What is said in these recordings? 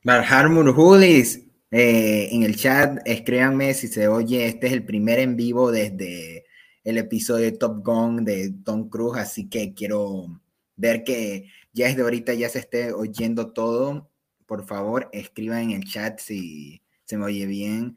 Barharmur Hulis, en el chat, escríbanme si se oye. Este es el primer en vivo desde el episodio de Top Gun de Tom Cruise, así que quiero ver que ya desde ahorita ya se esté oyendo todo. Por favor, escriban en el chat si se me oye bien,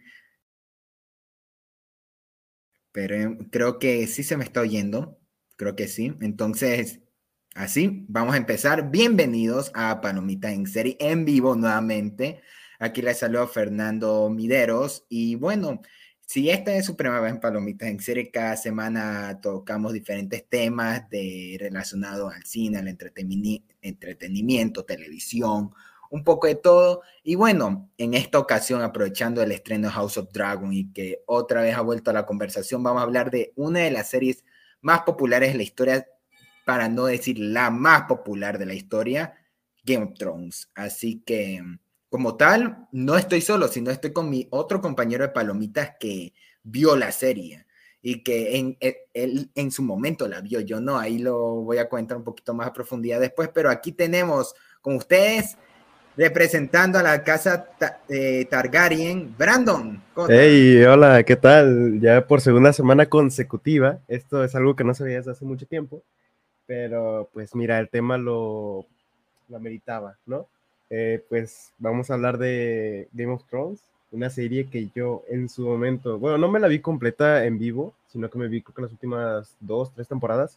pero creo que sí se me está oyendo, creo que sí. Entonces, así, vamos a empezar. Bienvenidos a Palomita en Serie en vivo nuevamente. Aquí les saludo Fernando Mideros. Y bueno, si esta es su primera vez en Palomitas en Serie, cada semana tocamos diferentes temas relacionados al cine, al entretenimiento, televisión, un poco de todo. Y bueno, en esta ocasión, aprovechando el estreno de House of Dragon y que otra vez ha vuelto a la conversación, vamos a hablar de una de las series más populares de la historia, para no decir la más popular de la historia, Game of Thrones. Así que, como tal, no estoy solo, sino estoy con mi otro compañero de Palomitas que vio la serie y que él en su momento la vio, yo no, ahí lo voy a comentar un poquito más a profundidad después, pero aquí tenemos con ustedes, representando a la casa Targaryen, Brandon. Hey, hola, ¿qué tal? Ya por segunda semana consecutiva. Esto es algo que no se veía desde hace mucho tiempo, pero pues mira, el tema lo ameritaba, ¿no? Pues vamos a hablar de Game of Thrones, una serie que yo en su momento, bueno, no me la vi completa en vivo, sino que me vi creo que las últimas 2, 3 temporadas,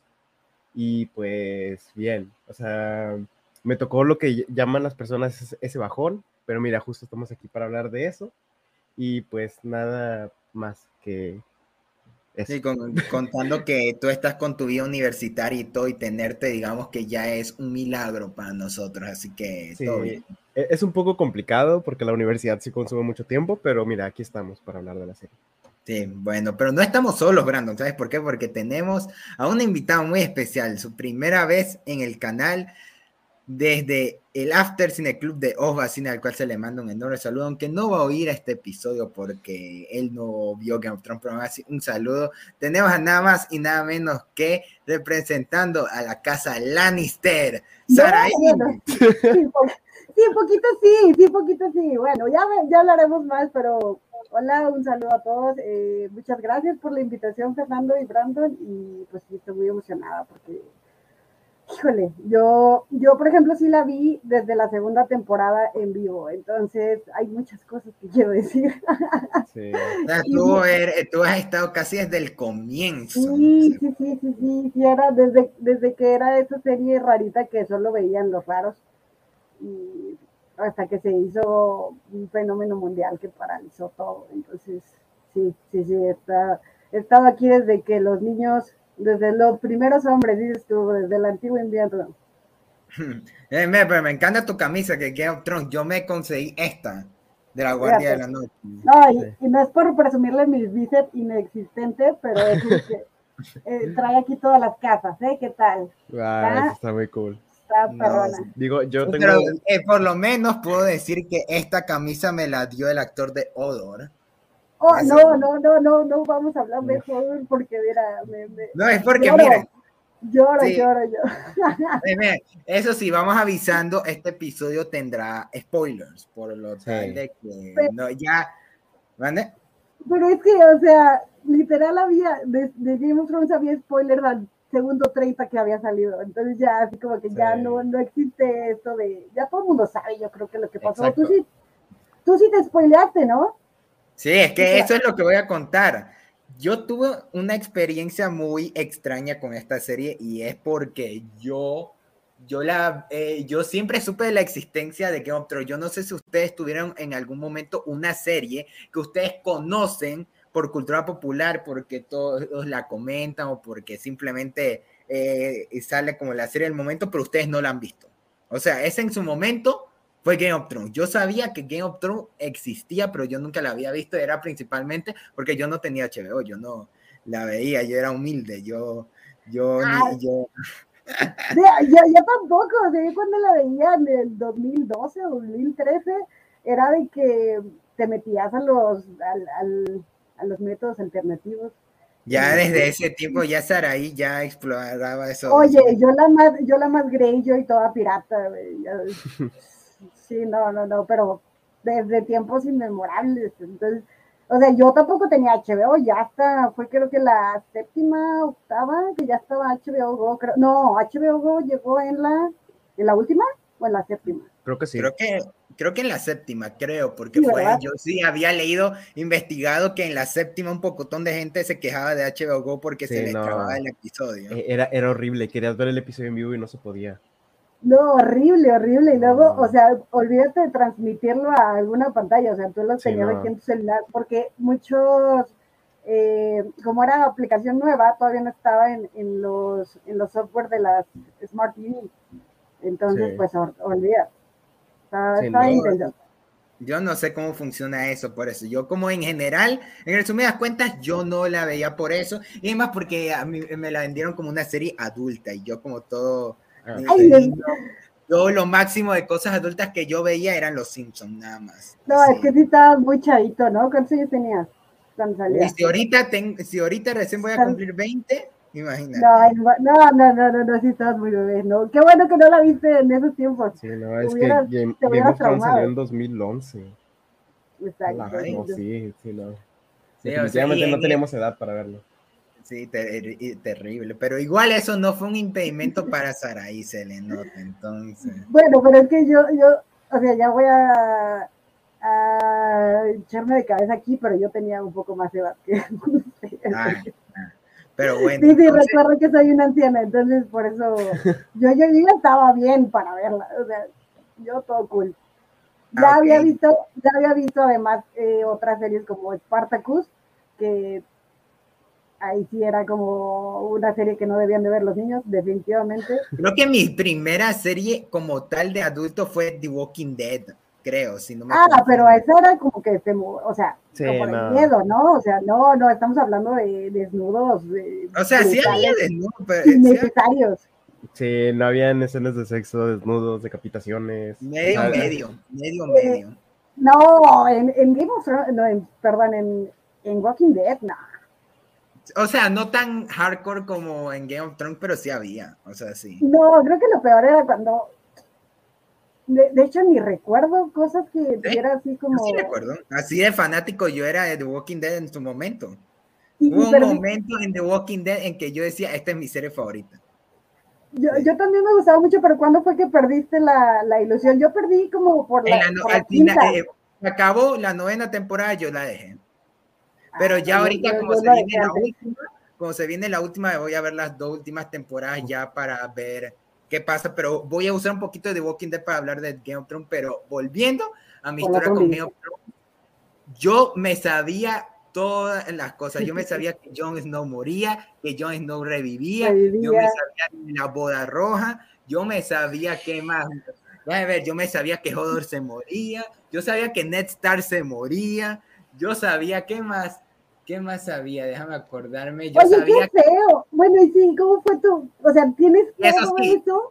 y pues bien, o sea, me tocó lo que llaman las personas ese bajón, pero mira, justo estamos aquí para hablar de eso. Y pues nada más que eso. Sí, contando que tú estás con tu vida universitaria y todo, y tenerte, digamos que ya es un milagro para nosotros, así que todo bien. Sí, es un poco complicado porque la universidad sí consume mucho tiempo, pero mira, aquí estamos para hablar de la serie. Sí, bueno, pero no estamos solos, Brandon, ¿sabes por qué? Porque tenemos a un invitado muy especial, su primera vez en el canal desde el After Cine Club de Osva Cine, al cual se le manda un enorme saludo, aunque no va a oír este episodio porque él no vio Game of Thrones, pero así un saludo. Tenemos a nada más y nada menos que representando a la casa Lannister, Saraí. Bueno, sí, sí, poquito sí, sí, poquito sí. Bueno, ya hablaremos más, pero hola, un saludo a todos. Muchas gracias por la invitación, Fernando y Brandon, y pues sí, estoy muy emocionada porque, híjole, yo por ejemplo sí la vi desde la segunda temporada en vivo, entonces hay muchas cosas que quiero decir. Sí. O sea, tú has estado casi desde el comienzo. Sí, era desde que era esa serie rarita que solo veían los raros, y hasta que se hizo un fenómeno mundial que paralizó todo. Entonces, sí, he estado aquí desde que los niños, desde los primeros hombres, dices tú, desde el antiguo invierno. Pero me encanta tu camisa que Game of Thrones. Yo me conseguí esta de la Guardia de Fíjate. la Noche. No, Sí. y no es por presumirle mis bíceps inexistentes, pero es el que trae aquí todas las casas, ¿eh? ¿Qué tal? Ah, eso está muy cool. Está No, perrona. Digo, yo pero tengo. por lo menos puedo decir que esta camisa me la dio el actor de Odor. Oh, Eso. no, vamos a hablar de Uf, joven porque mira, No, es porque lloro, miren, lloro, sí, lloro, lloro. miren, eso sí, vamos avisando, este episodio tendrá spoilers, por lo tal sí. de que no, ya, ¿vale? Pero es que, o sea, literal había, de Game of Thrones había spoilers al segundo 30 que había salido. Entonces ya así como que Sí. ya no existe esto de, ya todo el mundo sabe, yo creo que lo que pasó. Exacto. Tú sí te spoileaste, ¿no? Sí, es Sí, que eso es lo que voy a contar. Yo tuve una experiencia muy extraña con esta serie y es porque yo siempre supe de la existencia de Game of Thrones. Yo no sé si ustedes tuvieron en algún momento una serie que ustedes conocen por cultura popular, porque todos la comentan o porque simplemente sale como la serie del momento, pero ustedes no la han visto. O sea, ese en su momento fue Game of Thrones. Yo sabía que Game of Thrones existía, pero yo nunca la había visto. Era principalmente porque yo no tenía HBO, yo no la veía, yo era humilde, Ah, yo. yo tampoco, o sea, yo cuando la veía en el 2012 o 2013, era de que te metías a los métodos alternativos. Ya Y, desde ese tiempo ya Saraí ya exploraba oye, esos métodos. yo la más Greyjoy, toda pirata, güey, Sí, no, pero desde tiempos inmemorables. Entonces, o sea, yo tampoco tenía HBO, ya hasta, fue creo que la séptima, octava, que ya estaba HBO Go, creo. No, HBO Go llegó en la última o en la séptima. Creo que sí. Creo que en la séptima, porque Sí, ¿verdad? yo sí había leído, investigado que en la séptima un pocotón de gente se quejaba de HBO Go porque se les trababa el episodio. Era horrible, querías ver el episodio en vivo y no se podía. No, horrible. Y luego, No. o sea, olvídate de transmitirlo a alguna pantalla, o sea, tú lo Sí, tenías no. aquí en tu celular, porque muchos, como era aplicación nueva, todavía no estaba en los software de las Smart TV. Entonces, Sí. pues, olvida. Sí, Estaba no. intenso. Yo no sé cómo funciona eso, por eso. Yo como en general, en resumidas cuentas, yo no la veía por eso. Y además porque a mí me la vendieron como una serie adulta y yo como todo Ay, niño, yo lo máximo de cosas adultas que yo veía eran Los Simpsons, nada más. no, es que sí estabas muy chavito, ¿no? ¿Cuántos años tenías cuando salía? Uy, si ahorita recién voy a cumplir 20, imagínate. No, sí estabas muy bebé, ¿no? Qué bueno que no la viste en esos tiempos. Sí, no, es Te Game hubieras of Thrones salió traumado. en 2011. Exacto. No, sí, no. Sí, o sea, Definitivamente no teníamos edad para verlo. Sí, terrible. Pero igual eso no fue un impedimento para Saraí, se le nota, entonces. Bueno, pero es que yo, o sea, ya voy a echarme de cabeza aquí, pero yo tenía un poco más de edad que pero bueno. Sí, entonces, recuerdo que soy una anciana, entonces por eso yo ya estaba bien para verla, o sea, yo todo cool. Ya había visto además otras series como Spartacus, que ahí sí era como una serie que no debían de ver los niños, definitivamente. Creo que mi primera serie como tal de adulto fue The Walking Dead, creo, si no me confundo. Pero esa era como que, o sea, sí, como de miedo, ¿no? O sea, no, estamos hablando de desnudos. O sea, sí había desnudos, pero... innecesarios. Sí, no habían escenas de sexo, desnudos, decapitaciones. Medio. No, en Game of Thrones, no, perdón, en Walking Dead, no. O sea, no tan hardcore como en Game of Thrones, pero sí había, o sea, sí. No, creo que lo peor era cuando... De hecho, ni recuerdo cosas que tuviera así como... Sí recuerdo, así de fanático yo era de The Walking Dead en su momento. Hubo un momento en The Walking Dead en que yo decía, esta es mi serie favorita. Yo también me gustaba mucho, pero ¿cuándo fue que perdiste la ilusión? Yo perdí como por la quinta. Acabó la 9ª temporada, yo la dejé. Pero ya ahorita, como se viene la última, voy a ver las 2 últimas temporadas ya para ver qué pasa. Pero voy a usar un poquito de The Walking Dead para hablar de Game of Thrones. Pero volviendo a mi historia con Game of Thrones, yo me sabía todas las cosas. Yo me sabía que Jon Snow moría, que Jon Snow revivía. Yo me sabía la boda roja, yo me sabía qué más. Yo me sabía que Hodor se moría, yo sabía que Ned Stark se moría, yo sabía qué más sabía, déjame acordarme. Yo sabía qué feo. Bueno, y sí, ¿cómo fue tú? O sea, ¿tienes claro eso?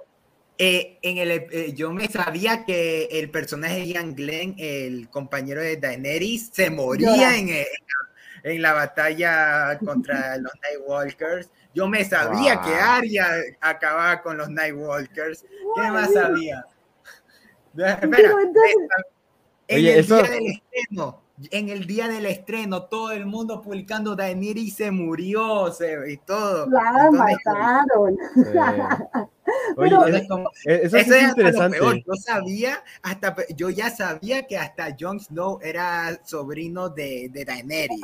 Yo me sabía que el personaje de Ian Glenn, el compañero de Daenerys, se moría en la batalla contra los Nightwalkers. Yo me sabía que Arya acababa con los Nightwalkers. ¿Qué más sabía? Espera, en el día del estreno, todo el mundo publicando Daenerys se murió y todo. La mataron. Oye, eso sí es interesante. Peor. Yo ya sabía que hasta Jon Snow era sobrino de Daenerys.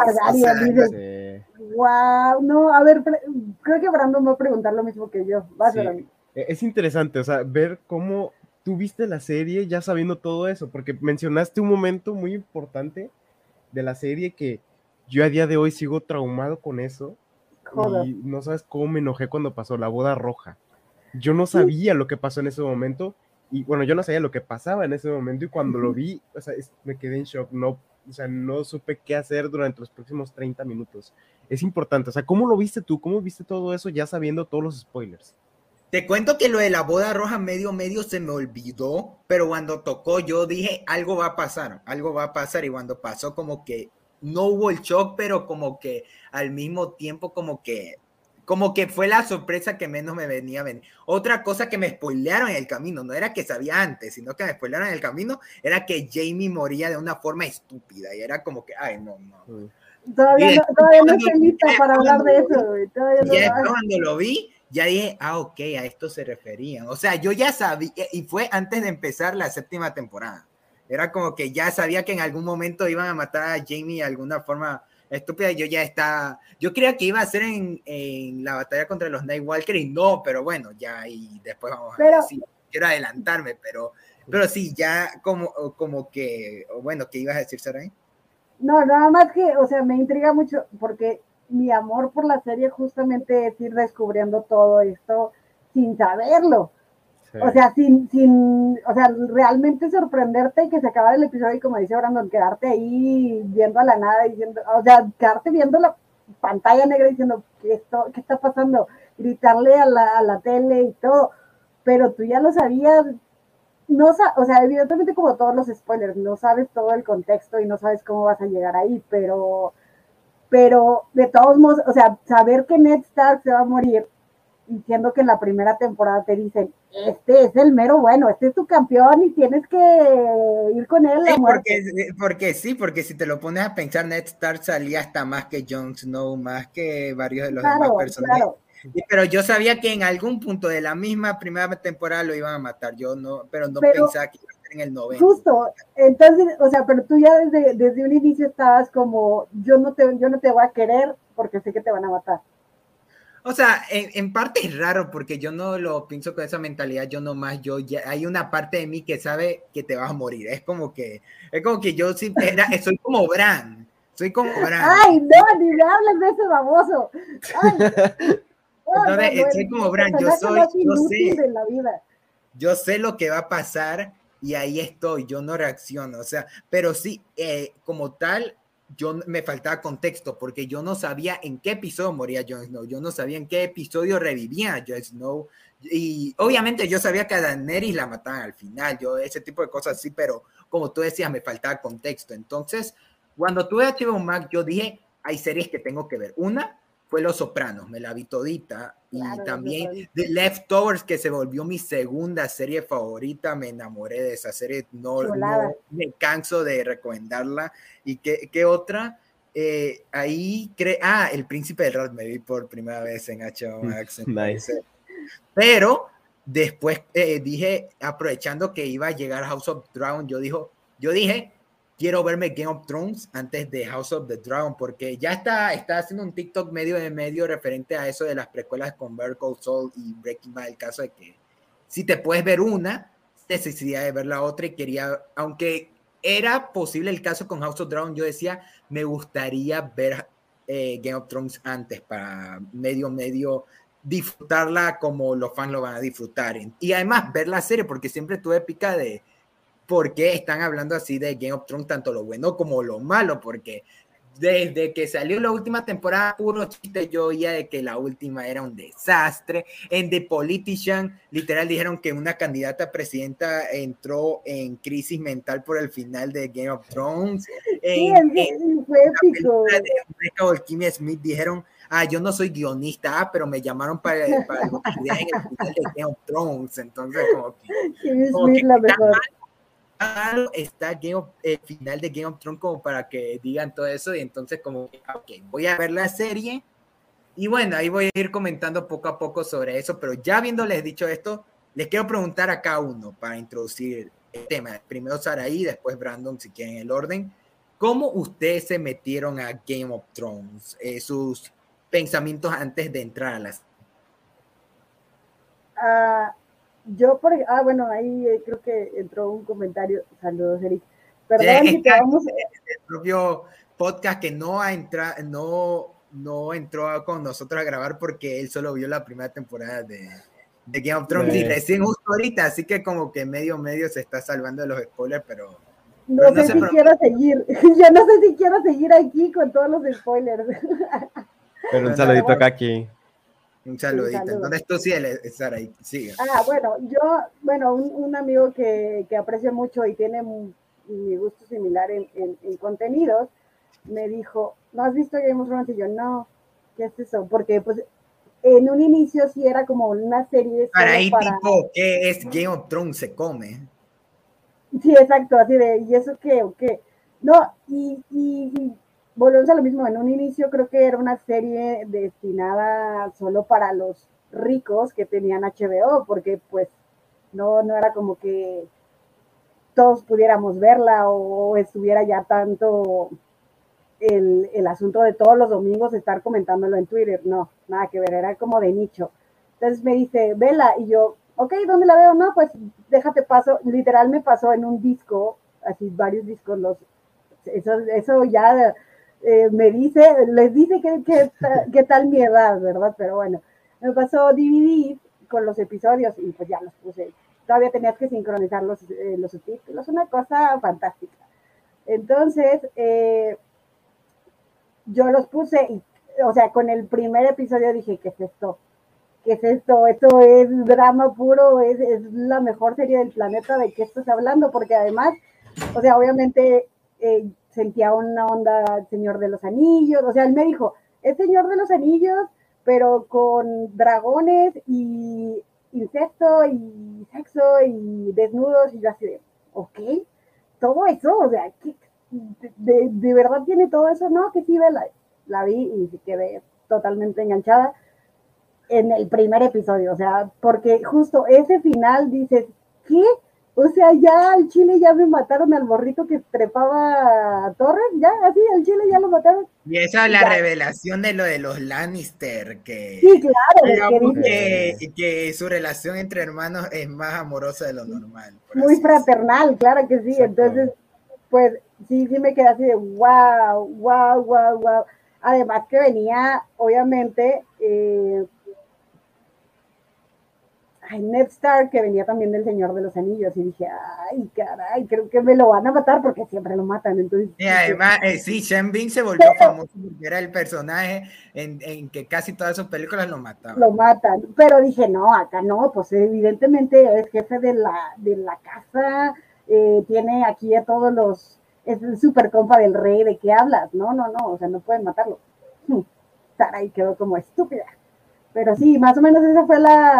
Wow, no, a ver, creo que Brandon va a preguntar lo mismo que yo. Es interesante, o sea, ver cómo tú viste la serie ya sabiendo todo eso, porque mencionaste un momento muy importante de la serie que yo a día de hoy sigo traumado con eso. Joder. Y no sabes cómo me enojé cuando pasó la boda roja. Yo no sabía lo que pasó en ese momento, y bueno, yo no sabía lo que pasaba en ese momento, y cuando lo vi, o sea, me quedé en shock, no supe qué hacer durante los próximos 30 minutos. Es importante, o sea, ¿cómo lo viste tú? ¿Cómo viste todo eso ya sabiendo todos los spoilers? Te cuento que lo de la boda roja medio se me olvidó, pero cuando tocó yo dije, algo va a pasar, y cuando pasó como que no hubo el shock, pero como que al mismo tiempo como que como que fue la sorpresa que menos me venía a venir. Otra cosa que me spoilearon en el camino, no era que sabía antes, sino que me spoilearon en el camino, era que Jamie moría de una forma estúpida, y era como que, ay, no. Todavía no estoy lista para hablar de eso, güey. Ya cuando lo vi, ya dije, ok, a esto se referían. O sea, yo ya sabía, y fue antes de empezar la 7ª temporada. Era como que ya sabía que en algún momento iban a matar a Jamie de alguna forma estúpida. Yo ya estaba, yo creía que iba a ser en la batalla contra los Nightwalker y no, pero bueno, ya, y después vamos a ver si quiero adelantarme, pero sí, ya como que, bueno, ¿qué ibas a decir, Saray? No, nada más que, o sea, me intriga mucho porque mi amor por la serie justamente es ir descubriendo todo esto sin saberlo. Sí. O sea, o sea, realmente sorprenderte y que se acaba el episodio y como dice Brandon, quedarte ahí viendo a la nada, diciendo, o sea, quedarte viendo la pantalla negra diciendo, ¿qué está pasando? Gritarle a la tele y todo, pero tú ya lo sabías. No, o sea, evidentemente como todos los spoilers, no sabes todo el contexto y no sabes cómo vas a llegar ahí, pero de todos modos, o sea, saber que Ned Stark se va a morir, diciendo que en la primera temporada te dicen, este es el mero bueno, este es tu campeón y tienes que ir con él. Sí, porque si te lo pones a pensar, Ned Stark salía hasta más que Jon Snow, más que varios de los demás personajes. Claro. Pero yo sabía que en algún punto de la misma primera temporada lo iban a matar, pero no pensaba que iba a ser en el 90. Justo, entonces, o sea, pero tú ya desde un inicio estabas como, yo no te voy a querer porque sé que te van a matar. O sea, en parte es raro porque yo no lo pienso con esa mentalidad, hay una parte de mí que sabe que te vas a morir, es como que yo sí, soy como Bran. Ay, no, ni me hables de ese baboso. Ay, soy como Bran, yo sé lo que va a pasar y ahí estoy, yo no reacciono, o sea, pero sí, como tal, me faltaba contexto porque yo no sabía en qué episodio moría Jon Snow, yo no sabía en qué episodio revivía a Jon Snow, y obviamente yo sabía que a Daenerys la mataban al final, ese tipo de cosas sí, pero como tú decías, me faltaba contexto. Entonces, cuando tuve HBO Max, yo dije, hay series que tengo que ver. Una fue Los Sopranos, me la vi todita, y también The Leftovers, que se volvió mi segunda serie favorita, me enamoré de esa serie, no me canso de recomendarla. ¿Y qué otra? Ahí El Príncipe del Rap me vi por primera vez en HBO Max. Nice. Pero después dije, aprovechando que iba a llegar House of Dragon, yo dije, quiero verme Game of Thrones antes de House of the Dragon, porque ya está haciendo un TikTok medio referente a eso de las precuelas con Better Call Saul y Breaking Bad, el caso de que si te puedes ver una, necesidad de ver la otra, y quería, aunque era posible el caso con House of Dragon, yo decía, me gustaría ver Game of Thrones antes para medio disfrutarla como los fans lo van a disfrutar. Y además ver la serie, porque siempre tuve pica de por qué están hablando así de Game of Thrones, tanto lo bueno como lo malo, porque desde que salió la última temporada, puro chiste yo oía de que la última era un desastre. En The Politician, literal, dijeron que una candidata a presidenta entró en crisis mental por el final de Game of Thrones. Fue épico. De Kimmy Smith dijeron, yo no soy guionista, pero me llamaron para ideas en el final de Game of Thrones. Entonces, como que... Kimmy Smith la mejor. Está el final de Game of Thrones como para que digan todo eso, y entonces como okay, voy a ver la serie y bueno, ahí voy a ir comentando poco a poco sobre eso, pero ya habiéndoles dicho esto, les quiero preguntar a cada uno para introducir el tema. Primero Saraí, después Brandon, si quieren el orden. ¿Cómo ustedes se metieron a Game of Thrones? Sus pensamientos antes de entrar a las... bueno, ahí creo que entró un comentario. Saludos, Eric. Perdón si te vamos... El propio podcast que no entró con nosotros a grabar porque él solo vio la primera temporada de Game of Thrones y recién justo ahorita, así que como que medio se está salvando de los spoilers, pero... No sé si quiero seguir. Yo no sé si quiero seguir aquí con todos los spoilers. Pero un saludito acá aquí. Un saludito. Entonces tú sí, estar ahí. Sigue. Bueno, un amigo que aprecio mucho y tiene mi gusto similar en contenidos, me dijo, ¿no has visto Game of Thrones? Y yo, no, ¿qué es eso? Porque pues en un inicio sí era como una serie Para solo ahí para... tipo, ¿qué es Game of Thrones se come? Sí, exacto, así de, ¿y eso qué o qué? No, y volvemos a lo mismo, en un inicio creo que era una serie destinada solo para los ricos que tenían HBO, porque pues no era como que todos pudiéramos verla o estuviera ya tanto el asunto de todos los domingos estar comentándolo en Twitter, no, nada que ver, era como de nicho. Entonces me dice, vela, y yo, ok, ¿dónde la veo? No, pues déjate paso, literal me pasó en un disco, así varios discos, eso ya me dice, les dice que tal mi edad, ¿verdad? Pero bueno, me pasó DVD con los episodios y pues ya los puse. Todavía tenías que sincronizar los subtítulos, una cosa fantástica. Entonces, yo los puse y, o sea, con el primer episodio dije, ¿qué es esto? ¿Qué es esto? Esto es drama puro, es la mejor serie del planeta, ¿de qué estás hablando? Porque además, o sea, obviamente sentía una onda Señor de los Anillos, o sea, él me dijo, es Señor de los Anillos, pero con dragones y incesto y sexo y desnudos y yo así de, ok, todo eso, o sea, de verdad tiene todo eso, no, que sí, la vi y quedé totalmente enganchada en el primer episodio, o sea, porque justo ese final dices, ¿qué? O sea, ya al chile ya me mataron al borrito que trepaba a Torres, ya, así, al chile ya lo mataron. Y esa es Y la ya, revelación de lo de los Lannister, sí, que claro, de que digamos dices, que su relación entre hermanos es más amorosa de lo normal, por muy así decirlo. fraternal, claro que sí, entonces, Exacto. pues, sí me quedé así de, wow, wow, wow, wow. Además que venía, obviamente, Ned Stark, que venía también del Señor de los Anillos, y dije, ay, caray, creo que me lo van a matar porque siempre lo matan. Entonces Y dije, además, sí, Sean Bean se volvió pero famoso porque era el personaje en que casi todas sus películas lo lo mataban. matan. Pero dije, no, acá no, pues evidentemente es jefe de la casa, tiene aquí a todos los, es el super compa del rey, ¿de qué hablas? No, o sea, no pueden matarlo. Sarai quedó como estúpida. Pero sí, más o menos esa fue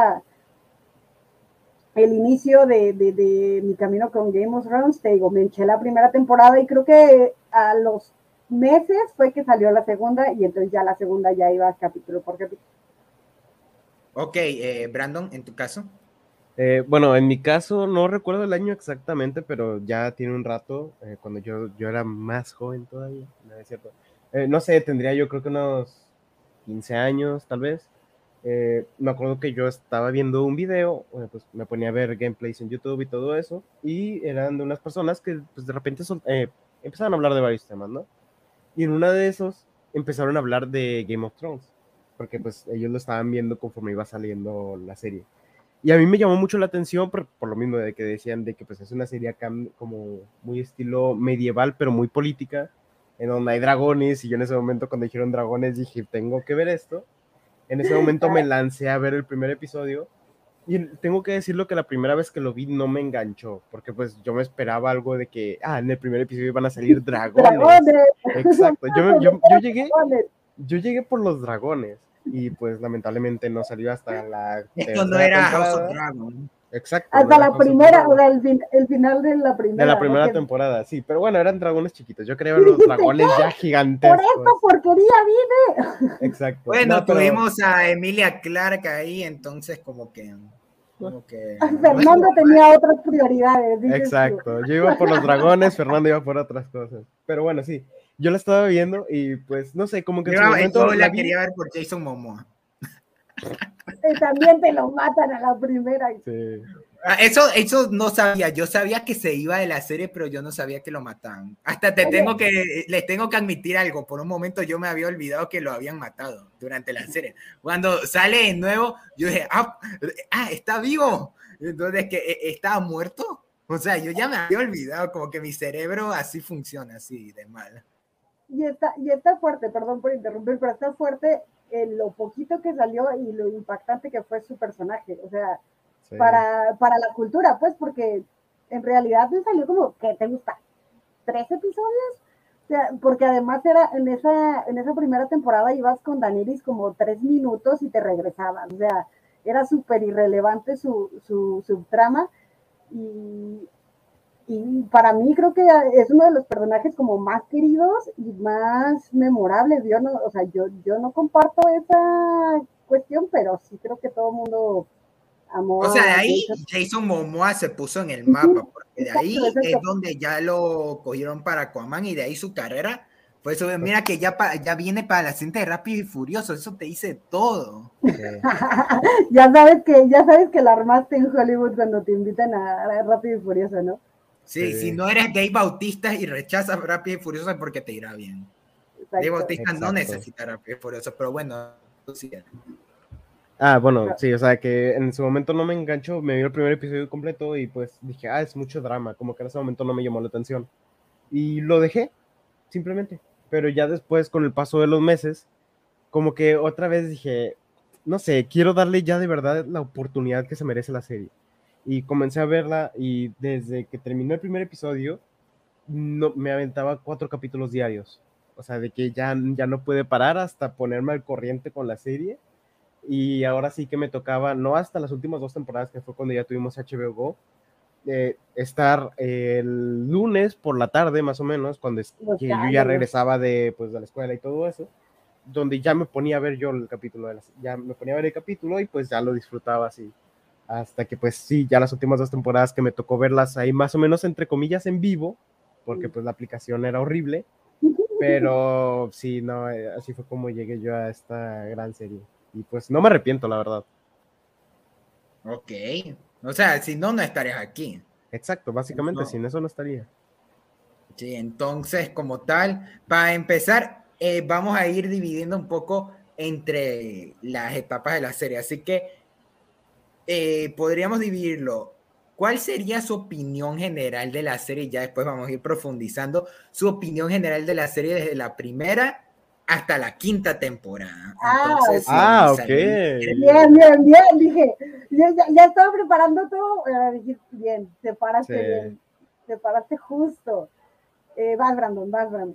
el inicio de mi camino con Game of Thrones. Te digo, me eché la primera temporada y creo que a los meses fue que salió la segunda y entonces ya la segunda ya iba capítulo por capítulo. Ok, Brandon, en tu caso. Bueno, en mi caso no recuerdo el año exactamente, pero ya tiene un rato, cuando yo era más joven todavía, no es cierto. No sé, tendría yo creo que unos 15 años tal vez. Me acuerdo que yo estaba viendo un video, pues me ponía a ver gameplays en YouTube y todo eso, y eran de unas personas que pues, de repente empezaron a hablar de varios temas, ¿no? Y en una de esos empezaron a hablar de Game of Thrones, porque pues ellos lo estaban viendo conforme iba saliendo la serie. Y a mí me llamó mucho la atención por lo mismo de que decían de que pues es una serie acá como muy estilo medieval, pero muy política, en donde hay dragones, y yo en ese momento cuando dijeron dragones dije, tengo que ver esto. En ese momento me lancé a ver el primer episodio y tengo que decirlo que la primera vez que lo vi no me enganchó, porque pues yo me esperaba algo de que, en el primer episodio iban a salir dragones. Dragones. Exacto, Dragones. yo llegué por los dragones y pues lamentablemente no salió hasta la Esto no tercera era House of temporada. Dragon. Exacto, no Hasta era la House of primera, o Dragon. sea, el final de la De la primera, ¿no? primera Que temporada, sí, pero bueno, eran dragones chiquitos. Yo quería y ver los dijiste, ¿qué? dragones ya Por esta gigantescos. porquería vine. Exacto. Bueno, No, pero tuvimos a Emilia Clarke ahí, entonces como que no Fernando estuvo mal. tenía otras prioridades, dices tú. exacto. Yo iba por los dragones, Fernando iba por otras cosas. Pero bueno, sí. Yo la estaba viendo y pues no sé, como que en su momento Yo la la vi. quería ver por Jason Momoa. También te lo matan a la primera. Sí. Eso no sabía. Yo sabía que se iba de la serie, pero yo no sabía que lo mataban. Hasta Oye, les tengo que admitir algo. Por un momento yo me había olvidado que lo habían matado durante la serie. Cuando sale de nuevo, yo dije, está vivo. Entonces, que estaba muerto. O sea, yo ya me había olvidado, como que mi cerebro así funciona, así de mal. y está fuerte, perdón por interrumpir, pero está fuerte lo poquito que salió y lo impactante que fue su personaje. O sea, Sí. para la cultura, pues, porque en realidad le salió como, ¿qué te gusta? ¿3 episodios? sea, porque además era en esa primera temporada ibas con Daenerys como 3 minutos y te regresabas, o sea, era súper irrelevante su subtrama y, y para mí creo que es uno de los personajes como más queridos y más memorables. Yo no, o sea, yo no comparto esa cuestión, pero sí creo que todo el mundo amó O sea, de a ahí Jason. Jason Momoa se puso en el mapa, porque de ahí Exacto, es exacto. donde ya lo cogieron para Aquaman y de ahí su carrera. Pues mira que ya viene para la cinta de Rápido y Furioso, eso te dice todo. Ya sabes que la armaste en Hollywood cuando te invitan a Rápido y Furioso, ¿no? Sí, si no eres Dave Bautista y rechazas Rápido y Furioso es porque te irá bien. Dave Exacto. Bautista no necesita Rápido y Furioso, pero bueno, tú sí. Bueno, sí, o sea que en su momento no me enganchó, me vi el primer episodio completo y pues dije, es mucho drama, como que en ese momento no me llamó la atención. Y lo dejé, simplemente. Pero ya después, con el paso de los meses, como que otra vez dije, no sé, quiero darle ya de verdad la oportunidad que se merece la serie. Y comencé a verla y desde que terminó el primer episodio, no, me aventaba 4 capítulos diarios. O sea, de que ya no puede parar hasta ponerme al corriente con la serie. Y ahora sí que me tocaba, no hasta las últimas 2 temporadas, que fue cuando ya tuvimos HBO Go, estar el lunes por la tarde, más o menos, cuando que yo ya regresaba pues, de la escuela y todo eso, donde ya me ponía a ver yo el capítulo, ya me ponía a ver el capítulo y pues ya lo disfrutaba así. Hasta que pues sí, ya las últimas 2 temporadas que me tocó verlas ahí más o menos entre comillas en vivo, porque pues la aplicación era horrible, pero sí, no, así fue como llegué yo a esta gran serie. Y pues no me arrepiento, la verdad. Ok. O sea, si no, no estarías aquí. Exacto, básicamente, sin eso no estaría. Sí, entonces, como tal, para empezar, vamos a ir dividiendo un poco entre las etapas de la serie. Así que podríamos dividirlo. ¿Cuál sería su opinión general de la serie? Ya después vamos a ir profundizando su opinión general de la serie desde la primera hasta la 5ª temporada. Entonces, ok. Bien. Dije, ya estaba preparando todo. Dijiste, bien, te paraste justo. Vas, Brandon.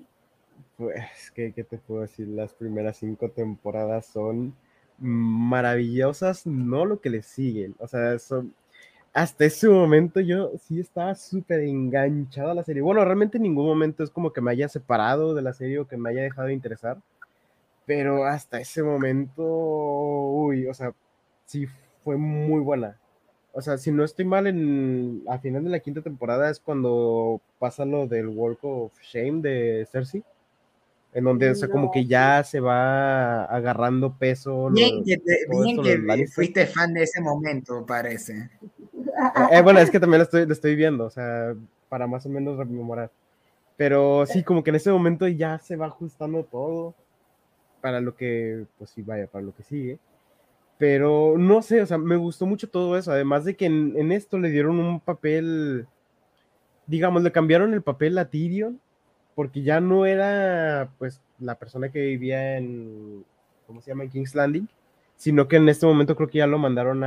Pues, ¿qué te puedo decir? Las primeras 5 temporadas son maravillosas, no lo que le siguen. O sea, hasta ese momento yo sí estaba súper enganchado a la serie. Bueno, realmente en ningún momento es como que me haya separado de la serie o que me haya dejado de interesar. Pero hasta ese momento, o sea, sí fue muy buena. O sea, si no estoy mal, al final de la 5ª temporada es cuando pasa lo del Walk of Shame de Cersei, en donde, o sea, como que ya se va agarrando peso todo bien esto, que los Lannister. fuiste fan de ese momento, parece. Bueno, es que también lo estoy viendo, o sea, para más o menos rememorar. Pero sí, como que en ese momento ya se va ajustando todo para lo que, pues sí, vaya, para lo que sigue. Pero no sé, o sea, me gustó mucho todo eso. Además de que en esto le dieron un papel, digamos, le cambiaron el papel a Tyrion, porque ya no era, pues, la persona que vivía ¿cómo se llama? En King's Landing, sino que en este momento creo que ya lo mandaron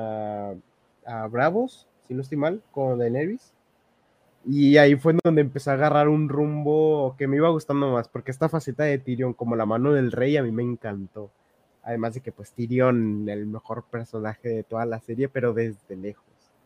a Bravos, si no estoy mal, con Daenerys. Y ahí fue donde empezó a agarrar un rumbo que me iba gustando más, porque esta faceta de Tyrion como la mano del rey a mí me encantó. Además de que pues Tyrion, el mejor personaje de toda la serie, pero desde lejos.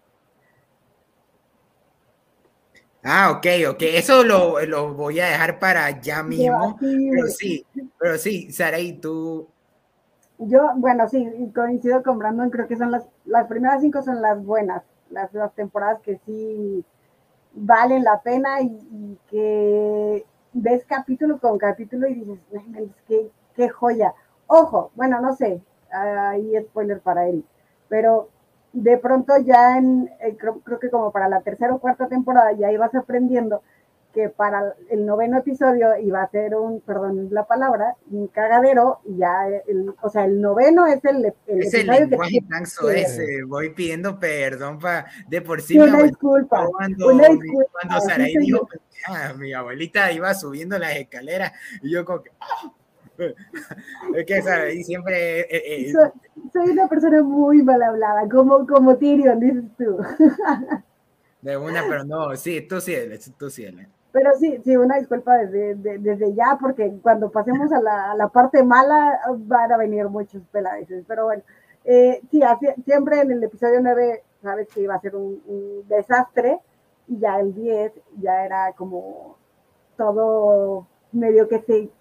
Ok. Eso lo voy a dejar para ya mismo. Pero sí, Saray, tú. Bueno, sí, coincido con Brandon, creo que son las primeras 5 son las buenas, las temporadas que sí valen la pena y que ves capítulo con capítulo y dices, qué joya. Ojo, bueno, no sé, ahí spoiler para él, pero de pronto ya creo que como para la 3ª o 4ª temporada ya ibas aprendiendo que para el 9º episodio iba a ser perdón la palabra, un cagadero, y ya, o sea, el 9º es el Ese episodio lenguaje tan ese, voy pidiendo perdón de por sí una disculpa, cuando Saray sí, dijo, mi abuelita iba subiendo las escaleras y yo como que, es que Saray siempre... soy una persona muy mal hablada, como Tyrion, dices tú. De una, pero no, sí, tú sí, Pero sí, sí, una disculpa desde ya, porque cuando pasemos a la parte mala van a venir muchos peladeces. Pero bueno, sí, siempre en el episodio 9 sabes que iba a ser un desastre, y ya el 10 ya era como todo medio que se,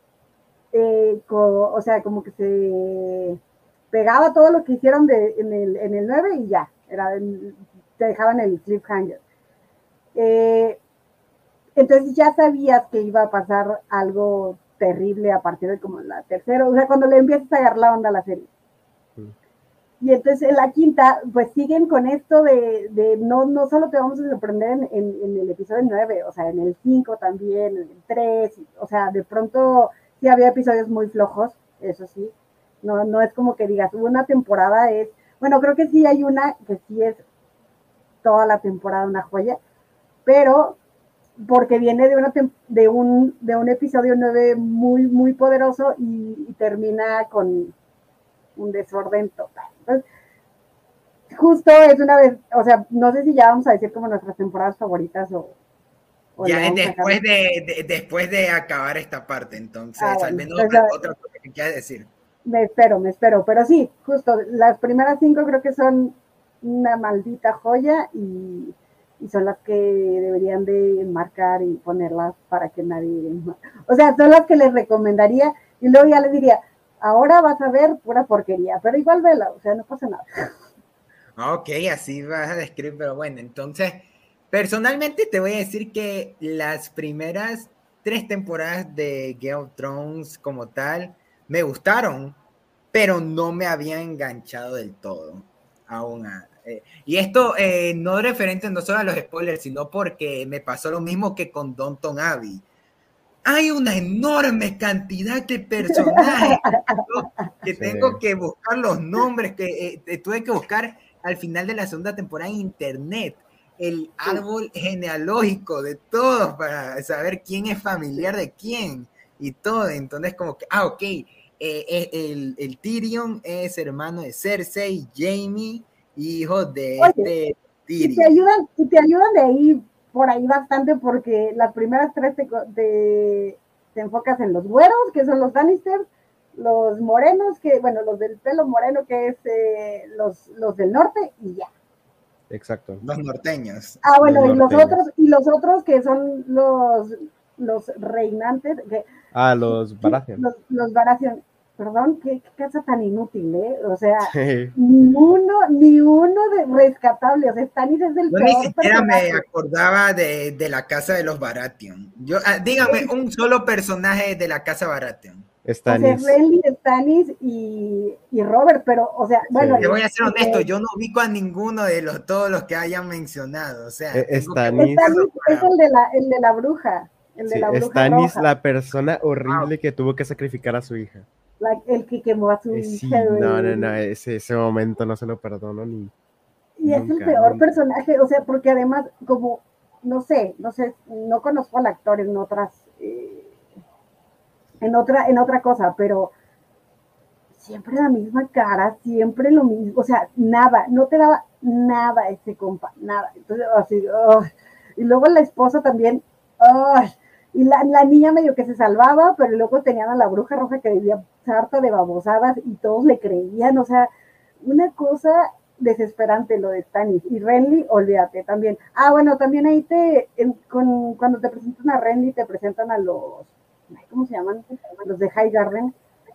o sea, como que se pegaba todo lo que hicieron en el 9 y ya, te dejaban el cliffhanger. Entonces ya sabías que iba a pasar algo terrible a partir de como la tercera, o sea, cuando le empiezas a agarrar la onda a la serie. Y entonces en la quinta, pues siguen con esto de no solo te vamos a sorprender en el episodio 9, o sea, en el 5 también, en el 3, o sea, de pronto sí había episodios muy flojos, eso sí. No es como que digas, una temporada es, bueno, creo que sí hay una que sí es toda la temporada una joya, pero porque viene de un episodio 9 muy poderoso y termina con un desorden total. Entonces, justo es una vez, o sea, no sé si ya vamos a decir como nuestras temporadas favoritas o ya después de acabar esta parte, entonces, bueno, al menos entonces, otra cosa que quieras decir. Me espero, pero sí, justo, las primeras 5 creo que son una maldita joya y son las que deberían de marcar y ponerlas para que nadie, o sea, son las que les recomendaría y luego ya les diría, ahora vas a ver pura porquería, pero igual vela, o sea, no pasa nada. Ok, así vas a describir, pero bueno, entonces, personalmente te voy a decir que las primeras 3 temporadas de Game of Thrones como tal me gustaron, pero no me había enganchado del todo aún. Y esto no referente no solo a los spoilers, sino porque me pasó lo mismo que con Downton Abbey. Hay una enorme cantidad de personajes que Sí. tengo que buscar los nombres, que tuve que buscar al final de la segunda temporada en internet el árbol genealógico de todos para saber quién es familiar de quién y todo. Entonces como que, ok, el Tyrion es hermano de Cersei, Jaime, hijo de Oye, Tyrion. y te ayudan de ahí, por ahí bastante, porque las primeras 3 te enfocas en los güeros, que son los Lannister, los morenos, que, bueno, los del pelo moreno, que es los del norte, y ya. Exacto. Los norteños. Ah, bueno, Los norteños. y los otros que son los reinantes, que, Los Baratheon. los Baratheon. Perdón, qué casa tan inútil, ¿eh? O sea, Sí. ni uno de rescatable. O sea, Stannis es el Yo ni peor siquiera personaje. me acordaba de la casa de los Baratheon. Dígame un solo personaje de la casa Baratheon. O sea, Stannis. Renly, Stannis y Robert, pero, o sea, bueno. Sí. Te voy a ser honesto, yo no ubico a ninguno de todos los que hayan mencionado. O sea, tengo que Stannis. Stannis es para... el de la bruja, el de Sí, la bruja Stannis, roja. la persona Wow. horrible que tuvo que sacrificar a su hija. El que quemó a su hija, Sí, no, güey. ese momento no se lo perdono ni Y es el nunca, peor nunca. personaje, o sea, porque además, como, no sé, no conozco al actor en otra cosa, pero siempre la misma cara, siempre lo mismo, o sea, nada, no te daba nada ese compa, nada. Entonces, así, y luego la esposa también, y la niña medio que se salvaba, pero luego tenían a la bruja roja que vivía harta de babosadas y todos le creían, o sea, una cosa desesperante lo de Stannis. Y Renly, olvídate también. Ah, bueno, también ahí cuando te presentan a Renly, te presentan a ¿cómo se llaman? Los de High Garden.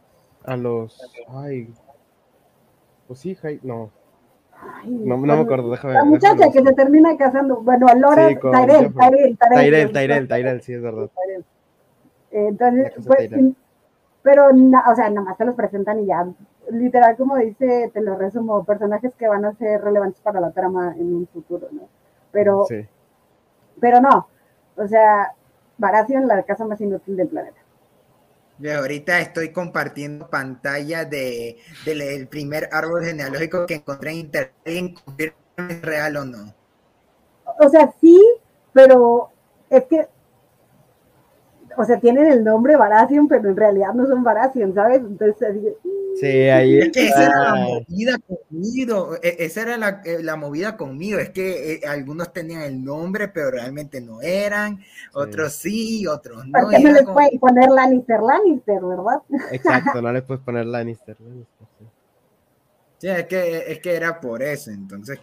Pues sí, no. Ay, No me acuerdo, la muchacha que se termina casando, bueno, a Lora, sí, con Tyrell, sí, es verdad. Entonces, La casa pues, Tyrell. pero, o sea, nada más te los presentan y ya, literal, como dice, te lo resumo, personajes que van a ser relevantes para la trama en un futuro, ¿no? Sí. Pero no, o sea, Baratheon, la casa más inútil del planeta. Ahorita estoy compartiendo pantalla del primer árbol genealógico que encontré en internet y confirmo si es real o no. O sea, sí, pero es que, o sea, tienen el nombre Baratheon, pero en realidad no son Baratheon, ¿sabes? Entonces, Sí, ahí Es que esa era la está. movida conmigo, esa era la movida conmigo, es que algunos tenían el nombre, pero realmente no eran, Sí. otros sí, otros no, Porque y no era les como, pueden poner Lannister, ¿verdad? Exacto, no le puedes poner Lannister. Sí. sí, es que era por eso, entonces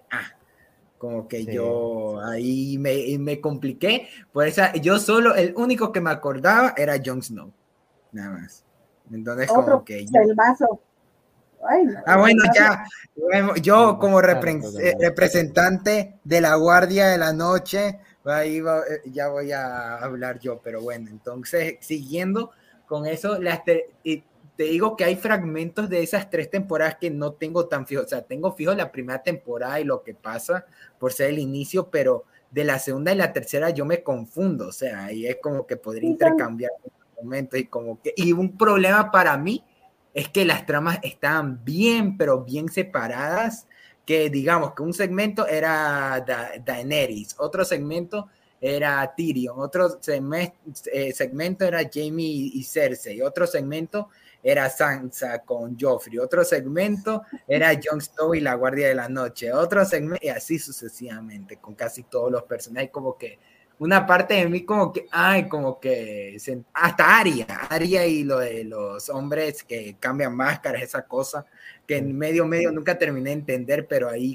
como que Sí. yo ahí me compliqué, por esa, yo solo, el único que me acordaba era Jon Snow, nada más, entonces como Otro que yo, pelmazo. Ay, no, el bueno, pelmazo. ya, bueno, El yo como bastardo de Lannister. representante de la Guardia de la Noche, ahí ya voy a hablar yo, pero bueno, entonces siguiendo con eso, y te digo que hay fragmentos de esas 3 temporadas que no tengo tan fijo, o sea, tengo fijo la primera temporada y lo que pasa por ser el inicio, pero de la segunda y la tercera yo me confundo, o sea, ahí es como que podría Sí, son, intercambiar momentos y un problema para mí es que las tramas estaban bien, pero bien separadas, que digamos que un segmento era Daenerys, otro segmento era Tyrion, otro segmento era Jaime y Cersei, otro segmento era Sansa con Joffrey, otro segmento era Jon Snow y la Guardia de la Noche, otro segmento, y así sucesivamente, con casi todos los personajes, como que una parte de mí como que, ay, como que, hasta Aria y lo de los hombres que cambian máscaras, esa cosa, que en medio nunca terminé de entender, pero ahí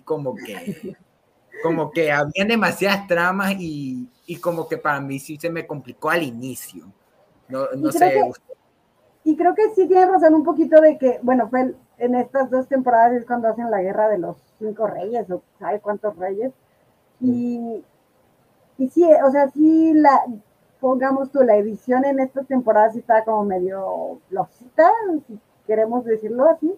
como que habían demasiadas tramas y como que para mí sí se me complicó al inicio. No, y no creo sé. que, y creo que sí tienes razón un poquito de que, bueno, fue en estas 2 temporadas es cuando hacen la guerra de los 5 reyes, o sabe cuántos reyes. Y, y sí, o sea, sí, pongamos tú, la edición en estas temporadas sí está como medio flojita, si queremos decirlo así,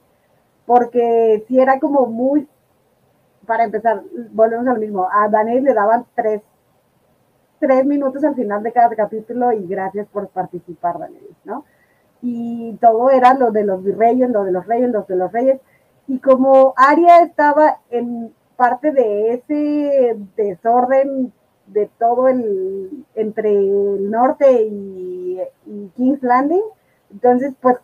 porque sí era como muy, para empezar, volvemos al mismo, a Daniel le daban 3 minutos al final de cada capítulo y gracias por participar, Daniel, ¿no? Y todo era lo de los virreyes, lo de los reyes, los de los reyes, y como Aria estaba en parte de ese desorden de todo entre el norte y King's Landing, entonces pues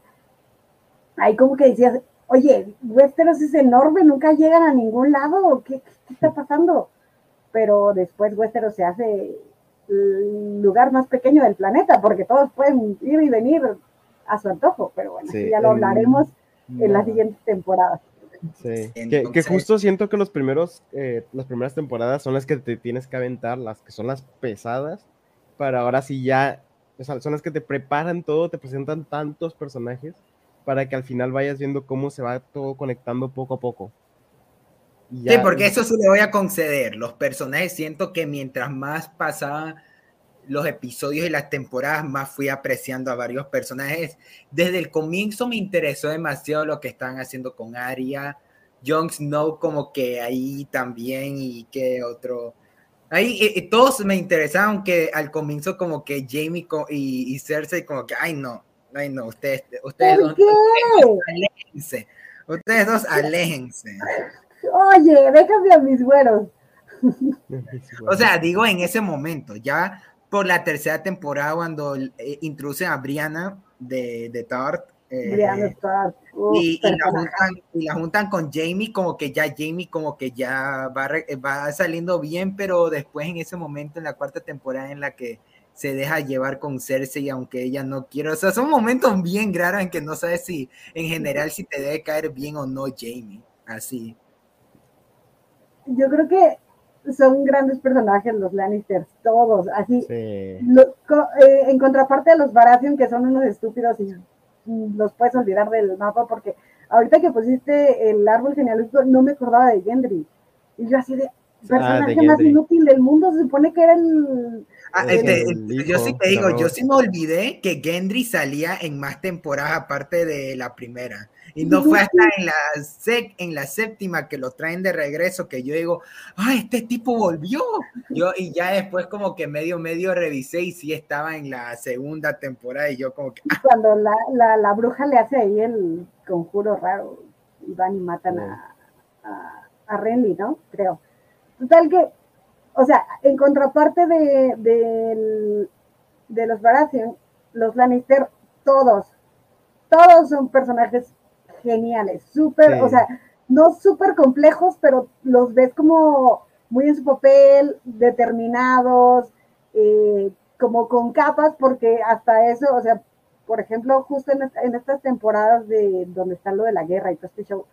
ahí como que decías, oye, Westeros es enorme, nunca llegan a ningún lado, ¿qué está pasando? Pero después Westeros se hace el lugar más pequeño del planeta, porque todos pueden ir y venir a su antojo, pero bueno, eso Sí, ya lo hablaremos en las nada. siguientes temporadas. Sí, que Entonces, justo siento que las primeras temporadas son las que te tienes que aventar, las que son las pesadas, para ahora sí ya, o sea, son las que te preparan todo, te presentan tantos personajes, para que al final vayas viendo cómo se va todo conectando poco a poco. Y sí, ya, porque eso sí le voy a conceder. Los personajes siento que mientras más pasaban los episodios y las temporadas, más fui apreciando a varios personajes. Desde el comienzo me interesó demasiado lo que estaban haciendo con Arya, Jon Snow como que ahí también y que otro. Ahí todos me interesaban, aunque al comienzo como que Jaime y Cersei como que, ay no, ¿Por qué? aléjense, ustedes dos aléjense. Oye, déjame a mis güeros. O sea, digo en ese momento, ya por la tercera temporada cuando introducen a Brianna de Tart Brian está, personaje. y la juntan con Jamie, como que ya Jamie como que ya va saliendo bien, pero después en ese momento en la cuarta temporada en la que se deja llevar con Cersei aunque ella no quiere, o sea, son momentos bien raros en que no sabes si en general si te debe caer bien o no Jamie, así. Yo creo que son grandes personajes los Lannisters, todos, así, sí, en contraparte a los Baratheon, que son unos estúpidos y los puedes olvidar del mapa, porque ahorita que pusiste el árbol genealógico, no me acordaba de Gendry. Y yo así de, de personaje más Gendry, inútil del mundo, se supone que era el... es el el Yo sí hijo te de digo, yo Robert. sí me olvidé que Gendry salía en más temporadas aparte de la primera. Y no fue hasta inútil. en la séptima que lo traen de regreso que yo digo, este tipo volvió. Y ya después como que medio revisé y sí estaba en la segunda temporada y yo como que, Cuando la bruja le hace ahí el conjuro raro, y van y matan a Renly, ¿no? Creo. Total que, o sea, en contraparte de los Baratheon, los Lannister, todos son personajes geniales, súper, Sí. o sea, no súper complejos, pero los ves como muy en su papel, determinados, como con capas, porque hasta eso, o sea, por ejemplo, justo en estas temporadas de donde está lo de la guerra y todo este show,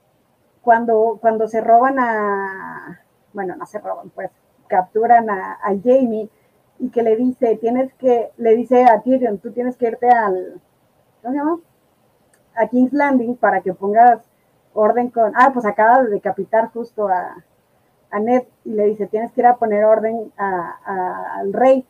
cuando se roban bueno, no se roban, pues capturan a Jamie y que le dice a Tyrion, tú tienes que irte ¿cómo se llama? A King's Landing para que pongas orden pues acaba de decapitar justo a Ned y le dice, tienes que ir a poner orden al rey.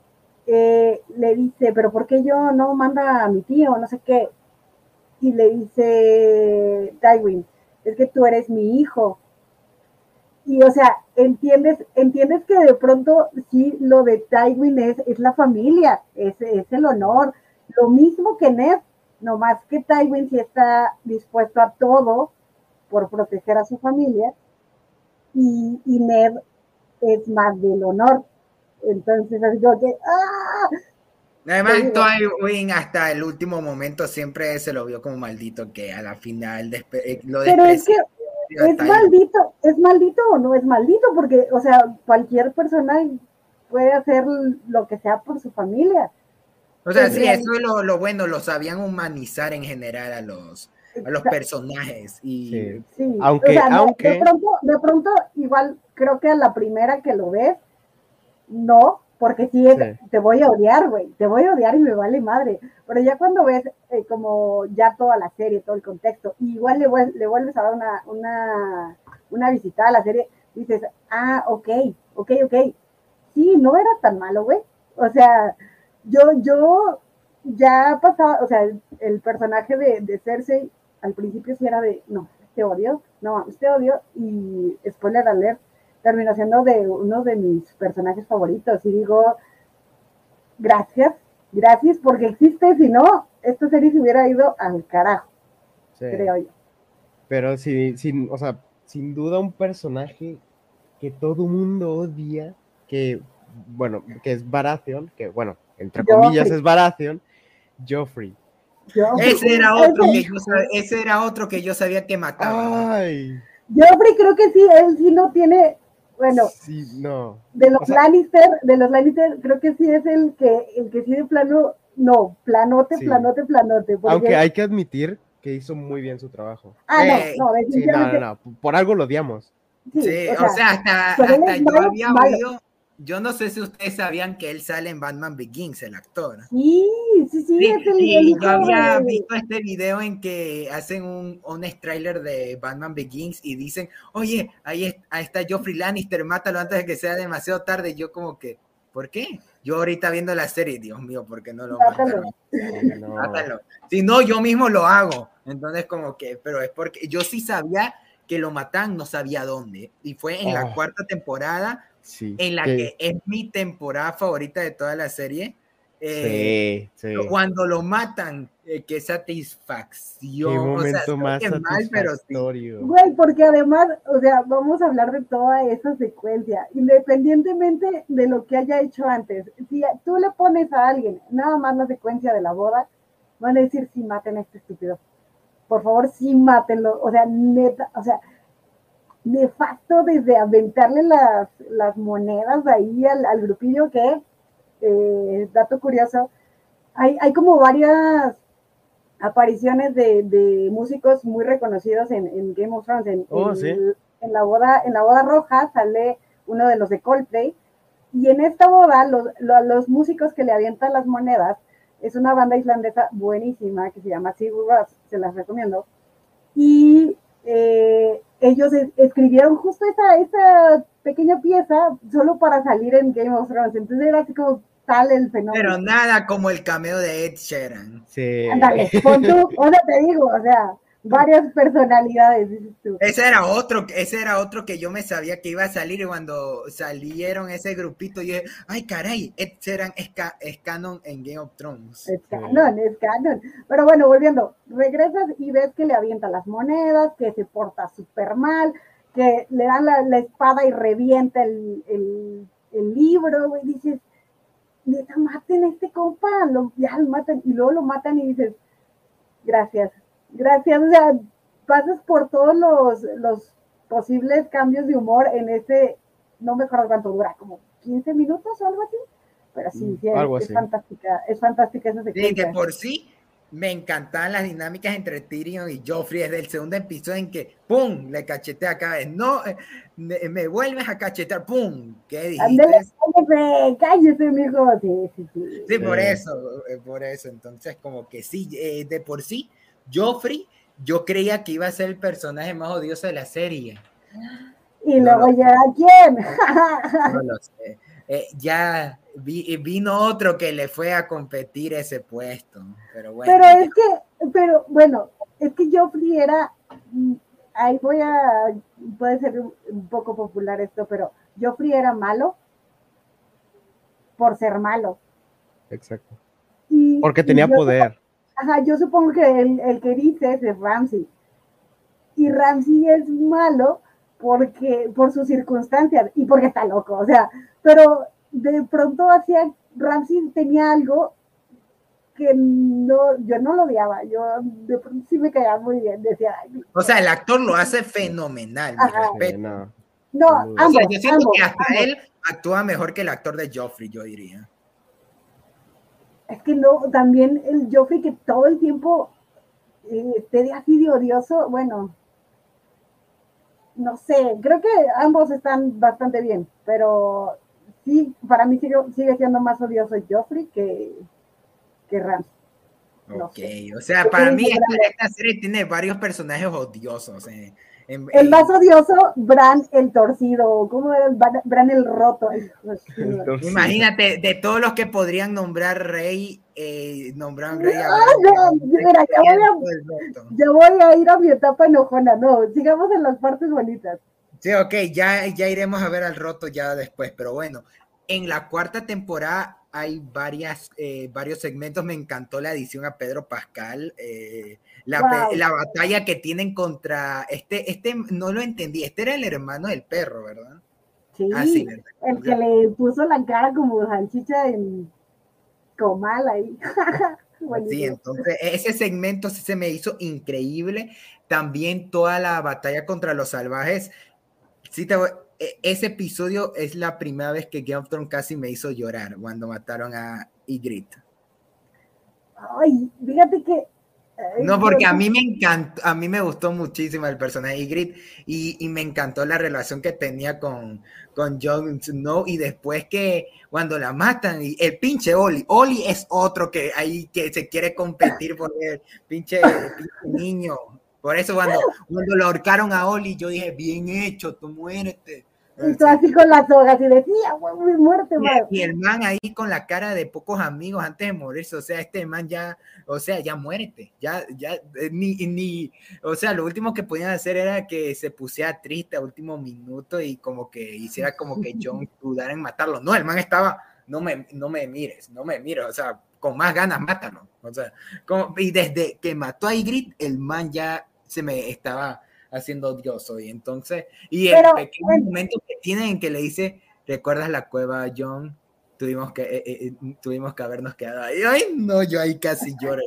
Le dice, pero ¿por qué yo no manda a mi tío? No sé qué. Y le dice Tywin, es que tú eres mi hijo. Y o sea, entiendes que de pronto sí lo de Tywin es la familia, es el honor. Lo mismo que Ned, nomás que Tywin sí está dispuesto a todo por proteger a su familia y Ned es más del honor. Entonces, así como que, ¡ah! Además, Tywin hasta el último momento siempre se lo vio como maldito, que a la final lo Pero es que despreció. es maldito o no es maldito, porque, o sea, cualquier persona puede hacer lo que sea por su familia. O sea, sí, eso es lo bueno, lo sabían humanizar en general a los personajes. Y Sí. Sí, o Aunque, sea, aunque, de pronto, igual creo que a la primera que lo ves, no, porque sí sí. te voy a odiar, güey, te voy a odiar y me vale madre. Pero ya cuando ves como ya toda la serie, todo el contexto, y igual le vuelves a dar una visitada a la serie, dices, ok, sí, no era tan malo, güey. O sea, yo ya pasaba, o sea, el personaje de Cersei al principio sí era de, no, te odio, y spoiler alert, terminó siendo de uno de mis personajes favoritos, y digo, gracias, gracias porque existe, si no, esta serie se hubiera ido al carajo, Sí. creo yo. Pero o sea, sin duda un personaje que todo mundo odia, bueno, que es Baratheon, que bueno, entre comillas Joffrey, es Baratheon, Joffrey. Hijo, ese era otro que yo sabía que mataban. ay, Joffrey creo que sí, él sí no tiene, bueno, sí, no. de O sea, los Lannister, creo que sí es el que sí de plano, no, planote, sí. planote, planote, Aunque porque, hay que admitir que hizo muy bien su trabajo. no, Eh, no, Sí, no, no, definitivamente, no. Por algo lo odiamos. sí, sí, o o sea, sea, pero él hasta es yo malo, había malo. oído, yo no sé si ustedes sabían que él sale en Batman Begins, el actor. Sí, sí, Sí, es el y yo hijo había de, visto este video en que hacen un trailer de Batman Begins y dicen, oye, ahí está Joffrey Lannister, mátalo antes de que sea demasiado tarde. Y yo como que, ¿por qué? Yo ahorita viendo la serie, Dios mío, ¿por qué no lo mátalo. mataron? Sí, no. Mátalo. Si no, yo mismo lo hago. Entonces como que, pero es porque yo sí sabía que lo matan, no sabía dónde. Y fue en la Oh, cuarta temporada, sí. en la que es mi temporada favorita de toda la serie. Sí, sí. Cuando lo matan, qué Qué satisfacción. O sea, momento creo más que mal, pero sí. satisfactorio. Güey, porque además, o sea, vamos a hablar de toda esa secuencia, independientemente de lo que haya hecho antes. Si tú le pones a alguien nada más la secuencia de la boda, van a decir, sí, maten a este estúpido. Por favor, sí, mátenlo. O sea, neta, o sea, nefasto desde aventarle las monedas ahí al grupillo que, dato curioso, hay como varias apariciones de músicos muy reconocidos en Game of Thrones. Oh, sí. En la boda roja sale uno de los de Coldplay, y en esta boda los músicos que le avientan las monedas es una banda islandesa buenísima que se llama Sigur Rós, se las recomiendo. Y ellos escribieron justo esa pequeña pieza solo para salir en Game of Thrones. Entonces era así como tal el Pero fenómeno. nada como el cameo de Ed Sheeran. Sí. Ándale, pon tú, o sea, te digo, o sea, varias personalidades, dices tú. Ese era otro que yo me sabía que iba a salir y cuando salieron ese grupito, yo dije, ay caray, Ed Sheeran es canon en Game of Thrones. Es canon, es canon. Pero bueno, volviendo, regresas y ves que le avienta las monedas, que se porta súper mal, que le dan la espada y revienta el libro, güey, dices, neta, maten a este compa, ya lo matan, y luego lo matan y dices, gracias, Gracias, o sea, pasas por todos los posibles cambios de humor en ese, no me acuerdo cuánto dura, como 15 minutos o algo así, pero sí, sí algo es así. fantástica esa Sí, secuencia. de por sí me encantaban las dinámicas entre Tyrion y Joffrey desde el segundo episodio en que ¡pum! Le cachetea cada vez. No, me vuelves a cachetear, ¡pum! ¿Qué Ándale, dijiste? cállese, mijo. Sí, sí, sí. Sí, por eso. Entonces, como que sí, de por sí, Joffrey, yo creía que iba a ser el personaje más odioso de la serie. Y No luego lo, llega quién. no lo sé. Ya vino otro que le fue a competir ese puesto, pero Pero bueno, ya. pero bueno, es que Joffrey era, ahí puede ser un poco popular esto, pero Joffrey era malo por ser malo. Exacto. Y, Porque y tenía poder. yo supongo que el que dices es Ramsay. Y Ramsay es malo por sus circunstancias y porque está loco, o sea, pero de pronto Ramsay tenía algo que no, yo no lo odiaba, yo de pronto sí me caía muy bien, decía, ay, O sea, el actor lo hace fenomenal, mi ajá, respeto. No, no, O sea, ambos, yo siento ambos, que hasta ambos. él actúa mejor que el actor de Joffrey, yo diría. Es que no, también el Joffrey que todo el tiempo esté así de odioso, bueno, no sé, creo que ambos están bastante bien, pero sí, para mí sigue siendo más odioso Joffrey que Ramsay. No Ok, sé. o sea, ¿Qué para dice mí Brandon? esta serie tiene varios personajes odiosos. El más odioso, Bran el torcido. ¿Cómo era Bran el roto? Ay, el torcido. Imagínate, de todos los que podrían nombrar rey, nombraron rey a Ah, Bran no, como mira, ya voy a ir a mi etapa enojona. No, sigamos en las partes bonitas. Sí, ok, ya iremos a ver al roto ya después, pero bueno, en la cuarta temporada hay varios segmentos, me encantó la edición a Pedro Pascal, Wow. la batalla que tienen contra, no lo entendí, este era el hermano del perro, ¿verdad? Ah, sí, Sí, el que ¿verdad? le puso la cara como salchicha en comal ahí. Sí, Buenísimo. entonces ese segmento sí se me hizo increíble, también toda la batalla contra los salvajes. Sí, ese episodio es la primera vez que Game of Thrones casi me hizo llorar cuando mataron a Ygritte. Ay, fíjate que No, porque a mí me encantó, a mí me gustó muchísimo el personaje de Ygritte y me encantó la relación que tenía con Jon Snow y después que cuando la matan y el pinche Oli es otro que ahí que se quiere competir por el pinche niño. Por eso cuando lo ahorcaron a Oli yo dije, bien hecho, tú muérete. y tú Sí. así con las hojas y decía, mi muerte, madre. Y el man ahí con la cara de pocos amigos antes de morirse, o sea, este man ya, o sea, ya muérete, o sea, lo último que podían hacer era que se pusiera triste a último minuto y como que hiciera como que Jon dudara en matarlo. No, el man estaba, no me mires, o sea, con más ganas mátalo, o sea, y desde que mató a Ygritte, el man ya se me estaba haciendo odioso y entonces, y el Pero pequeño momento que tienen en que le dice ¿recuerdas la cueva, John? Tuvimos que habernos quedado ahí. Ay, no, yo ahí casi lloré.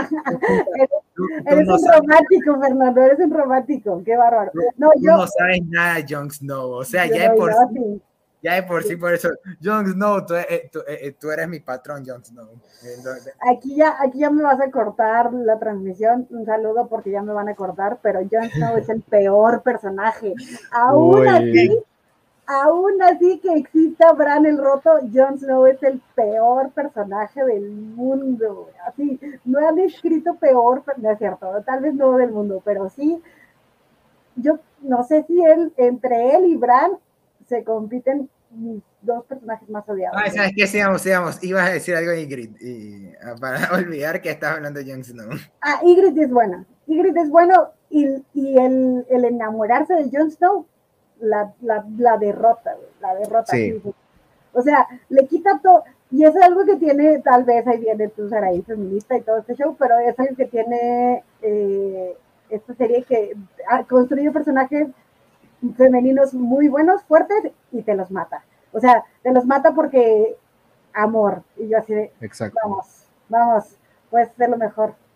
Tú eres no un sabes, romántico, Fernando, eres un romántico, qué bárbaro. No, tú no sabes nada, Jon Snow. O sea, yo no, yo sí. por eso, Jon Snow, tú eres mi patrón, Jon Snow. Aquí ya me vas a cortar la transmisión. Un saludo porque ya me van a cortar, pero Jon Snow es el peor personaje. Uy, Aún así que exista Bran el Roto, Jon Snow es el peor personaje del mundo. Así, no han escrito peor, no es cierto, tal vez no del mundo, pero sí, yo no sé si entre él y Bran se compiten mis dos personajes más odiados. Ay, ¿sabes qué? Sigamos. Ibas a decir algo de Ygritte para olvidar que estabas hablando de Jon Snow. Ygritte es buena. Ygritte es bueno y el enamorarse de Jon Snow la derrota, la derrota. sí, Sí. O sea, le quita todo. Y es algo que tiene, tal vez ahí viene tu Saraí feminista y todo este show, pero es algo que tiene esta serie que construye personajes femeninos muy buenos, fuertes y te los mata. O sea, te los mata porque amor. Y yo así de, exacto. vamos, pues de lo mejor.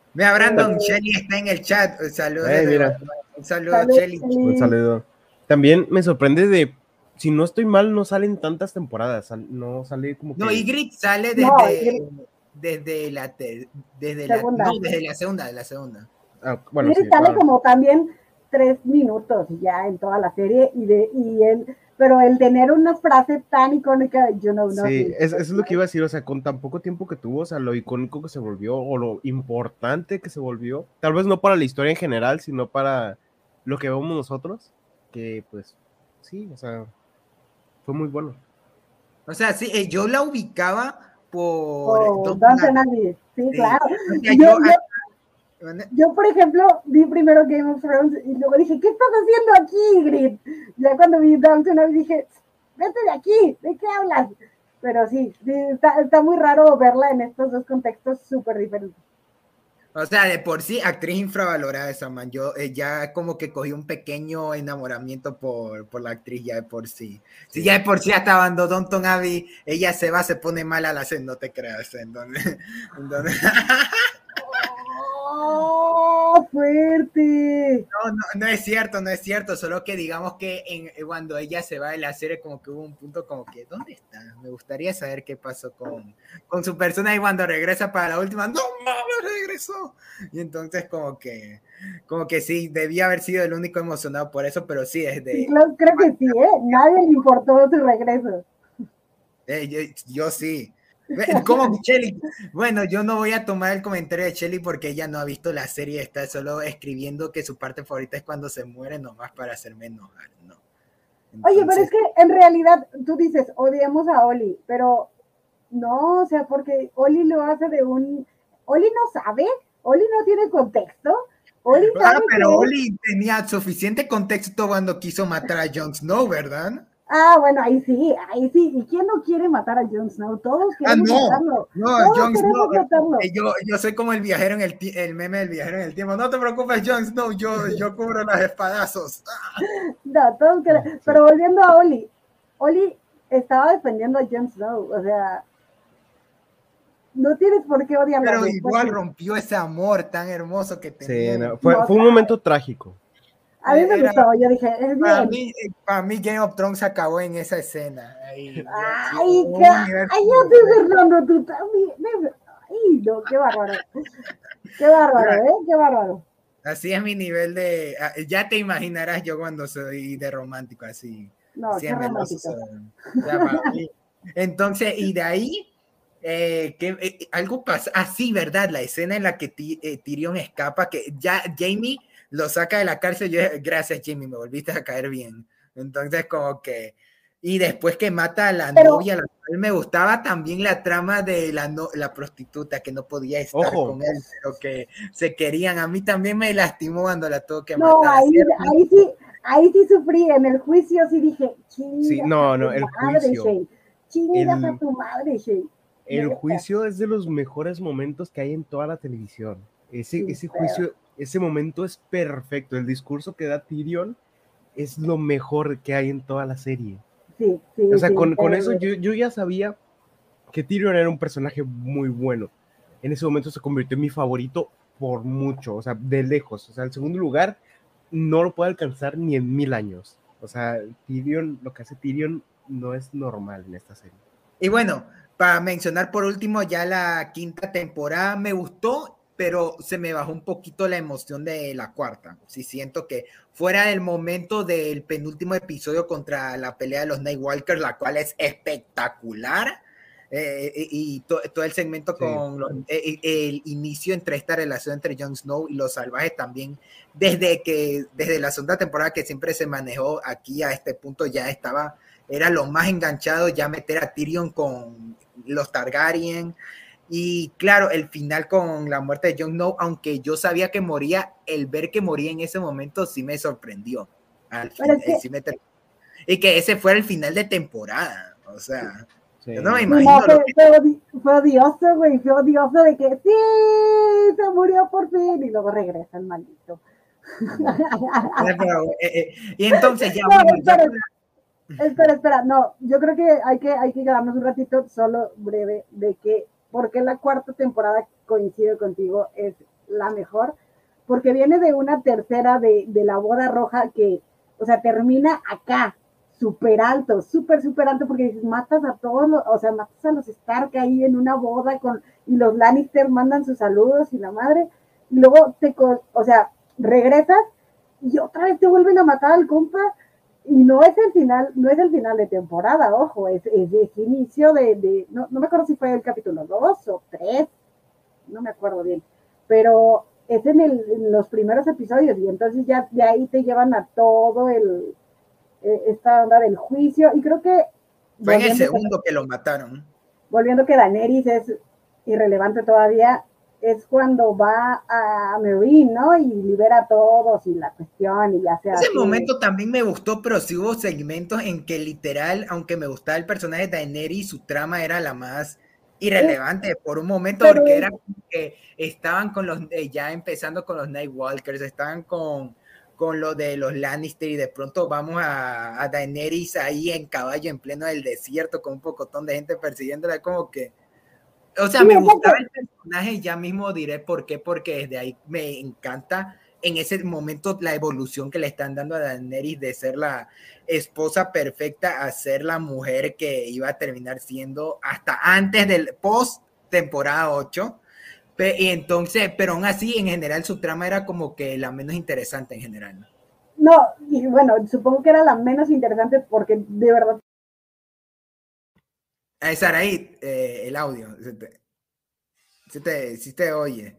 Mira, Brandon, Shelly está en el chat. Saludos desde Mira. Guatemala. Un saludo, Salud, Shelly. Un saludo. También me sorprende si no estoy mal, no salen tantas temporadas, no sale como que... No, Ygritte sale No, desde la segunda. no, desde la segunda, de la segunda. Ah, bueno, Ygritte sí, sale claro. como también 3 minutos ya en toda la serie pero el tener una frase tan icónica, yo no Sí, eso es lo que iba a decir, o sea, con tan poco tiempo que tuvo, o sea, lo icónico que se volvió, o lo importante que se volvió, tal vez no para la historia en general, sino para lo que vemos nosotros, que pues, sí, o sea, fue muy bueno. O sea, sí, yo la ubicaba por Downton Abbey, sí, claro. O sea, yo, por ejemplo, vi primero Game of Thrones y luego dije, ¿qué estás haciendo aquí, Ygritte? Ya cuando vi Downton Abbey dije, vete de aquí, ¿de qué hablas? Pero sí, está muy raro verla en estos dos contextos súper diferentes. O sea, de por sí, actriz infravalorada esa man. Yo ya como que cogí un pequeño enamoramiento por la actriz ya de por sí. Si ya de por sí hasta cuando Downton Abbey, ella se pone mal a la sed, no te creas. ¡Oh, fuerte! No es cierto, no es cierto. Solo que digamos que cuando ella se va de la serie, como que hubo un punto como que, ¿dónde está? Me gustaría saber qué pasó con su persona y cuando regresa para la última, ¡no mames, regresó! Y entonces como que sí, debía haber sido el único emocionado por eso, pero sí, desde... Creo que sí, ¿eh? Nadie le importó su regreso. Yo sí. ¿Cómo Shelly? Bueno, yo no voy a tomar el comentario de Shelly porque ella no ha visto la serie, está solo escribiendo que su parte favorita es cuando se muere, nomás para hacerme enojar, ¿no? Entonces... Oye, pero es que en realidad tú dices, odiamos a Oli, pero no, o sea, porque Oli lo hace de un... Oli no sabe, Oli no tiene contexto. Oli sabe pero Oli tenía suficiente contexto cuando quiso matar a Jon Snow, ¿verdad? Ah, bueno, ahí sí, ahí sí. ¿Y quién no quiere matar a Jon Snow? Todos queremos matarlo. No, todos queremos matarlo. Yo soy como el viajero en el meme del viajero en el tiempo. No te preocupes, Jon Snow, yo cubro los espadazos. No, todos queremos. Sí. Pero volviendo a Oli estaba defendiendo a Jon Snow, o sea, no tienes por qué odiarlo. Pero igual rompió ese amor tan hermoso que tenía. Sí, no, fue un momento trágico. A mí me gustó, yo dije, es bien. Para mí Game of Thrones acabó en esa escena. Ay, yo estoy Fernando, tú también. Ay, no, qué bárbaro. Qué bárbaro, qué bárbaro. Así es mi nivel de... Ya te imaginarás yo cuando soy de romántico, así. No, así qué romántico. Entonces, y de ahí... algo pasa, así, ¿verdad? La escena en la que Tyrion escapa, que ya Jaime lo saca de la cárcel, yo, gracias Jaime, me volviste a caer bien. Entonces como que, y después que mata a la novia, la cual me gustaba también la trama de la prostituta que no podía estar con él, pero que se querían. A mí también me lastimó cuando la tuvo que matar. Ahí sí sufrí, en el juicio sí dije, sí, no, el juicio. Chingas a tu madre, Shane. El juicio es de los mejores momentos que hay en toda la televisión. Ese juicio, ese momento es perfecto. El discurso que da Tyrion es lo mejor que hay en toda la serie. Sí, o sea, con eso yo ya sabía que Tyrion era un personaje muy bueno. En ese momento se convirtió en mi favorito por mucho, o sea, de lejos. O sea, el segundo lugar no lo puede alcanzar ni en 1000 años. O sea, Tyrion, lo que hace Tyrion no es normal en esta serie. Y bueno, para mencionar por último, ya la quinta temporada me gustó, pero se me bajó un poquito la emoción de la cuarta. Sí, siento que fuera del momento del penúltimo episodio contra la pelea de los Nightwalkers, la cual es espectacular, y todo el segmento con el inicio entre esta relación entre Jon Snow y los salvajes también, desde la segunda temporada que siempre se manejó aquí a este punto ya era lo más enganchado, ya meter a Tyrion con los Targaryen. Y claro, el final con la muerte de Jon Snow, aunque yo sabía que moría, el ver que moría en ese momento sí me sorprendió. Al final, y que ese fuera el final de temporada. O sea, yo no me imagino. Fue odioso, güey. Fue odioso de que sí, se murió por fin. Y luego regresa el maldito. Y entonces ya. Espera, no, yo creo que hay que quedarnos un ratito solo breve de que, porque la cuarta temporada, coincido contigo, es la mejor, porque viene de una tercera de la boda roja que, o sea, termina acá, súper alto, súper alto, porque dices, matas a todos, o sea, matas a los Stark ahí en una boda y los Lannister mandan sus saludos y la madre, y luego o sea, regresas y otra vez te vuelven a matar al compa, y no es el final, no es el final de temporada, ojo, es inicio no me acuerdo si fue el capítulo 2 o 3, no me acuerdo bien, pero es en los primeros episodios, y entonces ya de ahí te llevan a todo esta onda del juicio, y creo que fue en el segundo que lo mataron. Volviendo que Daenerys es irrelevante todavía, es cuando va a Meereen, ¿no? Y libera a todos y la cuestión y ya sea... Ese momento también me gustó, pero sí hubo segmentos en que literal, aunque me gustaba el personaje de Daenerys, su trama era la más irrelevante por un momento, porque era como que estaban con los, ya empezando con los Nightwalkers, estaban con lo de los Lannister, y de pronto vamos a Daenerys ahí en caballo en pleno del desierto con un pocotón de gente persiguiéndola, como que, o sea, sí, me gustaba el personaje, ya mismo diré por qué, porque desde ahí me encanta en ese momento la evolución que le están dando a Daenerys de ser la esposa perfecta a ser la mujer que iba a terminar siendo hasta antes del post temporada 8. Y entonces, pero aún así, en general, su trama era como que la menos interesante en general. No, y bueno, supongo que era la menos interesante porque de verdad. Saraí, el audio. Si te oye.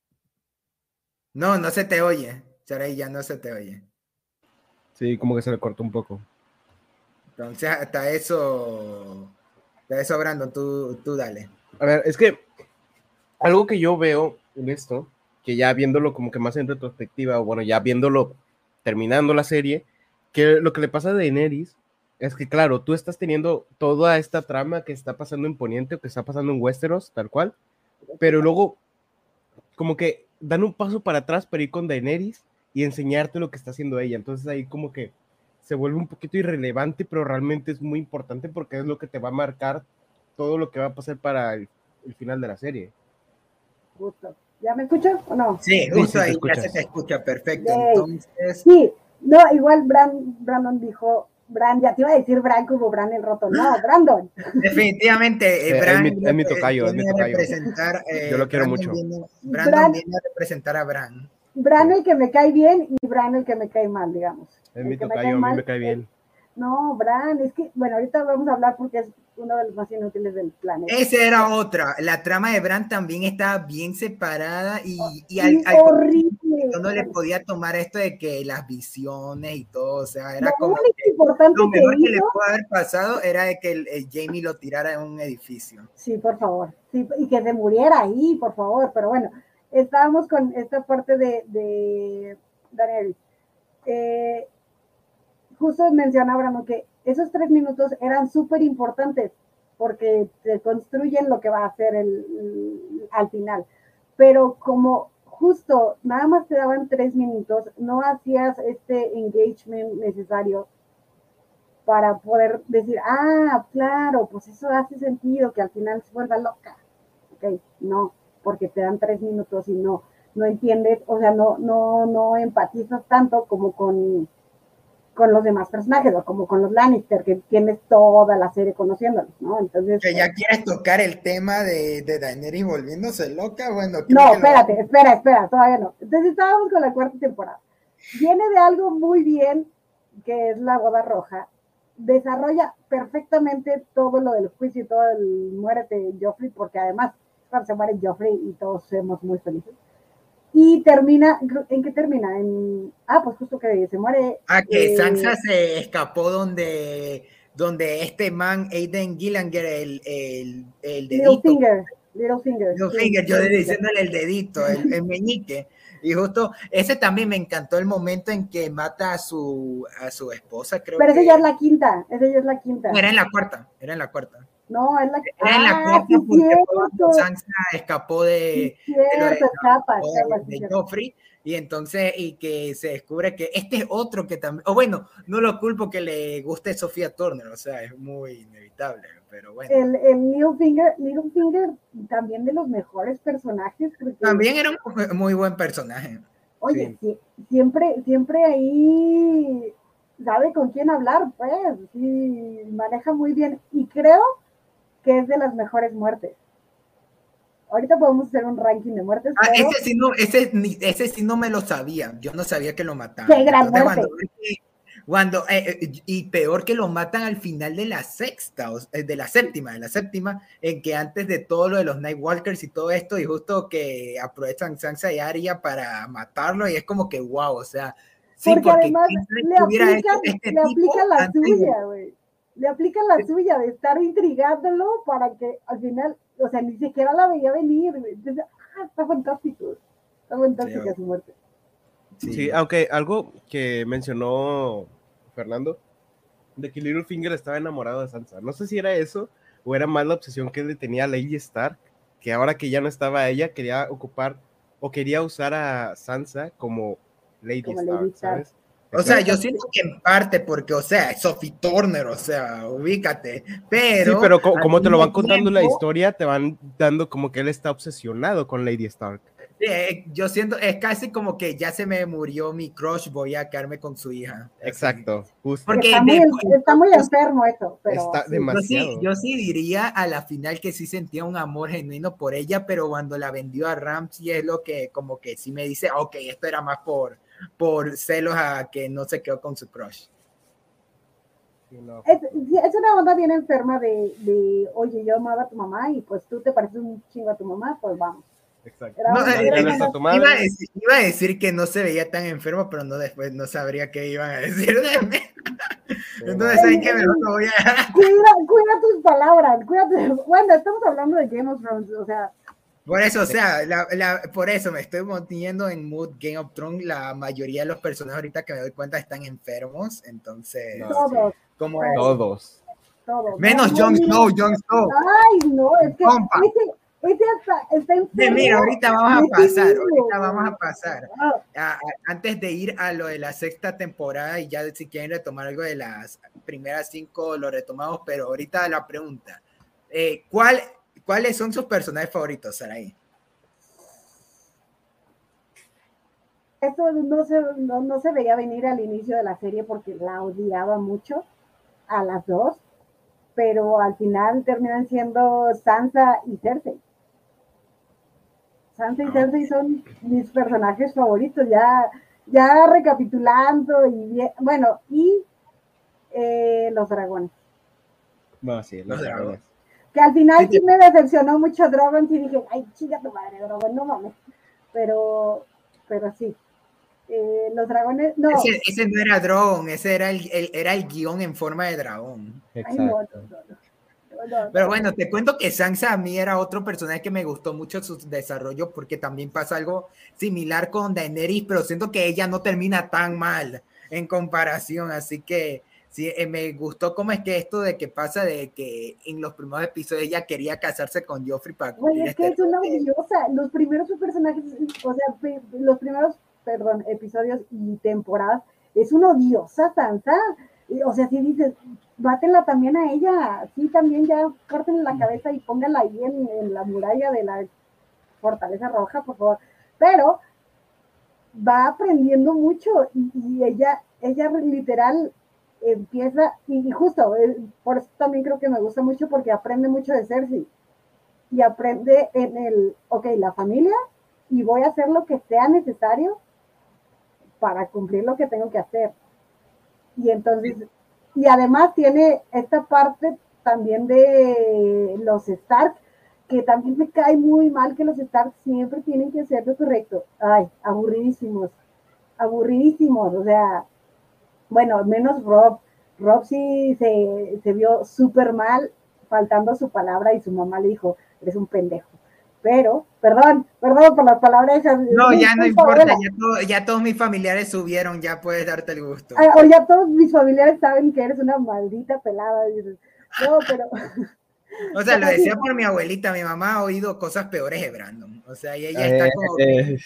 No se te oye. Saraí, ya no se te oye. Sí, como que se le cortó un poco. Entonces, hasta eso, Brandon, tú dale. A ver, es que algo que yo veo en esto, que ya viéndolo como que más en retrospectiva, o bueno, ya viéndolo terminando la serie, que lo que le pasa a Daenerys es que, claro, tú estás teniendo toda esta trama que está pasando en Poniente o que está pasando en Westeros, tal cual, pero luego como que dan un paso para atrás para ir con Daenerys y enseñarte lo que está haciendo ella. Entonces ahí como que se vuelve un poquito irrelevante, pero realmente es muy importante porque es lo que te va a marcar todo lo que va a pasar para el final de la serie. Justo. ¿Ya me escuchas o no? Sí, justo ahí ya se te escucha perfecto. Yay. Entonces. Sí, no, igual Brandon dijo, ya te iba a decir Bran como Bran el roto, no, Brandon. Definitivamente, Bran es mi tocayo, viene a representar, yo lo quiero mucho. Brandon viene a representar a Bran. Bran el que me cae bien y Bran el que me cae mal, digamos. Es mi tocayo, a mí me cae bien. No, Bran, es que, bueno, ahorita vamos a hablar porque es uno de los más inútiles del planeta. Esa era otra. La trama de Bran también estaba bien separada y horrible. No le podía tomar esto de que las visiones y todo, o sea, era como que lo mejor que le pudo haber pasado era de que el Jaime lo tirara en un edificio. Sí, por favor. Sí, y que se muriera ahí, por favor. Pero bueno, estábamos con esta parte de Daenerys. Justo mencionábamos que esos 3 minutos eran súper importantes porque te construyen lo que va a hacer al final. Pero como justo nada más te daban 3 minutos, no hacías este engagement necesario para poder decir, claro, pues eso hace sentido, que al final se vuelva loca. Ok, no, porque te dan 3 minutos y no entiendes, o sea, no empatizas tanto como con los demás personajes, o como con los Lannister, que tienes toda la serie conociéndolos, ¿no? Entonces... Que ya quieres tocar el tema de Daenerys volviéndose loca, bueno... No, espérate, espera, todavía no. Entonces estábamos con la 4ª temporada. Viene de algo muy bien, que es la boda roja. Desarrolla perfectamente todo lo del juicio y todo el muérete Joffrey, porque además cuando se muere Joffrey y todos somos muy felices. Y termina, ¿en qué termina? Pues justo que se muere. Que Sansa se escapó donde este man, Aidan Gillinger, el dedito. Littlefinger, yo diciéndole el dedito, el meñique. Y justo, ese también me encantó el momento en que mata a su esposa, creo. Pero esa ya es la quinta, No, era en la cuarta. No, es la era en la cuarta, porque cuando Sansa escapó de Joffrey, y entonces, y que se descubre que este es otro que también, o bueno, no lo culpo que le guste Sofía Turner, o sea, es muy inevitable, pero bueno. El Littlefinger, también de los mejores personajes, creo que también era un muy buen personaje. Oye, sí. siempre ahí sabe con quién hablar, pues, sí, maneja muy bien, y creo que es de las mejores muertes. Ahorita podemos hacer un ranking de muertes. Pero... ese sí no me lo sabía. Yo no sabía que lo mataban. ¡Qué gran muerte! Y peor que lo matan al final de la sexta, de la séptima, en que antes de todo lo de los Nightwalkers y todo esto, y justo que aprovechan Sansa y Arya para matarlo, y es como que wow, o sea, sí, porque además le aplican la suya, güey. Le aplican la suya de estar intrigándolo para que al final, o sea, ni siquiera la veía venir. Entonces, está fantástico. Está fantástica su muerte. Sí, aunque algo que mencionó Fernando, de que Littlefinger estaba enamorado de Sansa. No sé si era eso, o era más la obsesión que le tenía a Lady Stark, que ahora que ya no estaba ella, quería ocupar, o quería usar a Sansa como Lady Stark, ¿sabes? O sea, yo siento que en parte, porque, o sea, Sophie Turner, o sea, ubícate, pero... Sí, pero como te lo van contando la historia, te van dando como que él está obsesionado con Lady Stark. Yo siento, es casi como que ya se me murió mi crush, voy a quedarme con su hija. Exacto, justo. Porque está muy enfermo eso, pero... Está demasiado. Yo sí diría a la final que sí sentía un amor genuino por ella, pero cuando la vendió a Ramsay es lo que como que sí me dice, ok, esto era más por celos a que no se quedó con su crush. Es una onda bien enferma de oye, yo amaba a tu mamá y pues tú te pareces un chingo a tu mamá, pues vamos. Exacto. Iba a decir que no se veía tan enfermo, pero no después no sabría qué iban a decir de mí. Entonces hay que mejor lo voy a... Cuida tus palabras, bueno, estamos hablando de Game of Thrones, o sea... Por eso, o sea, por eso me estoy manteniendo en mood Game of Thrones. La mayoría de los personajes ahorita que me doy cuenta están enfermos, entonces... Todos. ¿Cómo es? Todos. Menos Jon Snow. Ay, no, es que ese está enfermo. Mira, ahorita vamos a pasar. Antes de ir a lo de la sexta temporada, y ya si quieren retomar algo de las primeras 5, lo retomamos, pero ahorita la pregunta, ¿cuáles son sus personajes favoritos, Saraí? Eso no se veía venir al inicio de la serie porque la odiaba mucho a las dos, pero al final terminan siendo Sansa y Cersei. Sansa y Cersei son mis personajes favoritos, ya recapitulando, y bueno, y los dragones. No, sí, los dragones. Que al final sí me decepcionó mucho Drogon, y dije, ay, chica tu madre, Drogon, no mames. Pero sí. Los dragones, no. Ese no era Drogon, ese era el guión en forma de dragón. Exacto. Pero bueno, te cuento que Sansa a mí era otro personaje que me gustó mucho su desarrollo, porque también pasa algo similar con Daenerys, pero siento que ella no termina tan mal en comparación, así que sí, me gustó cómo es que esto de que pasa de que en los primeros episodios ella quería casarse con Joffrey para cumplir es que es una odiosa, los primeros personajes, o sea, los primeros episodios y temporadas, es una odiosa Sansa, o sea, si dices, bátenla también a ella, sí, también ya córtenle la cabeza y pónganla ahí en la muralla de la Fortaleza Roja, por favor, pero va aprendiendo mucho y ella literal empieza, y justo, por eso también creo que me gusta mucho, porque aprende mucho de Cersei, y aprende la familia, y voy a hacer lo que sea necesario para cumplir lo que tengo que hacer. Y entonces, y además tiene esta parte también de los Stark, que también me cae muy mal que los Stark siempre tienen que hacer lo correcto. Ay, aburridísimos, o sea, bueno, menos Rob. Rob sí se vio súper mal, faltando a su palabra, y su mamá le dijo, eres un pendejo. Pero, perdón por las palabras. No, ya no importa, ya todos mis familiares subieron, ya puedes darte el gusto. O ya todos mis familiares saben que eres una maldita pelada. Dices, no, O sea, lo decía por mi abuelita, mi mamá ha oído cosas peores de Brandon. O sea, y ella está como que,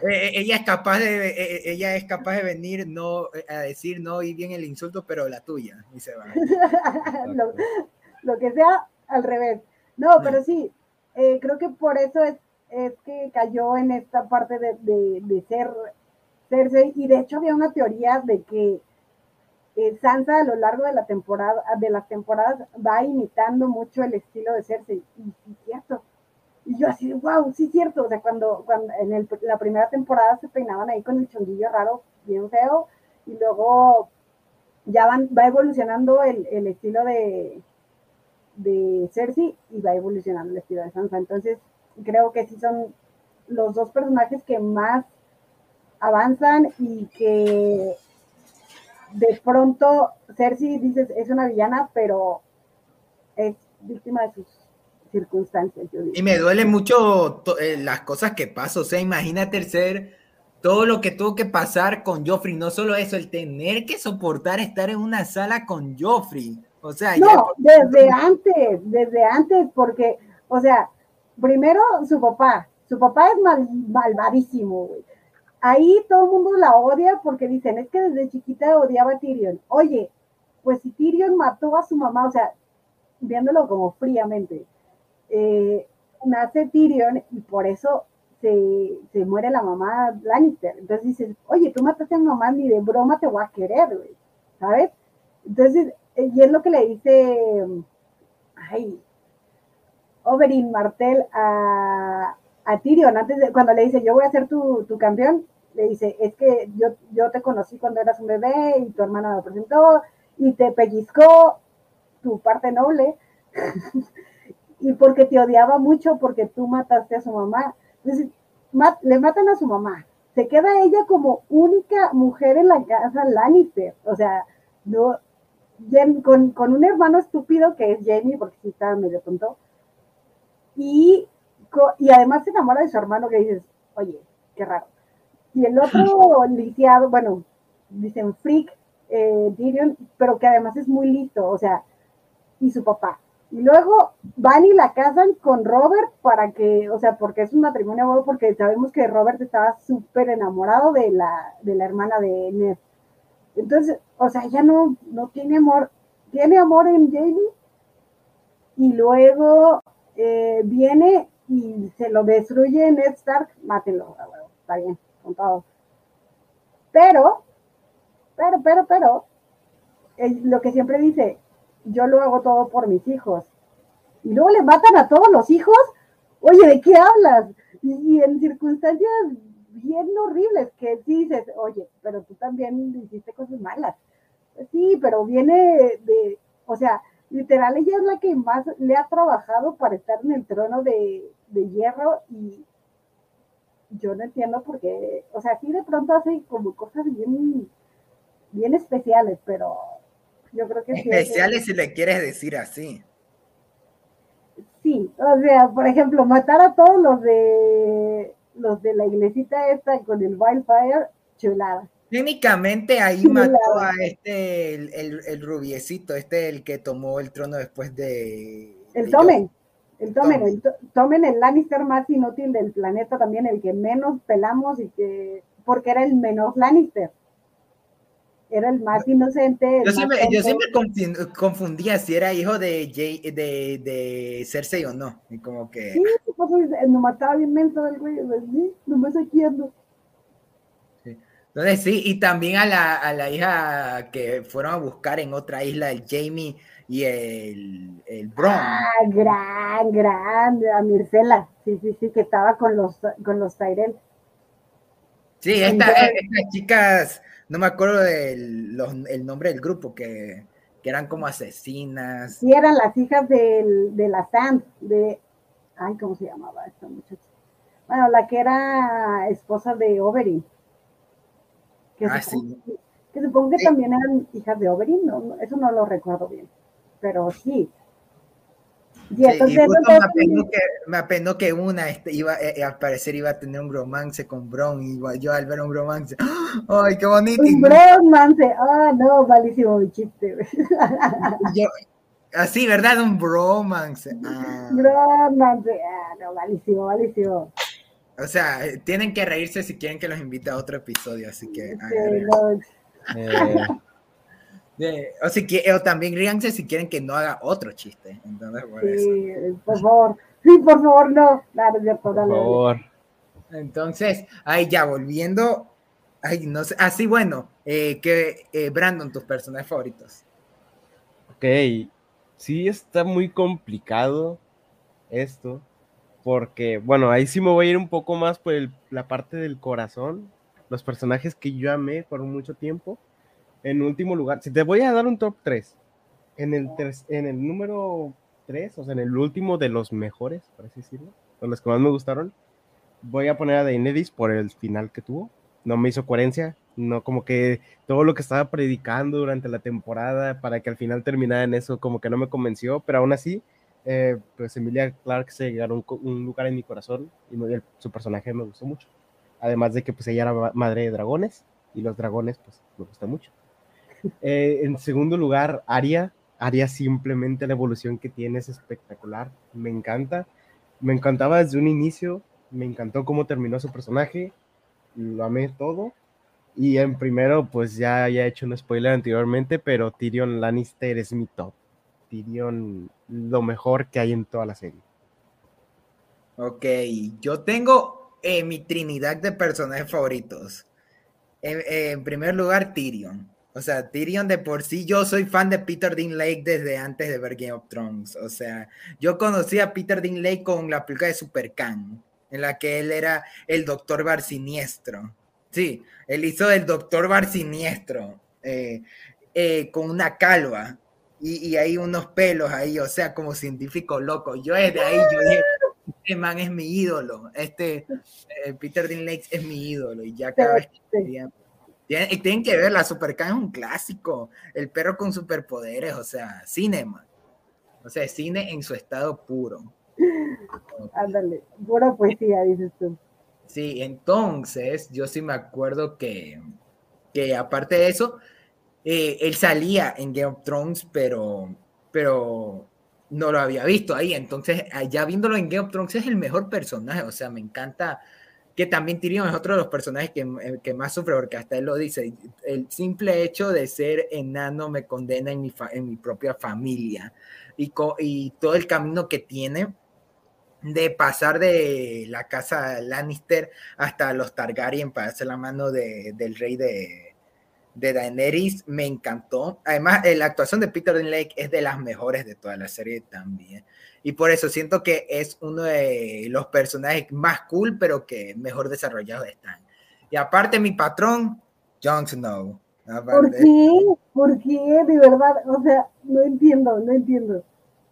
ella es capaz de venir no a decir no y bien el insulto, pero la tuya, y se va. lo que sea al revés. No, pero sí, creo que por eso es que cayó en esta parte de ser Cersei, y de hecho había una teoría de que Sansa a lo largo de las temporadas va imitando mucho el estilo de Cersei, y sí es cierto. Y yo así, wow, sí es cierto. O sea, cuando en la primera temporada se peinaban ahí con el chonguillo raro, bien feo, y luego ya va evolucionando el estilo de Cersei y va evolucionando el estilo de Sansa. Entonces, creo que sí son los dos personajes que más avanzan y que de pronto Cersei, dices, es una villana, pero es víctima de sus circunstancias. Yo digo. Y me duele mucho las cosas que pasan. O sea, imagínate ser todo lo que tuvo que pasar con Joffrey. No solo eso, el tener que soportar estar en una sala con Joffrey. O sea, no, ya... desde antes, porque, o sea, primero su papá es malvadísimo, güey. Ahí todo el mundo la odia porque dicen, es que desde chiquita odiaba a Tyrion. Oye, pues si Tyrion mató a su mamá, o sea, viéndolo como fríamente, nace Tyrion y por eso se muere la mamá Lannister. Entonces dices, oye, tú mataste a mi mamá, ni de broma te voy a querer, güey, ¿sabes? Entonces, y es lo que le dice, ay, Oberyn Martell a Tyrion, cuando le dice, yo voy a ser tu campeón, le dice, es que yo te conocí cuando eras un bebé y tu hermana me presentó y te pellizcó tu parte noble y porque te odiaba mucho porque tú mataste a su mamá. Entonces, le matan a su mamá. Se queda ella como única mujer en la casa Lannister. O sea, no, con un hermano estúpido que es Jaime, porque sí estaba medio tonto. Y además se enamora de su hermano, que dices, oye, qué raro. Y el otro lisiado, bueno, dicen freak, Tyrion, pero que además es muy listo, o sea, y su papá. Y luego van y la casan con Robert para que, o sea, porque es un matrimonio bueno, porque sabemos que Robert estaba súper enamorado de la hermana de Ned. Entonces, o sea, ella no tiene amor en Jamie, y luego viene y se lo destruye Ned Stark, mátenlo, bueno, está bien, contado. Pero, lo que siempre dice, yo lo hago todo por mis hijos. Y luego le matan a todos los hijos. Oye, ¿de qué hablas? Y en circunstancias bien horribles, que sí dices, oye, pero tú también hiciste cosas malas. Sí, pero viene o sea, literal, ella es la que más le ha trabajado para estar en el trono de hierro, y yo no entiendo por qué, o sea, sí de pronto hace como cosas bien especiales, pero yo creo que especiales si le quieres decir así. Sí, o sea, por ejemplo, matar a todos los de la iglesita esta con el wildfire, chulada. Técnicamente ahí mató a el rubiecito, el que tomó el trono después de... Tommen, el Lannister más inútil del planeta también, el que menos pelamos porque era el menor Lannister. Era el más inocente. Yo siempre confundía si era hijo de Cersei o no. Y como que... Sí, pues, no mataba bien menso el güey, no me estoy quiendo. Entonces sí, y también a la hija que fueron a buscar en otra isla, el Jaime y el Bronn. Gran, a Myrcella, sí, que estaba con los Tyrell. Sí, estas chicas, no me acuerdo el nombre del grupo, que eran como asesinas. Sí, eran las hijas de la Sand, ay, ¿cómo se llamaba esta muchacha? Bueno, la que era esposa de Oberyn. Que supongo que también eran hijas de Oberyn, no, eso no lo recuerdo bien, pero sí. Y entonces, me apenó que una iba al parecer iba a tener un romance con Bronn, y yo al ver un romance, ¡ay, qué bonito! Un romance, no, malísimo mi chiste. Así, ¿verdad? Un bromance. Bromance. No, malísimo, malísimo. O sea, tienen que reírse si quieren que los invite a otro episodio, así que... Sí, no. O también ríanse si quieren que no haga otro chiste. Entonces, por eso. Sí, por favor. Sí, por favor, no. No, es cierto, Por dale, favor. Entonces, ahí ya volviendo. Ay, no sé. Así, bueno. Brandon, tus personajes favoritos. Ok. Sí está muy complicado esto. Porque, bueno, ahí sí me voy a ir un poco más por la parte del corazón. Los personajes que yo amé por mucho tiempo. En último lugar, si te voy a dar un top 3, en el número 3, o sea, en el último de los mejores, por así decirlo, con los que más me gustaron, voy a poner a Daenerys por el final que tuvo. No me hizo coherencia, no como que todo lo que estaba predicando durante la temporada para que al final terminara en eso, como que no me convenció, pero aún así, pues Emilia Clarke se ganó un lugar en mi corazón y su personaje me gustó mucho. Además de que pues ella era madre de dragones y los dragones pues me gustan mucho. En segundo lugar, Arya. Arya simplemente la evolución que tiene es espectacular. Me encanta. Me encantaba desde un inicio. Me encantó cómo terminó su personaje. Lo amé todo. Y en primero, pues ya he hecho un spoiler anteriormente, pero Tyrion Lannister es mi top. Tyrion, lo mejor que hay en toda la serie. Ok, yo tengo mi trinidad de personajes favoritos. En primer lugar, Tyrion. O sea, Tyrion de por sí, yo soy fan de Peter Dinklage desde antes de ver Game of Thrones. O sea, yo conocí a Peter Dinklage con la película de Super Khan, en la que él era el Doctor Barciniestro. Sí, él hizo el Doctor Barciniestro con una calva y hay unos pelos ahí, o sea, como científico loco. Yo desde ahí, yo dije, este man es mi ídolo, Peter Dinklage es mi ídolo y ya cada vez que tienen que ver, la Supercan es un clásico, el perro con superpoderes, o sea, cinema, o sea, cine en su estado puro. Ándale, pura poesía, dices tú. Sí, entonces yo sí me acuerdo que aparte de eso, él salía en Game of Thrones, pero no lo había visto ahí. Entonces, ya viéndolo en Game of Thrones es el mejor personaje. O sea, me encanta que también Tyrion es otro de los personajes que más sufre, porque hasta él lo dice. El simple hecho de ser enano me condena en mi propia familia. Y todo el camino que tiene de pasar de la casa Lannister hasta los Targaryen para hacer la mano del rey de Daenerys, me encantó. Además, la actuación de Peter Dinklage es de las mejores de toda la serie también. Y por eso siento que es uno de los personajes más cool, pero que mejor desarrollados están. Y aparte, mi patrón, Jon Snow. ¿Por qué? ¿Por qué? De verdad, o sea, no entiendo, no entiendo.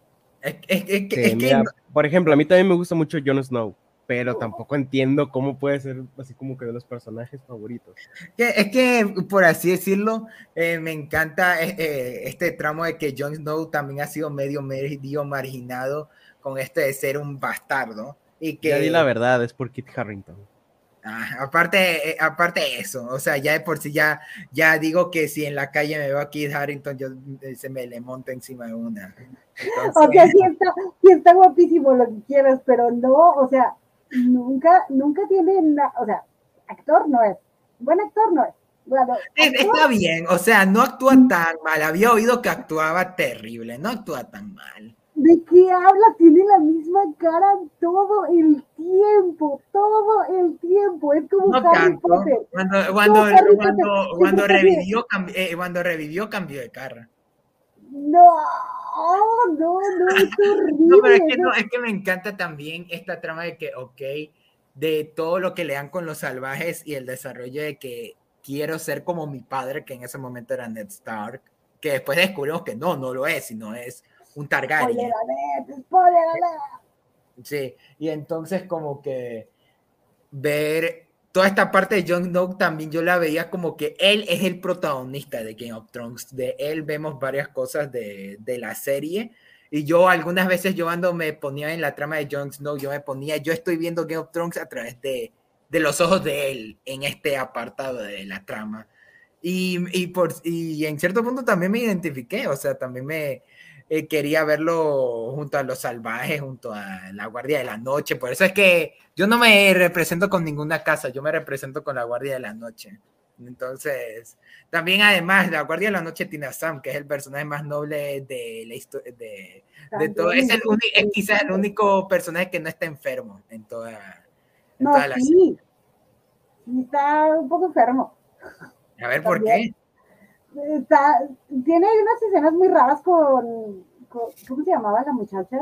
Mira, por ejemplo, a mí también me gusta mucho Jon Snow, pero tampoco entiendo cómo puede ser así como que de los personajes favoritos. Es que, por así decirlo, me encanta este tramo de que Jon Snow también ha sido medio marginado con esto de ser un bastardo. Y que, ya di la verdad, es por Kit Harington. Aparte de eso, o sea, ya de por sí ya digo que si en la calle me veo a Kit Harington, se me le monta encima de una. Entonces... O sea, sí está guapísimo lo que quieras, pero no, o sea, nunca tiene nada, o sea, actor no es, buen actor no es. Bueno, está bien, o sea, no actúa tan mal, había oído que actuaba terrible, no actúa tan mal. ¿De qué habla? Tiene la misma cara todo el tiempo, es como no Harry Potter. Cuando revivió cambió de cara. No, es horrible. No, pero es que me encanta también esta trama de que, de todo lo que le dan con los salvajes y el desarrollo de que quiero ser como mi padre, que en ese momento era Ned Stark, que después descubrimos que no lo es, sino es un Targaryen. Spoiler. Sí, y entonces como que ver toda esta parte de Jon Snow también yo la veía como que él es el protagonista de Game of Thrones, de él vemos varias cosas de la serie, y yo algunas veces yo cuando me ponía en la trama de Jon Snow, yo estoy viendo Game of Thrones a través de los ojos de él en este apartado de la trama, y en cierto punto también me identifiqué, o sea, también quería verlo junto a los salvajes, junto a la Guardia de la Noche. Por eso es que yo no me represento con ninguna casa, yo me represento con la Guardia de la Noche. Entonces, también además, la Guardia de la Noche tiene a Sam, que es el personaje más noble de la historia, de todo. Es quizás el único personaje que no está enfermo en toda la serie. Sí, está un poco enfermo. A ver, ¿por qué? Tiene unas escenas muy raras con ¿cómo se llamaba la muchacha?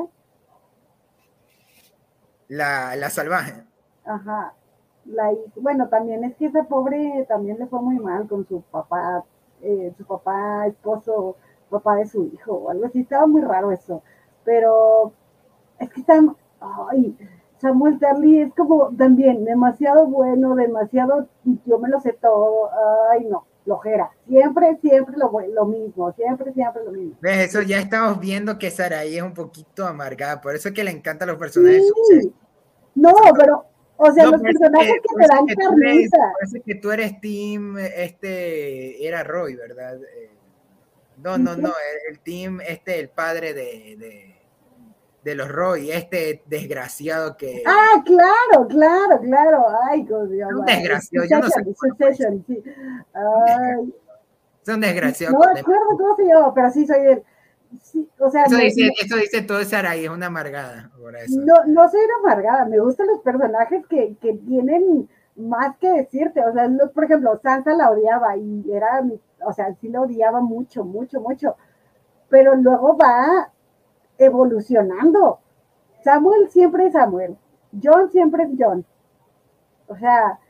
La salvaje. Ajá. Bueno, también es que ese pobre también le fue muy mal con su papá esposo, papá de su hijo, o algo así. Estaba muy raro eso. Pero es que Samuel Tarly es como también demasiado bueno, demasiado, yo me lo sé todo. Ay, no, flojera. Siempre lo mismo, siempre lo mismo. ¿Ves? Eso ya estamos viendo que Saraí es un poquito amargada, por eso es que le encantan los personajes. Sí. No, pero, o sea, los personajes que te dan carnita. Parece que tú eres team, era Roy, ¿verdad? No, el team, el padre de los Roy, desgraciado que... Ah, claro. Ay, Dios. Un desgraciado, yo no sé. Succession, sí. Ay. Es un desgraciado. No me acuerdo cómo se llama, pero sí soy él. Sí, o sea, eso dice todo Saraí, es una amargada. Por eso. No soy una amargada, me gustan los personajes que tienen más que decirte. O sea, por ejemplo, Sansa la odiaba y o sea, sí la odiaba mucho, pero luego va evolucionando. Samuel siempre es Samuel, Jon siempre es Jon. O sea,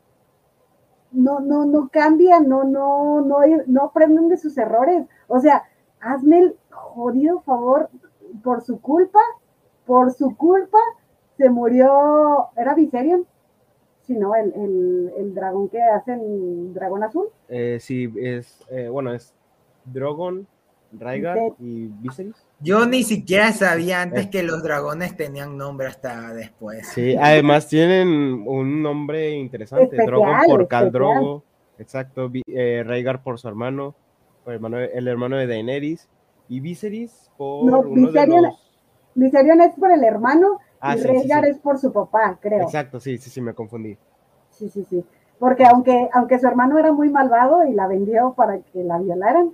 no cambian, no aprenden de sus errores. O sea, hazme el jodido favor, por su culpa se murió, ¿era Viserion? Sí, ¿no? El dragón que hacen dragón azul. Sí, es Drogon, Rhaegar y Viserys. Yo ni siquiera sabía antes que los dragones tenían nombre hasta después. Sí, además tienen un nombre interesante. Drogon por Khal Drogo, exacto. Rhaegar por su hermano, el hermano de Daenerys, y Viserys por uno de los... Viserion es por el hermano y Rhaegar es por su papá, creo. Exacto, sí, me confundí. Sí. Porque aunque su hermano era muy malvado y la vendió para que la violaran,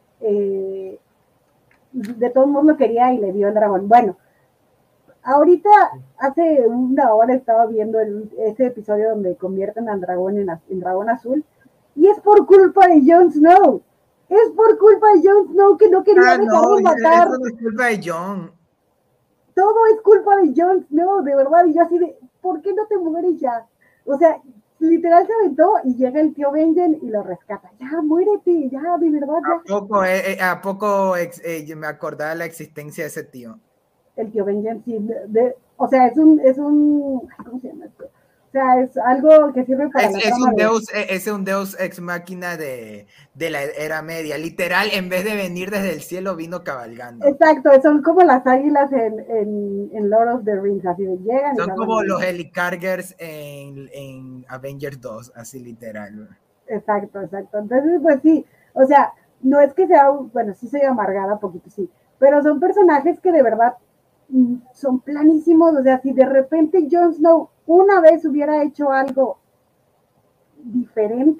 de todos modos lo quería y le dio el dragón. Bueno, ahorita hace una hora estaba viendo ese episodio donde convierten al dragón en dragón azul, y es por culpa de Jon Snow. Es por culpa de Jon Snow que no quería dejarlo matar. Eso no es culpa de Jon. Todo es culpa de Jon Snow, de verdad. Y yo así de, ¿por qué no te mueres ya? O sea, literal se aventó y llega el tío Benjen y lo rescata. Ya, muérete, ya, de verdad, ya. ¿A poco me acordaba la existencia de ese tío? El tío Benjen, sí. O sea, es un, ¿cómo se llama esto? O sea, es algo que sirve para la trama. Es un deus ex máquina de la Era Media. Literal, en vez de venir desde el cielo, vino cabalgando. Exacto, son como las águilas en Lord of the Rings, así de llegan. Son como los helicargers en Avengers 2, así literal. Exacto. Entonces, pues sí, o sea, no es que sea, bueno, sí soy amargada, poquito sí, pero son personajes que de verdad son planísimos. O sea, si de repente Jon Snow una vez hubiera hecho algo diferente,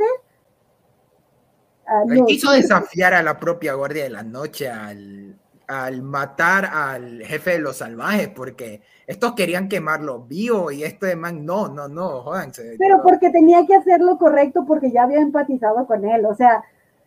quiso desafiar a la propia Guardia de la Noche al matar al jefe de los salvajes, porque estos querían quemarlo vivo y este man, no, jódanse. Pero porque tenía que hacer lo correcto, porque ya había empatizado con él, o sea...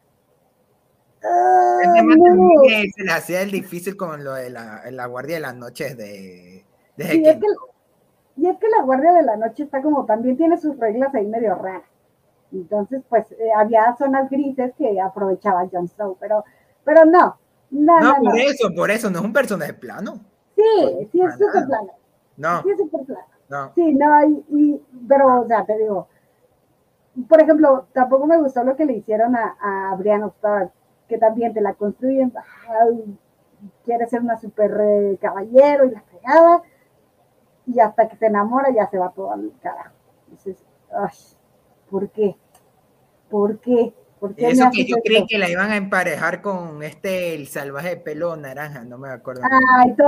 se le hacía el difícil con lo de la Guardia de las Noches sí, y es que la Guardia de la Noche está como, también tiene sus reglas ahí medio raras. Entonces, pues, había zonas grises que aprovechaba Jon Snow, pero no. Por eso, no es un personaje plano. Sí, es súper plano. No. Sí, es súper plano. No. Sí, pero, o sea, te digo, por ejemplo, tampoco me gustó lo que le hicieron a Brienne of Tarth, que también te la construyen, quiere ser una super caballero y la fregada, y hasta que se enamora ya se va todo al carajo. Entonces, ¿por qué? ¿Por Y qué me eso que haces yo creí esto? que la iban a emparejar con el salvaje de pelo naranja, no me acuerdo el nombre. Ay,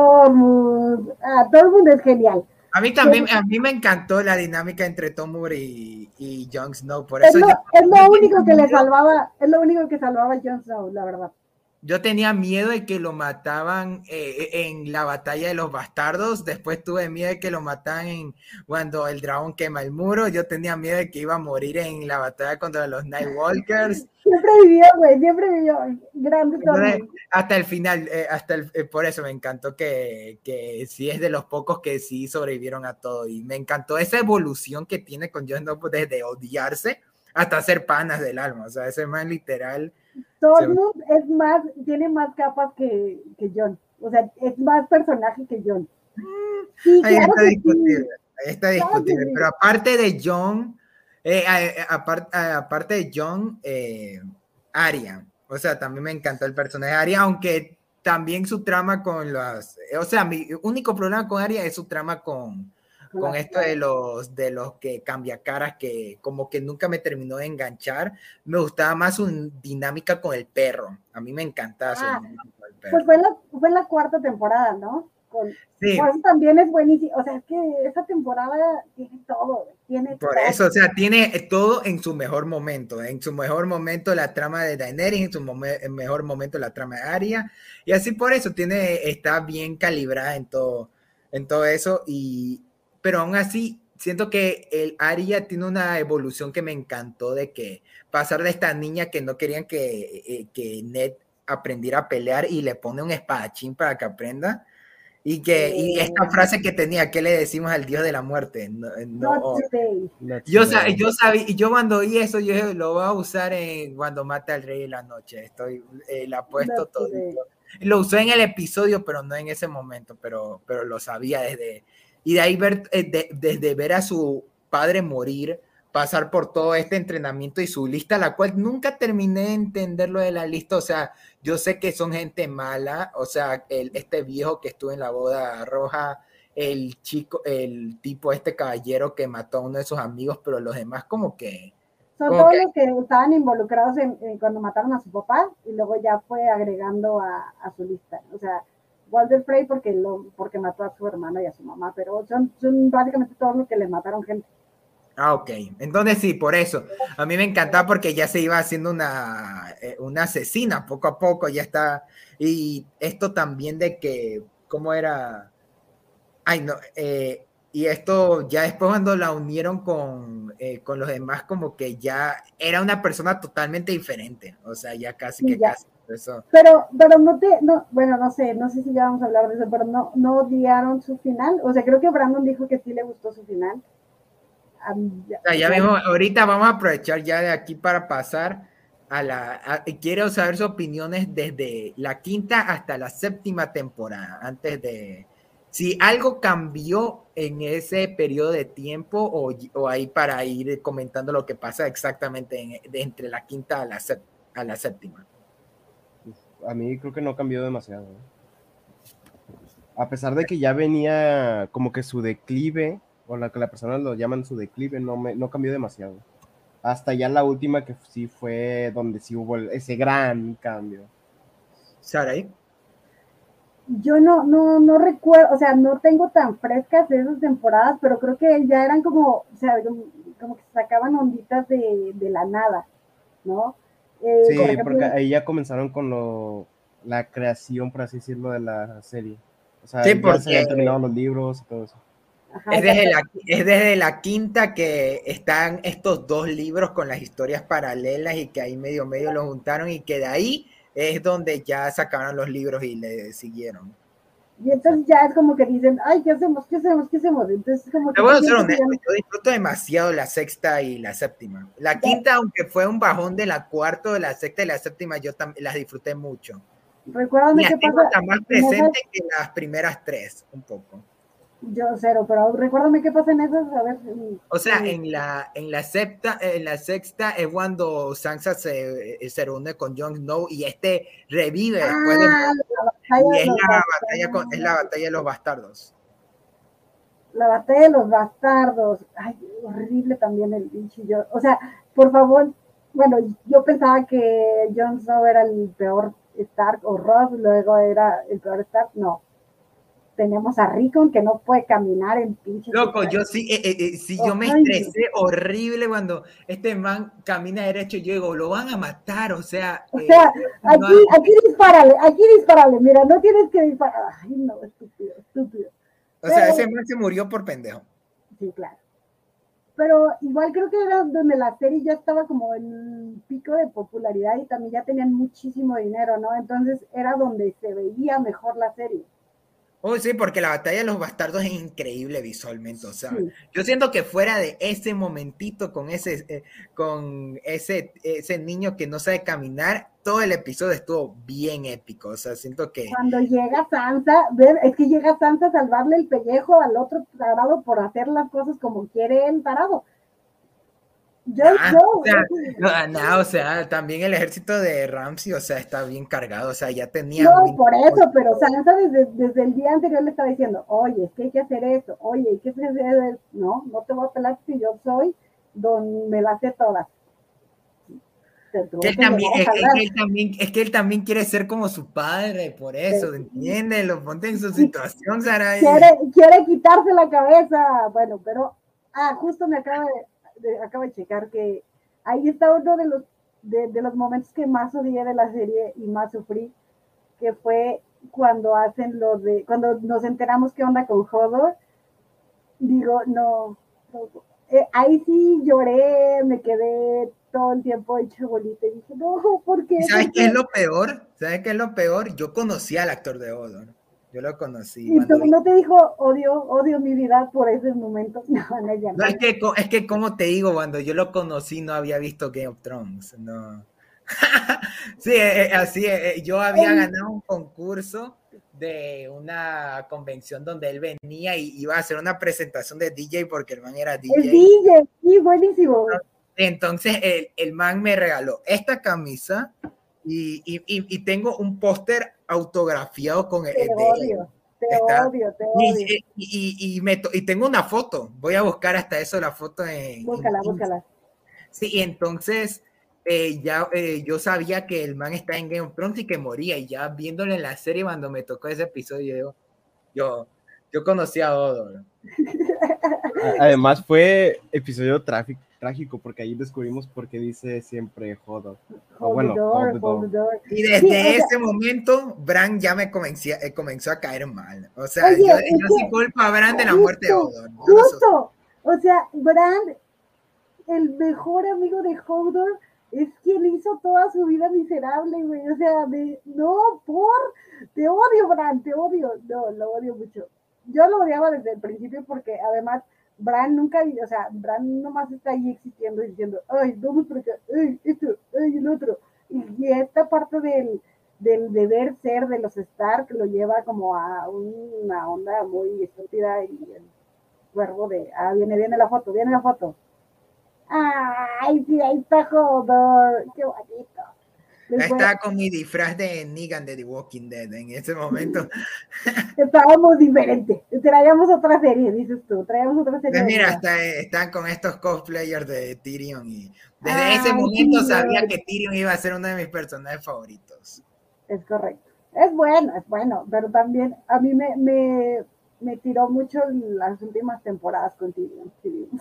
todo el mundo es genial. A mí Pero también, a mí me encantó la dinámica entre Tomur y Jon Snow, por Es eso lo, yo, es yo lo tenía único que le miedo. salvaba, es lo único que salvaba a Jon Snow, la verdad. Yo tenía miedo de que lo mataban en la batalla de los bastardos. Después tuve miedo de que lo mataran cuando el dragón quema el muro. Yo tenía miedo de que iba a morir en la batalla contra los Nightwalkers. Siempre vivió, güey, siempre vivió. Grande Entonces, Tormund. hasta el final, por eso me encantó que sí es de los pocos que sí sobrevivieron a todo. Y me encantó esa evolución que tiene con Jon Snow desde odiarse hasta ser panas del alma. O sea, ese man literal. Tormund es más, tiene más capas que Jon. O sea, es más personaje que Jon. Sí, Ahí claro está que discutible, sí. ahí está Claro que discutible. sí. Pero aparte de John, aparte de John, Arya. O sea, también me encantó el personaje de Arya, aunque también su trama con las. O sea, mi único problema con Arya es su trama con esto de los que cambia caras, que como que nunca me terminó de enganchar. Me gustaba más su dinámica con el perro. A mí me encantaba su dinámica con el Pues perro. fue la cuarta temporada, ¿no? Sí. Por eso también es buenísimo. O sea, es que esa temporada tiene todo, tiene Por todo. eso, o sea, tiene todo en su mejor momento. En su mejor momento la trama de Daenerys, en su mejor momento la trama de Arya. Y así por eso está bien calibrada en todo eso. Pero aún así, siento que el Arya tiene una evolución que me encantó de que pasar de esta niña que no querían que Ned aprendiera a pelear y le pone un espadachín para que aprenda. Y esta frase que tenía, ¿qué le decimos al dios de la muerte? Not today. Yo sabía, y yo cuando oí eso, yo dije, lo voy a usar cuando mate al rey de la noche. La puesto Not todo. today. Lo usé en el episodio, pero no en ese momento, pero lo sabía y de ahí desde ver a su padre morir, pasar por todo este entrenamiento y su lista, la cual nunca terminé de entender lo de la lista. O sea, yo sé que son gente mala, o sea, este viejo que estuvo en la boda roja, el chico, el tipo, este caballero que mató a uno de sus amigos, pero los demás Son todos los que estaban involucrados cuando mataron a su papá y luego ya fue agregando a su lista. O sea, Walder Frey porque mató a su hermano y a su mamá, pero son básicamente todos los que le mataron gente. Ah, ok. Entonces sí, por eso. A mí me encantaba porque ya se iba haciendo una asesina poco a poco, ya está. Y esto también de que, ¿cómo era? Ay, no. Y esto ya después cuando la unieron con los demás, como que ya era una persona totalmente diferente. O sea, ya casi que ya. casi. Eso. Pero bueno, no sé si ya vamos a hablar de eso, pero no odiaron su final. O sea, creo que Brandon dijo que sí le gustó su final. Ya mismo, ahorita vamos a aprovechar ya de aquí para pasar quiero saber sus opiniones desde la quinta hasta la séptima temporada, antes de si algo cambió en ese periodo de tiempo o ahí para ir comentando lo que pasa exactamente entre la quinta a la séptima. A mí creo que no cambió demasiado. A pesar de que ya venía como que su declive, o la que las personas lo llaman su declive, no cambió demasiado. Hasta ya la última que sí fue donde sí hubo ese gran cambio. ¿Sarai? Yo no recuerdo, o sea, no tengo tan frescas de esas temporadas, pero creo que ya eran como, o sea, como que sacaban onditas de la nada, ¿no? Sí, por ejemplo, porque ahí ya comenzaron con la creación, por así decirlo, de la serie. O sea, sí, ya se habían terminado los libros y todo eso. Ajá, es desde la quinta que están estos dos libros con las historias paralelas y que ahí medio lo juntaron y que de ahí es donde ya sacaron los libros y le siguieron. Y entonces ya es como que dicen, ay, ¿qué hacemos? Entonces como que... Te voy a ser honesto, yo disfruto demasiado la sexta y la séptima. La quinta, aunque fue un bajón de la cuarta, de la sexta y la séptima, yo también las disfruté mucho. Recuérdame qué pasa. Está más presente que las primeras tres, un poco. Yo cero, pero recuérdame qué pasa en esas, a ver. O sea, en la sexta es cuando Sansa se reúne con Jon Snow y revive después de y es la batalla de los bastardos. La batalla de los bastardos. Ay, horrible también el bicho. O sea, por favor, bueno, yo pensaba que Jon Snow era el peor Stark o Robb luego era el peor Stark, no. Tenemos a Rickon que no puede caminar en pinches. Loco, yo sí, sí, yo me Ay, estresé horrible cuando este man camina derecho y yo digo, lo van a matar, o sea, o sea, no, aquí dispárale, mira, no tienes que disparar. Ay, no, estúpido, estúpido. o sea, Pero, ese man se murió por pendejo. sí, claro. Pero igual creo que era donde la serie ya estaba como en pico de popularidad y también ya tenían muchísimo dinero, ¿no? Entonces era donde se veía mejor la serie. Oh, sí, porque la batalla de los bastardos es increíble visualmente, o sea, Sí. yo siento que fuera de ese momentito con ese niño que no sabe caminar, todo el episodio estuvo bien épico, o sea, siento que... Cuando llega Sansa, es que llega Sansa a salvarle el pellejo al otro tarado por hacer las cosas como quiere el tarado. O sea, también el ejército de Ramsay, o sea, está bien cargado, o sea, ya tenían... No, por eso, pero Sansa desde el día anterior le estaba diciendo, oye, es que hay que hacer eso, oye, hay que hacer eso. No, no te voy a pelar si yo soy don me las sé todas. Que él también, es que él también quiere ser como su padre, por eso, ¿entiendes? Lo ponte en su situación, Sarai. Quiere quitarse la cabeza. Bueno, pero justo me acabo de checar que ahí está uno de los momentos que más odié de la serie y más sufrí, que fue cuando hacen cuando nos enteramos qué onda con Hodor. Digo, no, ahí sí lloré, me quedé todo el tiempo hecho bolita y dije, no, ¿por qué? ¿Y sabes ¿Por qué es qué? lo peor? ¿Sabes qué es lo peor? Yo conocí al actor de Odor. Yo lo conocí Y cuando tú vi. no te dijo, odio mi vida por esos momentos. No, no es No, cierto. es que, como te digo, cuando yo lo conocí no había visto Game of Thrones. No. Sí, así, yo había ganado un concurso de una convención donde él venía y iba a hacer una presentación de DJ porque el man era El DJ. DJ, sí, buenísimo. Entonces el man me regaló esta camisa y tengo un póster autografiado con Te de él. odio, te Está, odio, te odio. y tengo una foto. Voy a buscar hasta eso la foto Búscala, en búscala. Sí, y entonces yo sabía que el man está en Game of Thrones y que moría. Y ya viéndolo en la serie, cuando me tocó ese episodio, yo conocí a Odo. Además fue episodio trágico porque ahí descubrimos por qué dice siempre Hodor. O Hold the bueno, door, Hold the hold door. the door. Y Sí, desde o sea, ese momento, Bran ya me comenzó a caer mal. O sea, oye, es yo sí que culpo a Bran de la muerte de justo, Odor. Yo lo sé. justo. O sea, Bran, el mejor amigo de Hodor, es quien hizo toda su vida miserable, güey. O sea, no, te odio, Bran, te odio. No, lo odio mucho. Yo lo odiaba desde el principio porque además Bran nunca, o sea, Bran nomás está ahí existiendo y diciendo, ay, vamos por acá, ay, esto, ay, el otro. Y esta parte del deber ser de los Stark lo lleva como a una onda muy estúpida y el cuervo de, viene la foto. Ay, sí, ahí está Hodor, qué bonito. Después Estaba con mi disfraz de Negan de The Walking Dead en ese momento. estábamos diferentes, traíamos otra serie, dices tú, traíamos otra serie Pues de mira, moda. están con estos cosplayers de Tyrion y desde ese Ay, momento sabía Tyrion, que Tyrion iba a ser uno de mis personajes favoritos. es correcto. Es bueno, pero también a mí me tiró mucho las últimas temporadas con Tyrion.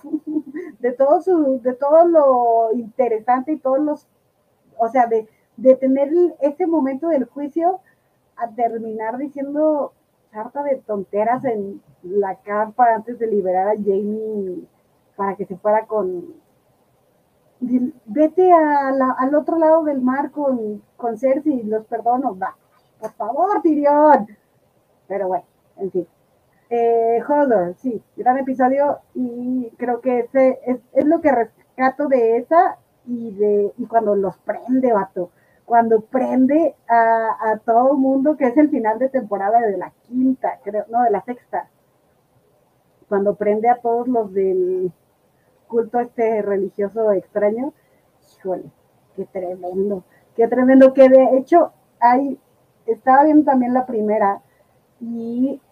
De todo lo interesante y todos los, o sea, de tener ese momento del juicio a terminar diciendo harta de tonteras en la carpa antes de liberar a Jamie para que se fuera con vete al otro lado del mar con Cersei, los perdono, va, por favor, Tyrion. Pero bueno, en fin. Hodor, sí, gran episodio y creo que ese es lo que rescato de esa y cuando los prende, vato. Cuando prende a todo el mundo, que es el final de temporada de la quinta, creo, no, de la sexta. Cuando prende a todos los del culto este religioso extraño, híjole, qué tremendo, que de hecho estaba viendo también la primera y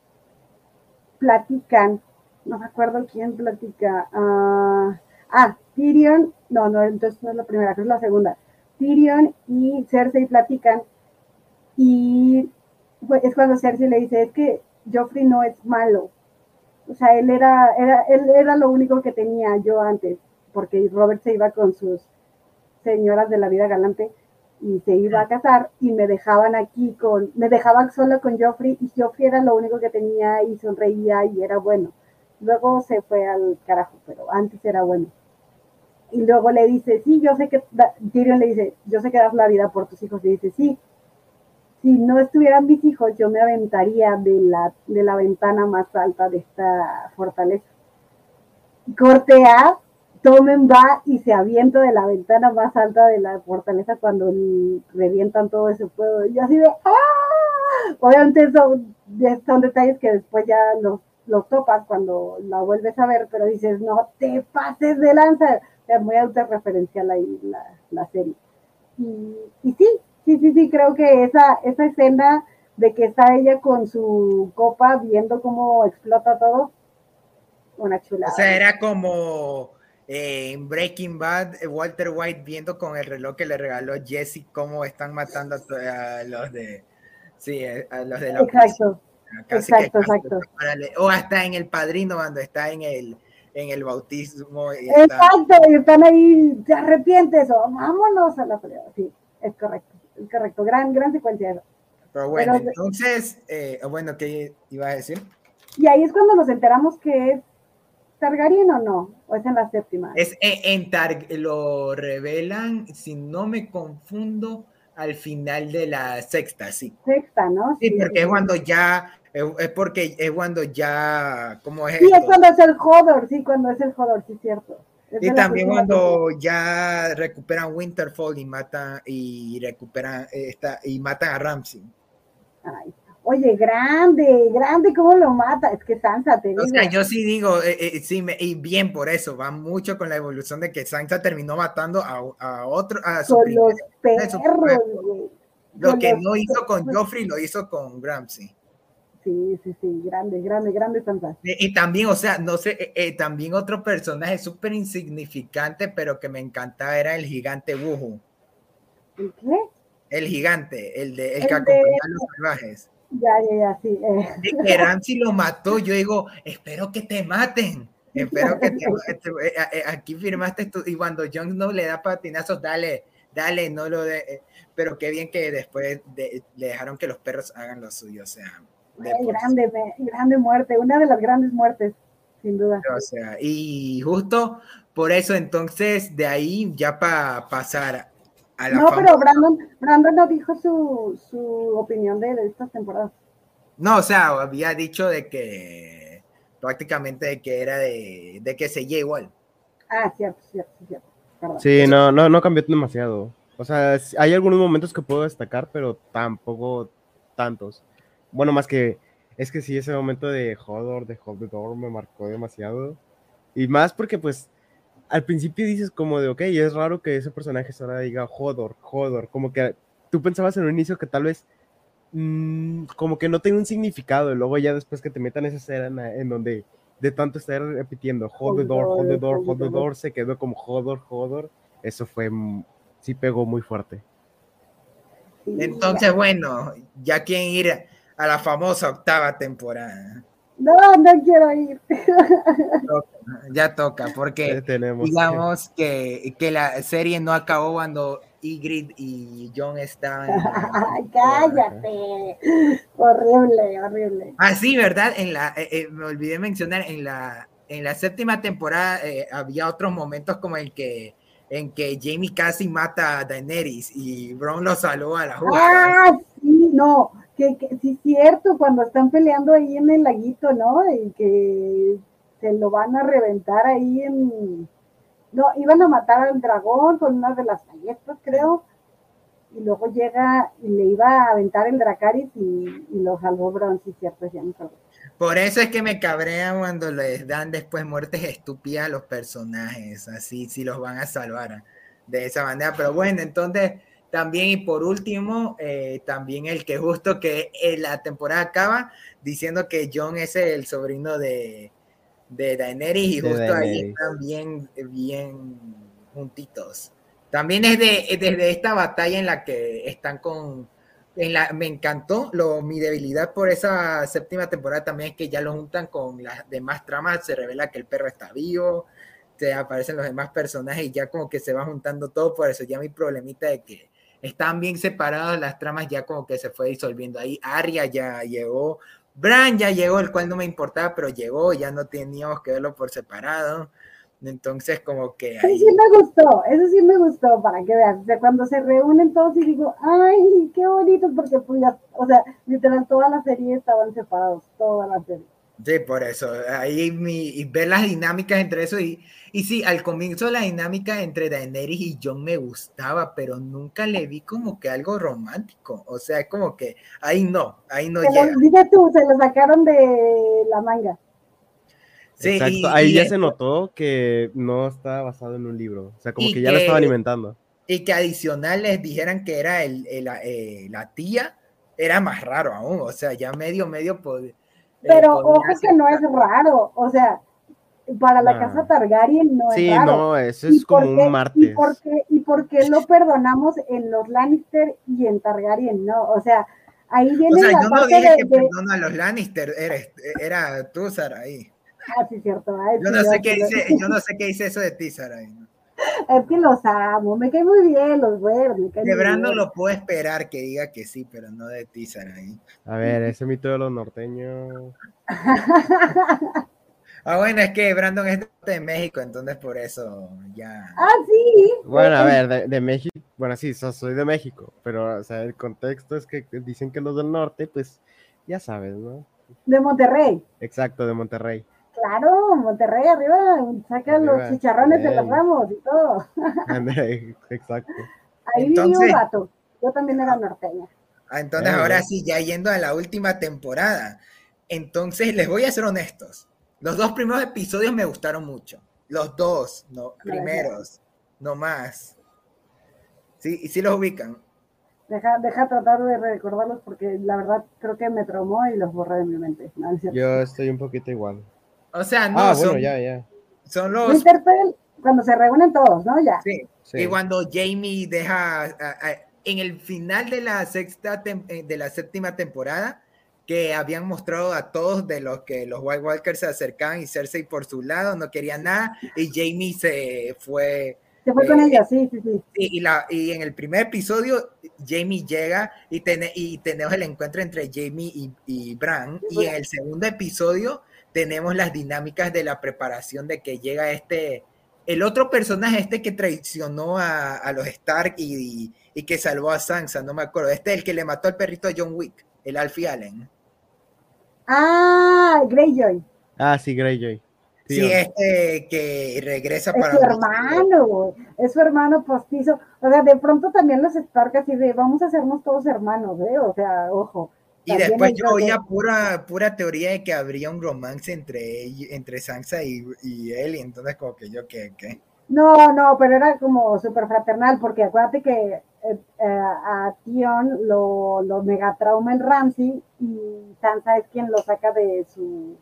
platican, no me acuerdo quién platica, Tyrion, no, entonces no es la primera, creo que es la segunda. Tyrion y Cersei platican y es cuando Cersei le dice, es que Joffrey no es malo. O sea, él era lo único que tenía yo antes, porque Robert se iba con sus señoras de la vida galante y se iba a casar y me dejaban sola con Joffrey y Joffrey era lo único que tenía y sonreía y era bueno. Luego se fue al carajo, pero antes era bueno. Y luego le dice, sí, yo sé que, Tyrion le dice, yo sé que das la vida por tus hijos. Y dice, sí, si no estuvieran mis hijos, yo me aventaría de la ventana más alta de esta fortaleza. Corte A, Tommen va y se avienta de la ventana más alta de la fortaleza cuando revientan todo ese fuego. Y yo así de ¡ah! Obviamente son detalles que después ya los topas cuando la vuelves a ver, pero dices, no te pases de lanza. Es muy autorreferencial ahí la serie. Y sí, creo que esa escena de que está ella con su copa viendo cómo explota todo, una chulada. O sea, era como en Breaking Bad, Walter White viendo con el reloj que le regaló Jesse cómo están matando a los de, sí, a los de la exacto, casi exacto. O hasta en El Padrino cuando está en el bautismo. Exacto, y están ahí, te arrepientes o vámonos a la pelea. Sí, es correcto. Gran secuencia eso. Pero bueno, entonces, bueno, ¿qué iba a decir? Y ahí es cuando nos enteramos que es Targaryen o no, o es en la séptima. Lo revelan, si no me confundo, al final de la sexta, sí. Sexta, ¿no? Sí, porque es cuando ya, ¿cómo es sí, esto? es cuando es el Hodor, sí, cierto. Y también cuando ya recuperan Winterfell y matan a Ramsay. Ay, oye, grande, ¿cómo lo mata? Es que Sansa, te digo. O sea, yo sí digo, sí, y bien por eso, va mucho con la evolución de que Sansa terminó matando a su con los perros, güey. Lo que no hizo con Joffrey, lo hizo con Ramsay. Sí, grande Sansa. Y también, o sea, no sé, también otro personaje súper insignificante, pero que me encantaba era el gigante Wuju. ¿El qué? El gigante, el que acompañaba a los salvajes. Ya, sí. De que Ramsay lo mató, yo digo, espero que te maten. Espero que aquí firmaste tú. Y cuando Jon Snow le da patinazos, dale, no lo de. Pero qué bien que después le dejaron que los perros hagan lo suyo, o sea. Grande muerte, una de las grandes muertes, sin duda. O sea, y justo por eso, entonces, de ahí ya para pasar a la famosa. Pero Brandon no dijo su opinión de estas temporadas. No, o sea, había dicho de que prácticamente de que era de que seguía igual. Ah, cierto. Perdón. Sí, no cambió demasiado. O sea, hay algunos momentos que puedo destacar, pero tampoco tantos. Bueno, más que es que sí, ese momento de Hodor me marcó demasiado. Y más porque, pues, al principio dices como de, ok, es raro que ese personaje ahora diga Hodor. Como que tú pensabas en un inicio que tal vez como que no tenga un significado. Y luego ya después que te metan esa escena en donde de tanto estar repitiendo Hodor, se quedó como Hodor. Eso sí pegó muy fuerte. Entonces, bueno, ya quieren ir a la famosa octava temporada. No quiero ir. Ya toca, porque digamos que la serie no acabó cuando Ygritte y Jon estaban. ¡Ay, cállate! Horrible. Ah, sí, ¿verdad? Me olvidé mencionar, en la séptima temporada había otros momentos como en que Jaime casi mata a Daenerys y Bronn lo salvó a la justa. Ah, sí, no, que sí es cierto, cuando están peleando ahí en el laguito, ¿no? Y que se lo van a reventar ahí no, iban a matar al dragón con una de las ballestas, creo, y luego llega y le iba a aventar el Dracarys y lo salvó Bronn, sí, cierto, ya me acuerdo. Por eso es que me cabrea cuando les dan después muertes estúpidas a los personajes, así si los van a salvar de esa manera. Pero bueno, entonces también, y por último, también el que justo que la temporada acaba diciendo que Jon es el sobrino de de Daenerys y De justo ahí Daenerys. están bien juntitos. También es desde esta batalla en la que están me encantó, mi debilidad por esa séptima temporada también es que ya lo juntan con las demás tramas, se revela que el perro está vivo, se aparecen los demás personajes y ya como que se va juntando todo, por eso ya mi problemita de que estaban bien separadas las tramas ya como que se fue disolviendo ahí. Arya ya llegó, Bran ya llegó, el cual no me importaba, pero llegó, ya no teníamos que verlo por separado. Entonces, como que ahí. Eso sí me gustó, para que veas. O sea, cuando se reúnen todos y digo, ay, qué bonito, porque pues ya, o sea, literal, toda la serie estaban separados, toda la serie. Sí, por eso, ahí y ver las dinámicas entre eso y sí, al comienzo la dinámica entre Daenerys y Jon me gustaba, pero nunca le vi como que algo romántico, o sea, es como que ahí no llega. Dice tú, se lo sacaron de la manga. Sí, Exacto, ahí ya se notó que no está basado en un libro, o sea, como que ya lo estaban inventando. Y que adicional les dijeran que era la tía, era más raro aún, o sea, ya medio pero ojo que no es raro, o sea, para la casa Targaryen no es raro. Sí, no, eso es como un martes. ¿Y por qué lo perdonamos en los Lannister y en Targaryen? No, o sea, ahí viene la parte yo no dije que perdona a los Lannister, era tú, Sarai. Ah, sí, cierto. Yo no sé qué dice eso de ti, Sarai. ¿No? Es que los amo, me caen muy bien los güeros. De Brandon lo puedo esperar que diga que sí, pero no de ti, Sarai. A ver, ese mito de los norteños. Bueno, es que Brandon es de México, entonces por eso ya. Ah, sí. Bueno, a ver, de México, bueno, sí, soy de México, pero, o sea, el contexto es que dicen que los del norte, pues, ya sabes, ¿no? De Monterrey. Exacto, de Monterrey. Claro, Monterrey arriba, sacan los chicharrones de los ramos y todo. Exacto. Ahí viví un rato, yo también era norteña. Entonces, ahora sí, ya yendo a la última temporada. Entonces, les voy a ser honestos. Los 2 primeros episodios me gustaron mucho. Los 2 primeros, no más. Sí los ubican. Deja tratar de recordarlos porque la verdad creo que me traumó y los borré de mi mente. No, es cierto. Yo estoy un poquito igual. O sea, no, bueno, ya. Son los... Winterfell, cuando se reúnen todos, ¿no? Ya. Sí. Y cuando Jaime deja en el final de la séptima temporada, que habían mostrado a todos de los que los White Walkers se acercaban y Cersei por su lado no quería nada y Jaime se fue. Se fue con ella, sí. Y en el primer episodio Jaime llega y tenemos el encuentro entre Jaime y Bran, y en el segundo episodio tenemos las dinámicas de la preparación de que llega el otro personaje que traicionó a los Stark y que salvó a Sansa, no me acuerdo, el que le mató al perrito a John Wick, el Alfie Allen. Greyjoy. Sí, Greyjoy. Sí, que regresa para... Es su hermano postizo. O sea, de pronto también los Stark así de, vamos a hacernos todos hermanos, o sea, ojo. Y después yo oía pura teoría de que habría un romance entre Sansa y él, y entonces como que yo, ¿qué? No, pero era como súper fraternal, porque acuérdate que a Tion lo megatrauma el Ramsay y Sansa es quien lo saca de su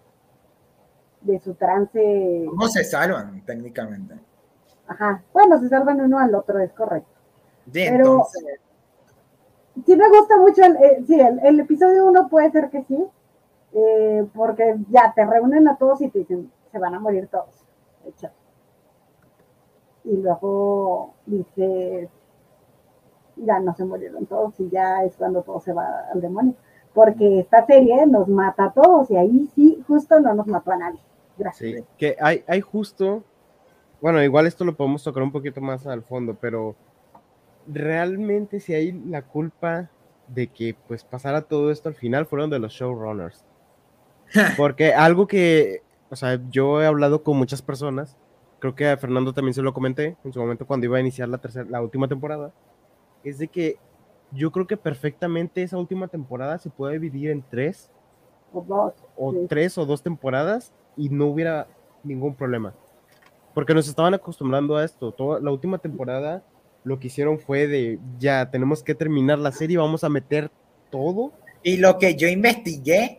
trance. ¿Cómo se salvan técnicamente? Ajá, bueno, se salvan uno al otro, es correcto. Sí, pero entonces... sí me gusta mucho, el episodio 1 puede ser que sí, porque ya te reúnen a todos y te dicen, se van a morir todos. Hecho. Y luego dices, ya no se murieron todos y ya es cuando todo se va al demonio. Porque esta serie nos mata a todos y ahí sí, justo no nos mató a nadie. Gracias. Sí, que hay justo, bueno, igual esto lo podemos tocar un poquito más al fondo, pero realmente si hay la culpa de que pues pasara todo esto al final fueron de los showrunners. Porque algo que, o sea, yo he hablado con muchas personas, creo que a Fernando también se lo comenté en su momento cuando iba a iniciar la última temporada, es de que yo creo que perfectamente esa última temporada se puede dividir en 3 o 2 temporadas y no hubiera ningún problema. Porque nos estaban acostumbrando a esto. Toda la última temporada lo que hicieron fue de ya tenemos que terminar la serie, vamos a meter todo. Y lo que yo investigué,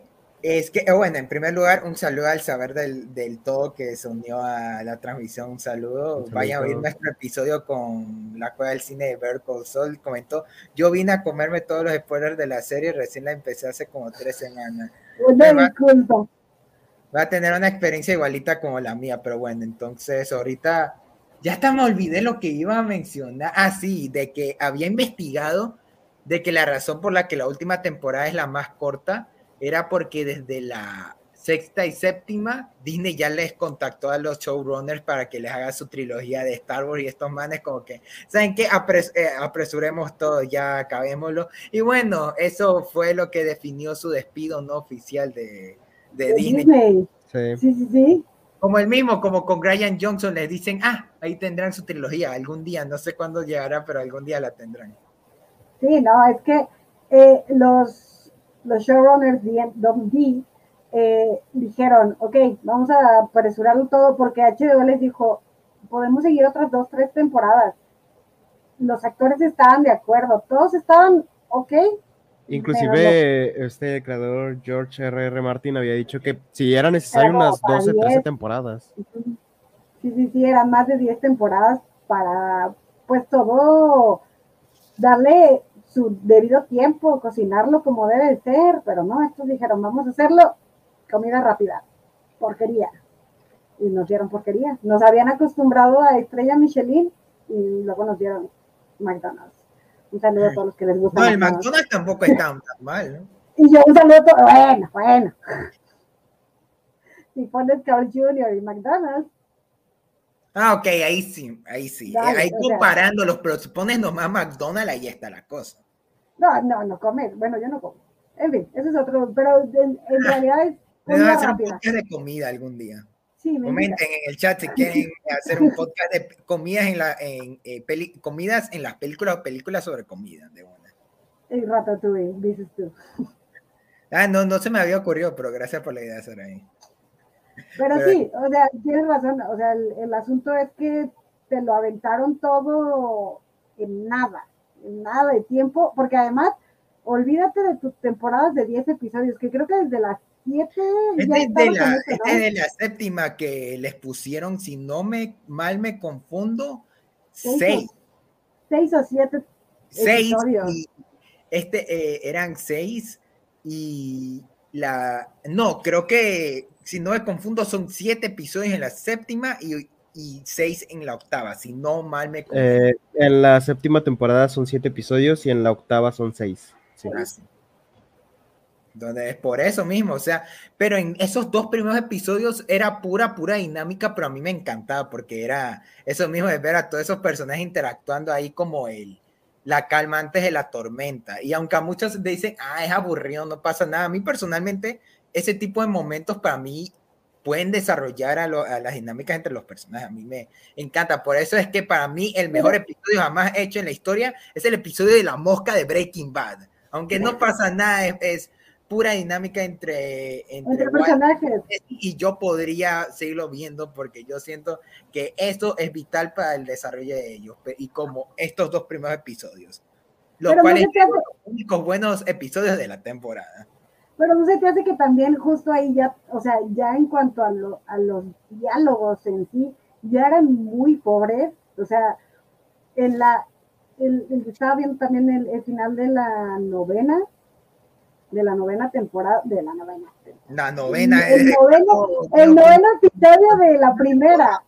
Es que, bueno, en primer lugar, un saludo al saber del todo que se unió a la transmisión. Un saludo. Vayan a oír nuestro episodio con la Cueva del Cine de Better Call Saul. Comentó, yo vine a comerme todos los spoilers de la serie, recién la empecé hace como 3 semanas. Una disculpa. Va a tener una experiencia igualita como la mía, pero bueno, entonces ahorita ya hasta me olvidé lo que iba a mencionar. Ah, sí, de que había investigado de que la razón por la que la última temporada es la más corta era porque desde la sexta y séptima Disney ya les contactó a los showrunners para que les haga su trilogía de Star Wars y estos manes como que, ¿saben qué? Apresuremos todo, ya acabémoslo. Y bueno, eso fue lo que definió su despido no oficial de Disney. Sí. Como el mismo, como con Ryan Johnson les dicen, ahí tendrán su trilogía algún día, no sé cuándo llegará, pero algún día la tendrán. Sí, no, es que los showrunners D dijeron, ok, vamos a apresurarlo todo porque HBO les dijo, podemos seguir otras 2, 3 temporadas. Los actores estaban de acuerdo, todos estaban ok. Inclusive este creador George R.R. Martin había dicho que si era necesario unas 12, 13 temporadas. Sí, eran más de 10 temporadas para pues todo darle su debido tiempo, cocinarlo como debe de ser, pero no, estos dijeron, vamos a hacerlo comida rápida, porquería. Y nos dieron porquería. Nos habían acostumbrado a Estrella Michelin y luego nos dieron McDonald's. Un saludo a todos los que les gusta. No, el McDonald's tampoco está tan mal, ¿no? Y yo un saludo a todos. Bueno. Si pones Carl Jr. y McDonald's. Ok, ahí sí. Dale, ahí comparándolos, pero si pones nomás McDonald's, ahí está la cosa. No comer. Bueno, yo no como. En fin, ese es otro, pero en realidad es comida hacer rápida. Un podcast de comida algún día. Sí, comenten en el chat si quieren hacer un podcast de comidas comidas en las películas o películas sobre comida de una. El Ratatouille, dices tú. No se me había ocurrido, pero gracias por la idea, Saraí. Pero sí, o sea, tienes razón, o sea, el asunto es que te lo aventaron todo en nada de tiempo, porque además, olvídate de tus temporadas de 10 episodios, que creo que desde las 7 ya desde la séptima que les pusieron, si no mal me confundo, 6 o 7 episodios. Y eran 6 y no, creo que si no me confundo son 7 episodios en la séptima y 6 en la octava, si no mal me confundo. En la séptima temporada son 7 episodios y en la octava son 6. Sí. Donde es por eso mismo, o sea, pero en esos 2 primeros episodios era pura dinámica, pero a mí me encantaba porque era eso mismo de ver a todos esos personajes interactuando ahí como la calma antes de la tormenta. Y aunque a muchos dicen, es aburrido, no pasa nada, a mí personalmente ese tipo de momentos para mí pueden desarrollar a las dinámicas entre los personajes. A mí me encanta. Por eso es que para mí el mejor episodio jamás hecho en la historia es el episodio de la mosca de Breaking Bad. Aunque no pasa nada, es pura dinámica entre personajes. Y yo podría seguirlo viendo porque yo siento que esto es vital para el desarrollo de ellos y como estos 2 primeros episodios, los cuales son los únicos buenos episodios de la temporada. Pero no se te hace que también justo ahí ya, o sea, ya en cuanto a los diálogos en sí, ya eran muy pobres, o sea, estaba viendo también el final de la novena temporada, el noveno episodio de la primera,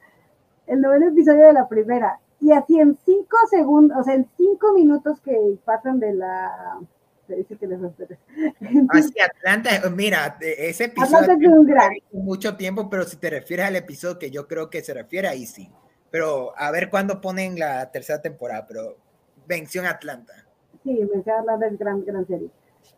y así en 5 segundos, o sea, en 5 minutos que pasan de la... Se dice que les respetes. Así Atlanta, mira, ese episodio mucho tiempo, pero si te refieres al episodio que yo creo que se refiere, ahí sí. Pero a ver cuándo ponen la tercera temporada, pero mención Atlanta. Sí, mención Atlanta es gran serie.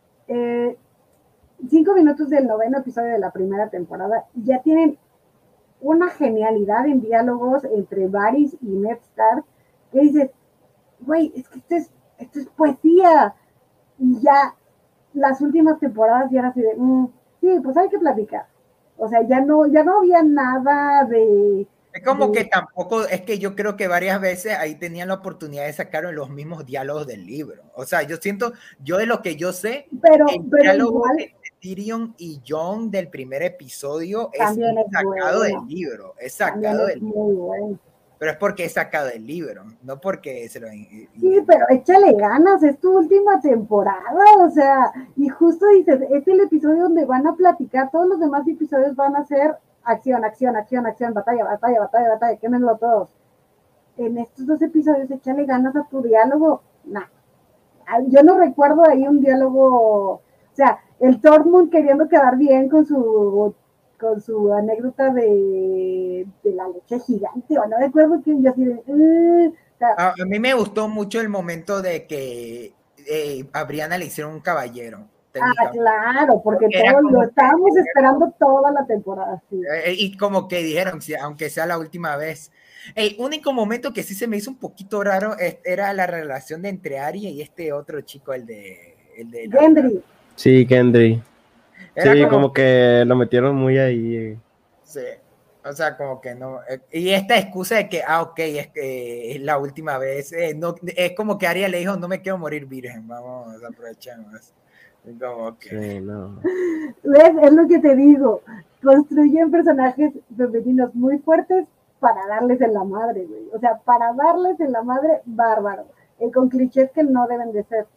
5 minutos del noveno episodio de la primera temporada ya tienen una genialidad en diálogos entre Varys y Ned Stark que dices, güey, es que esto es poesía. Y ya las últimas temporadas ya era así de, sí, pues hay que platicar. O sea, ya no había nada de... Es como que tampoco, es que yo creo que varias veces ahí tenían la oportunidad de sacar los mismos diálogos del libro. O sea, yo siento, yo de lo que yo sé, pero diálogo igual, entre Tyrion y Jon del primer episodio También es es sacado bueno. del libro, es También sacado es del libro, muy bueno. pero es porque es sacado del libro, no porque se lo... Sí, pero échale ganas, es tu última temporada, o sea, y justo dices, es el episodio donde van a platicar, todos los demás episodios van a ser acción, acción, acción, acción, batalla, batalla, batalla, batalla, quémenlo todos. En estos 2 episodios échale ganas a tu diálogo, nah. Yo no recuerdo ahí un diálogo, o sea, el Tormund queriendo quedar bien con su anécdota de la leche gigante, o no recuerdo que yo así de... o sea, A mí me gustó mucho el momento de que a Brianna le hicieron un caballero. claro, porque Era todos lo como estábamos esperando toda la temporada, sí. y como que dijeron, aunque sea la última vez. El único momento que sí se me hizo un poquito raro era la relación de entre Arya y este otro chico, el de Gendry. Sí, Gendry. Era Sí, como que lo metieron muy ahí. Sí, o sea, como que no. Y esta excusa de que, ok, es que es la última vez. No, es como que Arya le dijo, no me quiero morir virgen, vamos, aprovechemos. Como que... Sí, no. ¿Ves? Es lo que te digo. Construyen personajes femeninos muy fuertes para darles en la madre, güey. O sea, para darles en la madre, bárbaro. Con clichés que no deben de ser.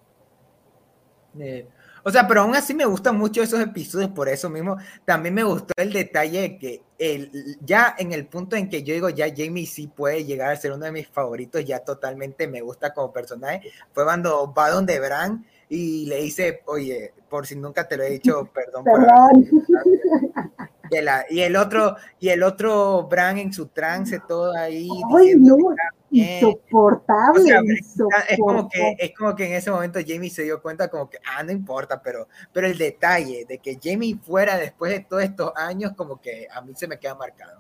O sea, pero aún así me gustan mucho esos episodios, por eso mismo. También me gustó el detalle de que ya en el punto en que yo digo, ya Jamie sí puede llegar a ser uno de mis favoritos, ya totalmente me gusta como personaje, fue cuando va donde Bran y le dice, oye, por si nunca te lo he dicho, perdón. Perdón. Y el otro Bran en su trance, todo ahí. Ay, no, insoportable, o sea, insoportable. es como que en ese momento Jamie se dio cuenta como que, no importa, pero el detalle de que Jamie fuera después de todos estos años, como que a mí se me queda marcado.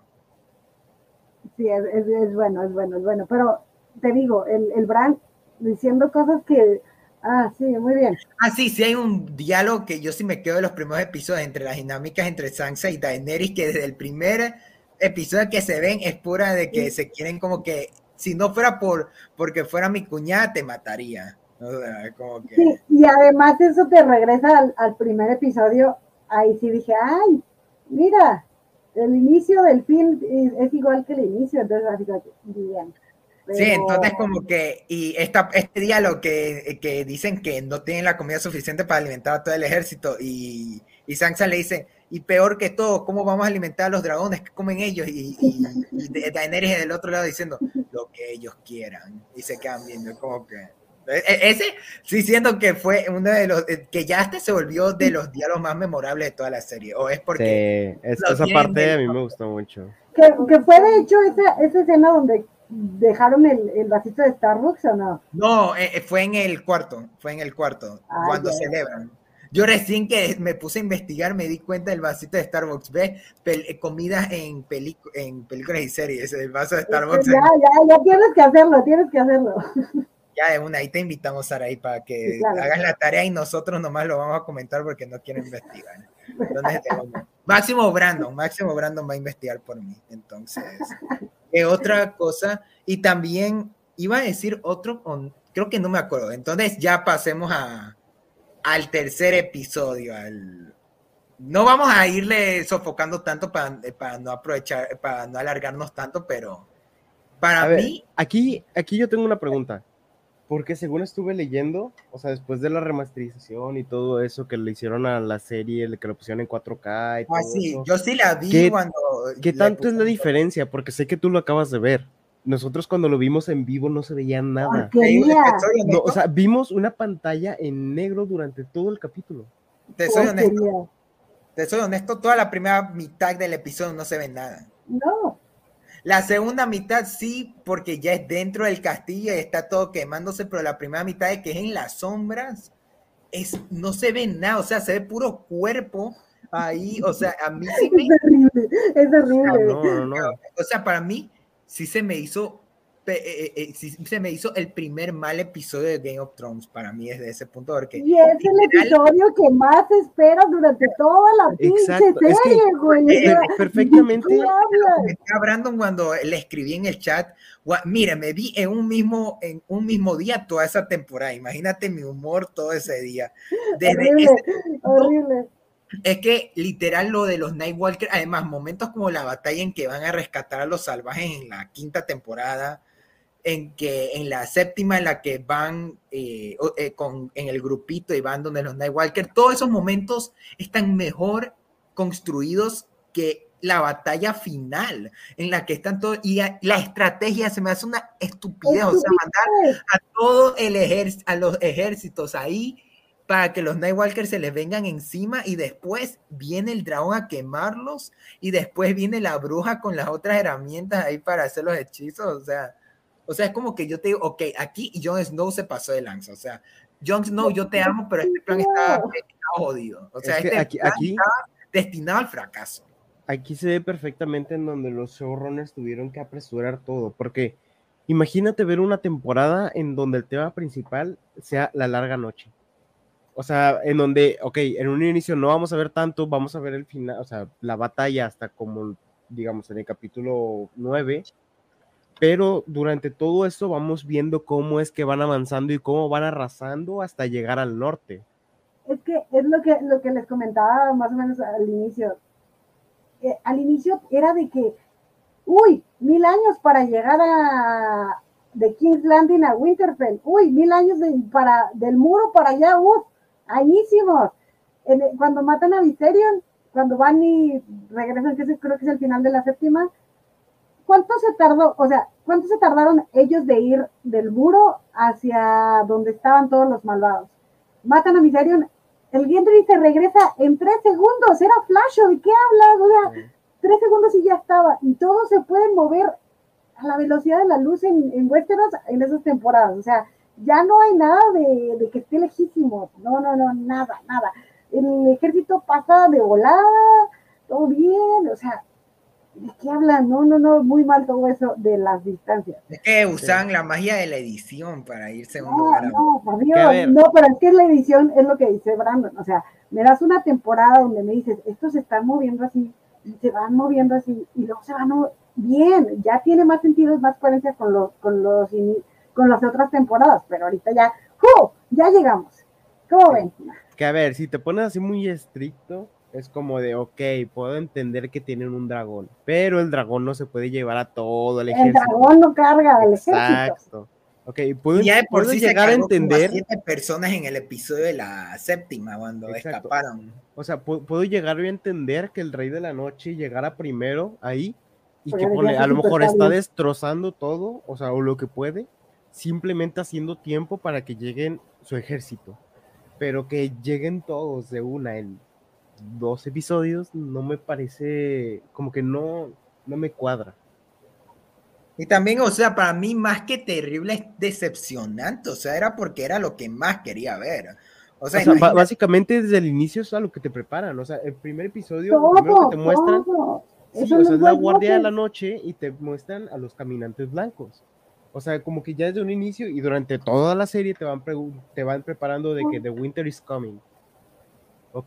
Sí, es bueno, es bueno, es bueno. Pero te digo, el Bran diciendo cosas que... sí, muy bien. Sí hay un diálogo que yo sí me quedo de los primeros episodios entre las dinámicas entre Sansa y Daenerys, que desde el primer episodio que se ven es pura de que se quieren como que, si no fuera porque fuera mi cuñada, te mataría. O sea, como que... Sí, y además eso te regresa al primer episodio. Ahí sí dije, ay, mira, el inicio del film es igual que el inicio, entonces así que bien. Pero... Sí, entonces como que, y este diálogo que dicen que no tienen la comida suficiente para alimentar a todo el ejército y Sansa le dice, y peor que todo, ¿cómo vamos a alimentar a los dragones? ¿Qué comen ellos? Y Daenerys del otro lado diciendo, lo que ellos quieran, y se quedan viendo, como que... Ese sí siento que fue uno de los que ya hasta se volvió de los diálogos más memorables de toda la serie, o es porque... Sí, esa parte a mí me gustó mucho. Que fue de hecho esa escena donde dejaron el vasito de Starbucks, ¿o no? No, fue en el cuarto, cuando celebran. Yo recién que me puse a investigar me di cuenta del vasito de Starbucks. ¿Ves? Comidas en películas y series, el vaso de Starbucks. Ya tienes que hacerlo. Ya de una, ahí te invitamos, Saraí, para que hagas la tarea y nosotros nomás lo vamos a comentar porque no quiero investigar. Entonces, Máximo Brandon va a investigar por mí. Entonces, otra cosa, y también iba a decir otro, creo que no me acuerdo. Entonces ya pasemos al tercer episodio. No vamos a irle sofocando tanto para no aprovechar, para no alargarnos tanto, pero para mí... Aquí yo tengo una pregunta. Porque según estuve leyendo, o sea, después de la remasterización y todo eso que le hicieron a la serie, que lo pusieron en 4K y todo eso. Yo sí la vi cuando... ¿Qué tanto es la diferencia? Porque sé que tú lo acabas de ver. Nosotros cuando lo vimos en vivo no se veía nada. No, o sea, vimos una pantalla en negro durante todo el capítulo. Te soy honesto, toda la primera mitad del episodio no se ve nada. No. La segunda mitad sí, porque ya es dentro del castillo y está todo quemándose, pero la primera mitad de que es en las sombras, no se ve nada, o sea, se ve puro cuerpo ahí, o sea, a mí sí me... Es horrible. No. O sea, para mí sí se me hizo el primer mal episodio de Game of Thrones, para mí desde ese punto, porque... Y es el episodio que más esperas durante toda la pinche serie, güey. Perfectamente. A Brandon cuando le escribí en el chat, mira, me vi en un mismo día toda esa temporada, imagínate mi humor todo ese día. Horrible. Es que literal lo de los Nightwalker, además momentos como la batalla en que van a rescatar a los salvajes en la quinta temporada, en la séptima en la que van en el grupito y van donde los Nightwalker, todos esos momentos están mejor construidos que la batalla final en la que están todos, y la estrategia se me hace una estupidez, o sea, mandar a todo a los ejércitos ahí para que los Nightwalkers se les vengan encima y después viene el dragón a quemarlos y después viene la bruja con las otras herramientas ahí para hacer los hechizos, o sea, es como que yo te digo, ok, aquí Jon Snow se pasó de lanza, o sea, Jon Snow, yo te amo, pero este plan está jodido, o sea, es que este plan está destinado al fracaso. Aquí se ve perfectamente en donde los showrunners tuvieron que apresurar todo, porque imagínate ver una temporada en donde el tema principal sea la larga noche. O sea, en donde, ok, en un inicio no vamos a ver tanto, vamos a ver el final, o sea, la batalla hasta como, digamos, en el capítulo 9, pero durante todo esto vamos viendo cómo es que van avanzando y cómo van arrasando hasta llegar al norte. Es que es lo que les comentaba más o menos al inicio. Al inicio era de que, 1000 años para llegar de King's Landing a Winterfell, 1000 años del muro para allá, añísimos. Cuando matan a Viserion, cuando van y regresan, creo que es el final de la séptima, ¿cuánto se tardaron ellos de ir del muro hacia donde estaban todos los malvados? Matan a Viserion, el Gendry se regresa en 3 segundos, era Flash, ¿de qué hablas? O sea, 3 segundos y ya estaba, y todos se pueden mover a la velocidad de la luz en Westeros en esas temporadas, o sea, ya no hay nada de que esté lejísimo, no, nada. El ejército pasa de volada, todo bien, o sea, ¿de qué hablan? No, muy mal todo eso de las distancias. Es que usan la magia de la edición para irse a un lugar a por Dios, no, pero es que la edición es lo que dice Brandon, o sea, me das una temporada donde me dices, estos se están moviendo así, y se van moviendo así, y luego se van bien, ya tiene más sentido, más coherencia con las otras temporadas, pero ahorita ya llegamos. ¿Cómo ven? Que a ver, si te pones así muy estricto, es como de, ok, puedo entender que tienen un dragón, pero el dragón no se puede llevar a todo el ejército. El dragón no carga al ejército. Exacto. Ok, puedo sí llegar a entender. 7 personas en el episodio de la séptima cuando escaparon. O sea, puedo llegar a entender que el Rey de la Noche llegara primero ahí y que a lo mejor está destrozando todo, o sea, o lo que puede, simplemente haciendo tiempo para que lleguen su ejército. Pero que lleguen todos de una en 2 episodios no me parece, como que no me cuadra. Y también, o sea, para mí más que terrible es decepcionante, o sea, era porque era lo que más quería ver. O sea, básicamente desde el inicio es a lo que te preparan, o sea, el primer episodio, lo primero que te muestran, sí, o sea, es la guardia de la noche y te muestran a los caminantes blancos. O sea, como que ya desde un inicio y durante toda la serie te van preparando de que The Winter is coming. Ok,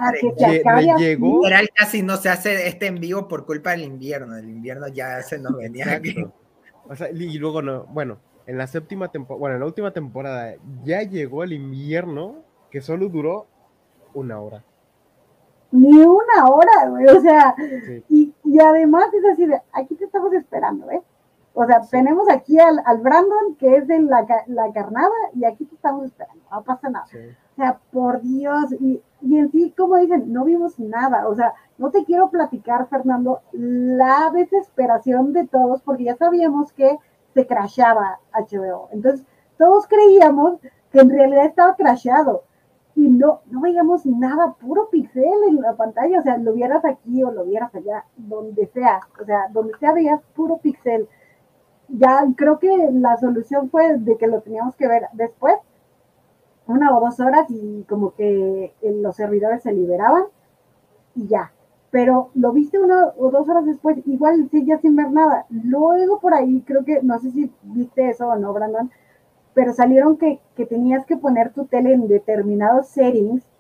llegó. Literal casi no se hace este en vivo por culpa del invierno. El invierno ya se nos venía aquí. O sea, y luego en la séptima temporada, en la última temporada ya llegó el invierno que solo duró 1 hora. Ni 1 hora, güey, o sea, sí. y además es así de, aquí te estamos esperando, ¿eh? O sea, sí. Tenemos aquí al Brandon, que es de la carnada, y aquí te estamos esperando, no pasa nada. Sí. O sea, por Dios, y en sí, como dicen, no vimos nada, o sea, no te quiero platicar, Fernando, la desesperación de todos, porque ya sabíamos que se crashaba HBO, entonces todos creíamos que en realidad estaba crashado, y no veíamos nada, puro pixel en la pantalla, o sea, lo vieras aquí o lo vieras allá, donde sea veías puro pixel. Ya creo que la solución fue de que lo teníamos que ver después, 1 o 2 horas, y como que los servidores se liberaban y ya. Pero lo viste 1 o 2 horas después, igual ya sin ver nada. Luego por ahí, creo que, no sé si viste eso o no, Brandon, pero salieron que tenías que poner tu tele en determinados settings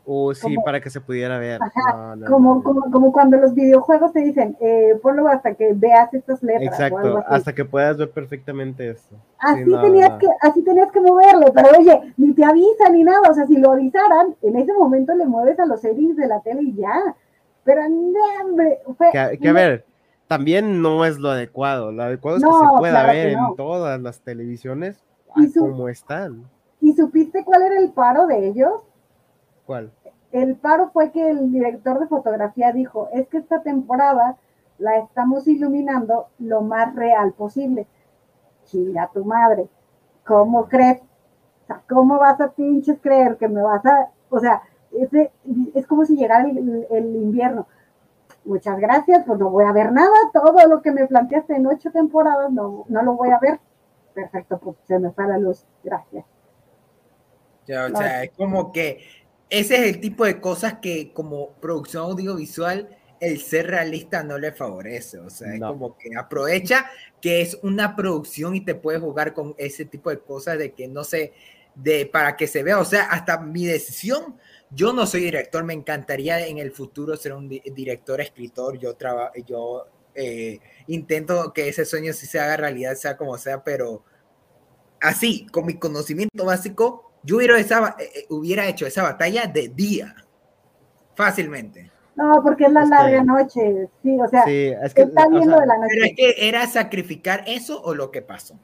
O sí, Como, para que se pudiera ver. ajá, No, no, no, como, no. como, como cuando los videojuegos te dicen, ponlo hasta que veas estas letras o algo Exacto, así. hasta que puedas ver perfectamente esto. Sí, no, no. Así tenías que moverlo, pero oye, ni te avisan ni nada, o sea, si lo avisaran, en ese momento le mueves a los settings de la tele y ya. Pero no, hombre, Que a ver, también no es lo adecuado. Lo adecuado es que se no, pueda claro ver que en no. todas las televisiones ¿Y, a cómo están. ¿Y supiste cuál era el paro de ellos? ¿Cuál? El paro fue que el director de fotografía dijo, es que esta temporada la estamos iluminando lo más real posible. Chinga tu madre, ¿cómo crees? O sea, ¿cómo vas a pinches creer que me vas a, o sea, es como si llegara el invierno? Muchas gracias, pues no voy a ver nada, todo lo que me planteaste en 8 temporadas no lo voy a ver. Perfecto, pues se me fue la luz, gracias. Ya, o No, sea, es como que ese es el tipo de cosas que como producción audiovisual el ser realista no le favorece. O sea, es No. como que aprovecha que es una producción y te puedes jugar con ese tipo de cosas de que no sé, de para que se vea. O sea, hasta mi decisión, yo no soy director, me encantaría en el futuro ser un director, escritor. Yo intento que ese sueño sí se haga realidad, sea como sea, pero así, con mi conocimiento básico, yo hubiera hecho esa batalla de día, fácilmente. no, porque es la Es larga que, noche, sí, o sea, sí, es que, está o viendo sea, de la Pero es noche. que era sacrificar eso o lo que pasó.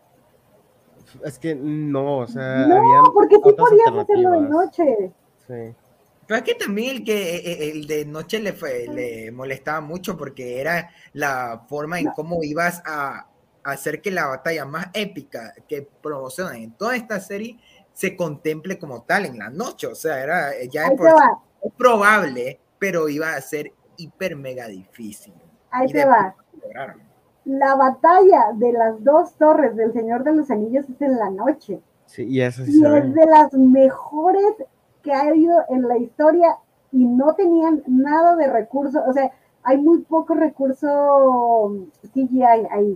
es que no, o sea, No, habían porque sí otras podías hacerlo de alternativas. noche. Sí. Pero es que también el de noche le molestaba mucho porque era la forma en No, cómo ibas a hacer que la batalla más épica que promocionan en toda esta serie se contemple como tal en la noche. O sea, era ya de ahí te por sí va, probable, pero iba a ser hiper mega difícil. ahí Y te de va. lo lograron. La batalla de las dos torres del Señor de los Anillos es en la noche. Sí, y eso sí Y se es ve. de las mejores que ha habido en la historia y no tenían nada de recursos. O sea, hay muy poco recurso CGI ahí.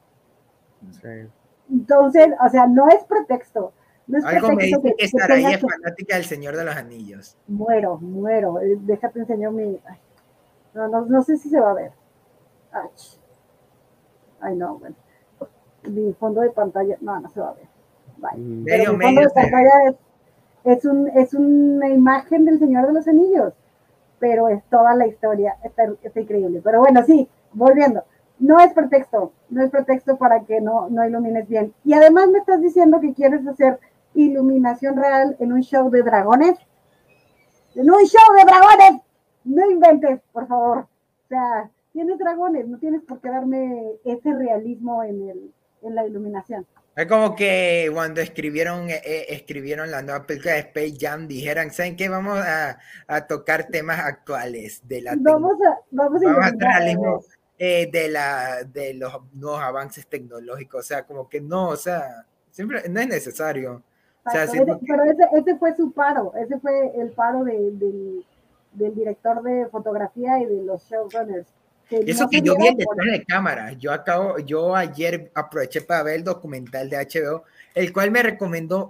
Sí. Entonces, o sea, no es pretexto. No es Algo me pretexto dice que que Saraí tengas es que fanática del Señor de los Anillos. muero. Déjate enseñar mi. Ay, no sé si se va a ver. Ay, ay, no, bueno. Mi fondo de pantalla, no se va a ver. Bye. Pero Medio, mi fondo medio de se ve. pantalla es una imagen del Señor de los Anillos, pero es toda la historia, está increíble. Pero bueno, sí, volviendo. No es pretexto para que no ilumines bien. Y además me estás diciendo que quieres hacer iluminación real en un show de dragones. ¡En un show de dragones! No inventes, por favor. O sea, tienes dragones, no tienes por qué darme ese realismo en la iluminación. Es como que cuando escribieron la nueva película de Space Jam, dijeran, ¿saben qué? Vamos a tocar temas actuales de la tecnología. Vamos a Vamos a hacer iluminar. realismo de los nuevos avances tecnológicos. O sea, como que no, o sea, siempre no es necesario. O sea, Exacto, siento que pero ese fue su paro, ese fue el paro del director de fotografía y de los showrunners, que eso no que se yo vi el dieron por. detrás de cámara, yo ayer aproveché para ver el documental de HBO, el cual me recomendó,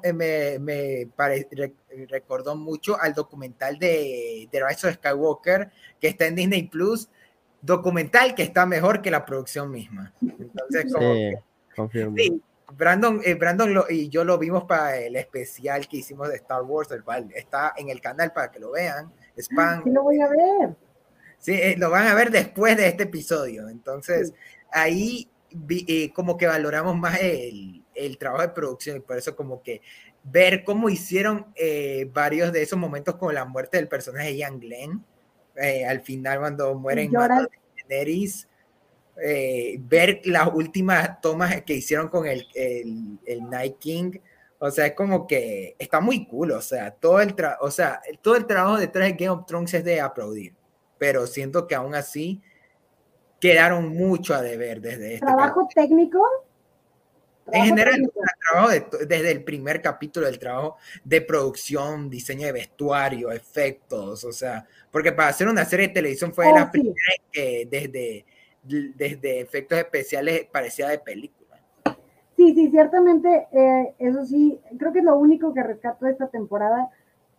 recordó mucho al documental de Rise of Skywalker, que está en Disney Plus, documental que está mejor que la producción misma. Entonces, como Sí, que, confirmo. sí, y yo lo vimos para el especial que hicimos de Star Wars, el cual está en el canal para que lo vean, Sí Spam. lo voy a ver. Sí, lo van a ver después de este episodio. Sí. Entonces, ahí como que valoramos más el trabajo de producción y por eso como que ver cómo hicieron varios de esos momentos con la muerte del personaje de Ian Glenn, al final cuando muere Y en manos lloran. de Daenerys, ver las últimas tomas que hicieron con el Night King, o sea, es como que está muy cool, o sea, todo el trabajo detrás de Game of Thrones es de aplaudir, pero siento que aún así quedaron mucho a deber desde este Trabajo capítulo. técnico, En trabajo general, o técnico. sea, trabajo desde el primer capítulo del trabajo de producción, diseño de vestuario, efectos, o sea, porque para hacer una serie de televisión fue de Oh, las sí. primeras que desde efectos especiales parecía de película. Sí, ciertamente, eso sí, creo que es lo único que rescato de esta temporada.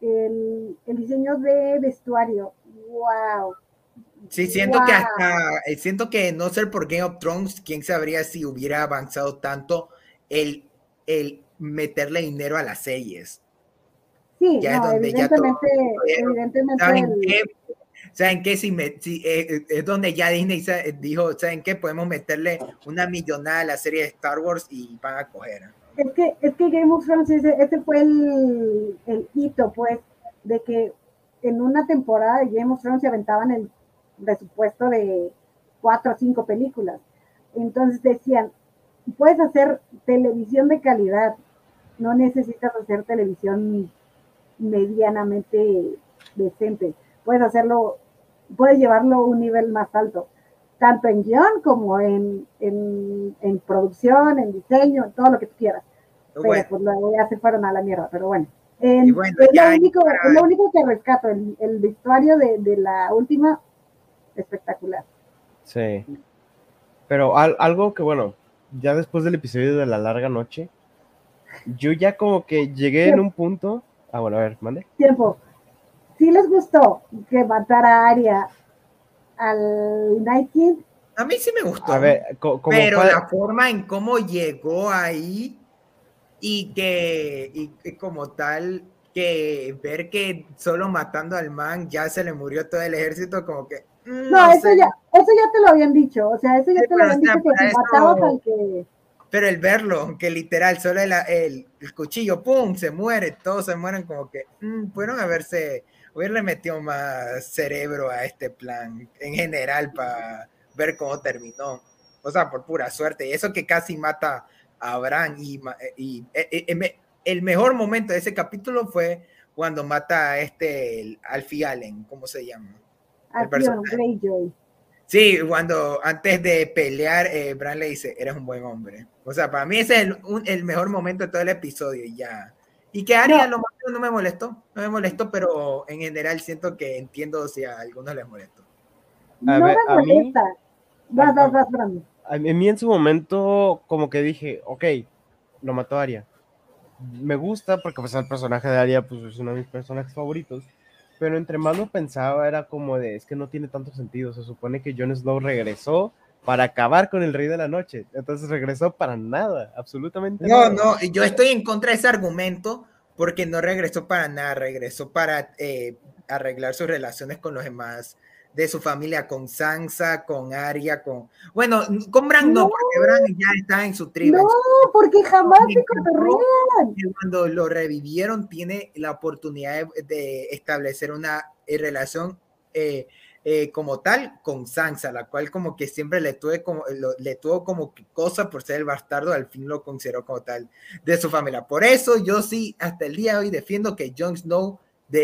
el diseño de vestuario. ¡Wow! Sí, siento que hasta, siento que no ser por Game of Thrones, quién sabría si hubiera avanzado tanto el meterle dinero a las series. Sí, Ya es no, donde ya todos evidentemente ¿saben qué? ¿Saben qué? Es donde ya Disney dijo, ¿saben qué? Podemos meterle una millonada a la serie de Star Wars y van a coger. Es que Game of Thrones, ese fue el hito, pues, de que en una temporada de Game of Thrones se aventaban el presupuesto de 4 o 5 películas. Entonces decían, puedes hacer televisión de calidad, no necesitas hacer televisión medianamente decente. Puedes llevarlo a un nivel más alto, tanto en guión como en producción, en diseño, en todo lo que tú quieras. Pero bueno, pues luego ya se fueron a la mierda, pero bueno. y bueno es, ya, lo único que rescato, el vestuario de la última, espectacular. Sí. Pero algo que, bueno, ya después del episodio de la larga noche, yo ya como que llegué en un punto. Ah, bueno, a ver, mande. Tiempo. ¿Sí les gustó que matara a Arya al Night King? a mí sí me gustó, A ver, como pero la forma en cómo llegó ahí y como tal, que ver que solo matando al man ya se le murió todo el ejército, como que, No, no sé. eso ya te lo habían dicho, o sea, eso ya Sí, te lo pero, o habían sea, dicho que para si matabas al eso, que... pero el verlo, que literal, solo el cuchillo, ¡pum!, se muere, todos se mueren, como que, pudieron haberle metido más cerebro a este plan en general para ver cómo terminó. O sea, por pura suerte. Y eso que casi mata a Bran. El mejor momento de ese capítulo fue cuando mata a el Alfie Allen, ¿cómo se llama? El Acción, personaje. Greyjoy. Sí, cuando antes de pelear, Bran le dice, eres un buen hombre. O sea, para mí ese es el mejor momento de todo el episodio y ya. Y que Arya No, lo mató no me molestó, pero en general siento que entiendo si a algunos les molestó. a no ver, me a mí, molesta. Vas, Brando. a mí en su momento como que dije, ok, lo mató Arya. Me gusta porque pues el personaje de Arya pues es uno de mis personajes favoritos, pero entre más lo pensaba era como de, es que no tiene tanto sentido, se supone que Jon Snow regresó para acabar con el Rey de la Noche, entonces regresó para nada, absolutamente No, nada. no, yo estoy en contra de ese argumento porque no regresó para nada, regresó para arreglar sus relaciones con los demás de su familia, con Sansa, con Arya, bueno, con Bran no, No, porque Bran ya está en su tribu, no, porque jamás me se encantó cotorrean. que cuando lo revivieron tiene la oportunidad de establecer una relación como tal con Sansa, la cual como que siempre le tuvo como que cosa por ser el bastardo, al fin lo consideró como tal de su familia. Por eso yo sí, hasta el día de hoy defiendo que Jon Snow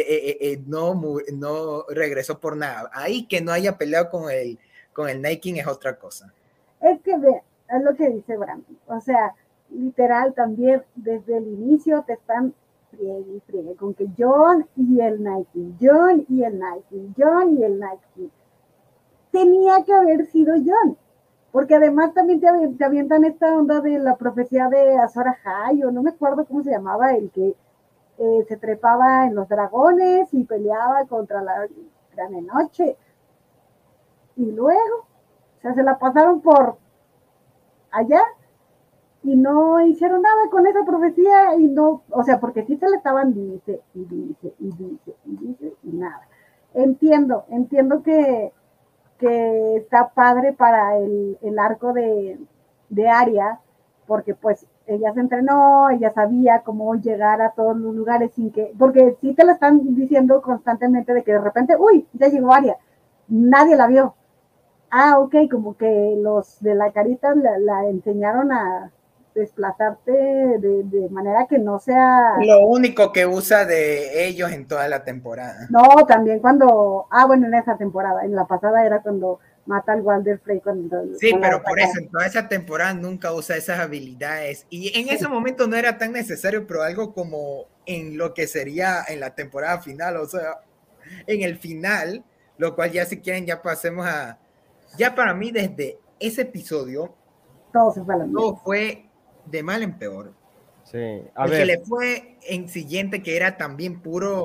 no regresó por nada. Ahí que no haya peleado con el Night King es otra cosa. Es que ve, es lo que dice Brando. O sea, literal también desde el inicio te están friegue y friegue con que Jon y el Nike, Jon y el Nike, Jon y el Nike. Tenía que haber sido Jon, porque además también te avientan esta onda de la profecía de Azor Ahai, o no me acuerdo cómo se llamaba, el que se trepaba en los dragones y peleaba contra la gran noche. Y luego, o sea, se la pasaron por allá y no hicieron nada con esa profecía y no, o sea, porque sí se le estaban dice y dice y dice y dice y nada. Entiendo que está padre para el arco de Arya, porque pues ella se entrenó, ella sabía cómo llegar a todos los lugares sin que, porque sí te lo están diciendo constantemente de que de repente, uy, ya llegó Arya, nadie la vio. Ah, ok, como que los de la carita la enseñaron a desplazarte de manera que no sea... Lo único que usa de ellos en toda la temporada. No, también cuando... Ah, bueno, en esa temporada, en la pasada era cuando mata al Walder Frey Sí, con la pero otra por cara. eso en toda esa temporada nunca usa esas habilidades. Y en ese momento no era tan necesario, pero algo como en lo que sería en la temporada final, o sea, en el final, lo cual ya si quieren ya pasemos a... Ya para mí desde ese episodio, Todo se fue a la mierda. todo fue de mal en peor. Sí, a El que ver, le fue en siguiente, que era también puro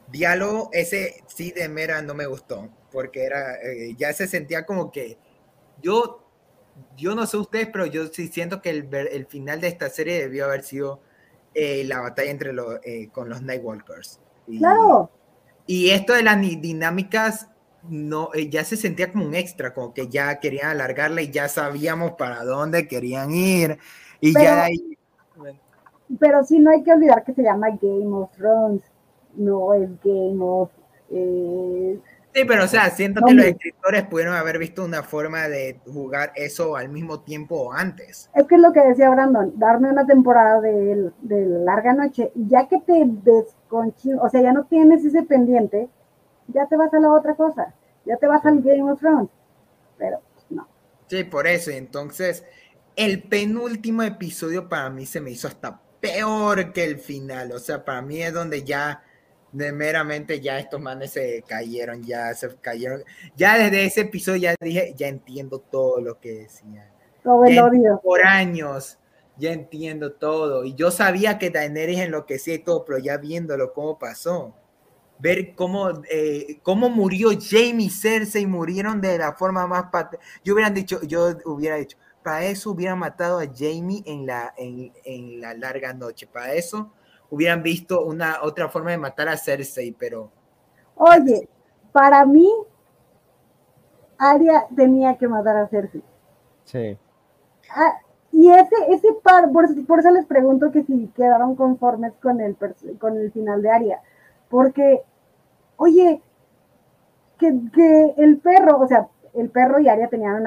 diálogo, ese sí de Mera no me gustó, porque era, ya se sentía como que yo, yo no sé ustedes, pero yo sí siento que el final de esta serie debió haber sido la batalla entre con los Nightwalkers. Claro, Y esto de las dinámicas no, ya se sentía como un extra, como que ya querían alargarla y ya sabíamos para dónde querían ir. Y ya de pero, ahí. pero sí no hay que olvidar que se llama Game of Thrones, no es Game of Sí, pero o sea, siento que los zombies. escritores pudieron haber visto una forma de jugar eso al mismo tiempo o antes. Es que es lo que decía Brandon, darme una temporada de larga noche, y ya que te desconchino, o sea, ya no tienes ese pendiente, ya te vas a la otra cosa, ya te vas Sí. al Game of Thrones, pero pues, no. Sí, por eso. Entonces, el penúltimo episodio para mí se me hizo hasta peor que el final. O sea, para mí es donde ya de meramente ya estos manes se cayeron, ya se cayeron. Ya desde ese episodio ya dije, ya entiendo todo lo que decían. Todo el Ya odio. por años, ya entiendo todo. Y yo sabía que Daenerys enloquecía y todo, pero ya viéndolo cómo pasó, ver cómo murió Jaime y Cersei, murieron de la forma más yo hubiera dicho, para eso hubieran matado a Jaime en la larga noche, para eso hubieran visto una otra forma de matar a Cersei, pero Oye, para mí, Arya tenía que matar a Cersei. Sí. Ah, y ese par, por eso les pregunto que si quedaron conformes con el final de Arya. Porque, oye, que el perro, o sea, el perro y Arya tenían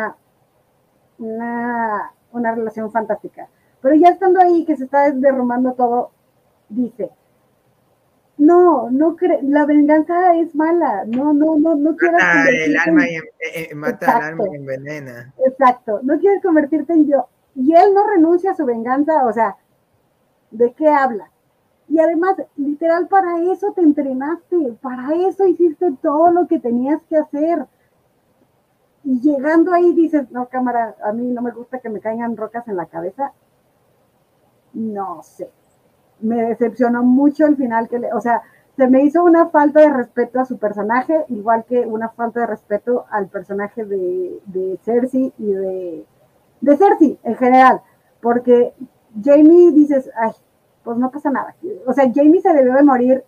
una relación fantástica. Pero ya estando ahí, que se está derrumbando todo, dice, no, no la venganza es mala, no quieras mata el convertirte alma en... mata al alma y Exacto, envenena. exacto, no quieres convertirte en yo. Y él no renuncia a su venganza, o sea, ¿de qué habla? Y además, literal, para eso te entrenaste, para eso hiciste todo lo que tenías que hacer. Y llegando ahí dices, no, cámara, a mí no me gusta que me caigan rocas en la cabeza. No sé. Me decepcionó mucho el final o sea, se me hizo una falta de respeto a su personaje, igual que una falta de respeto al personaje de Cersei y de Cersei en general, porque Jamie dices, ay, pues no pasa nada. O sea, Jamie se debió de morir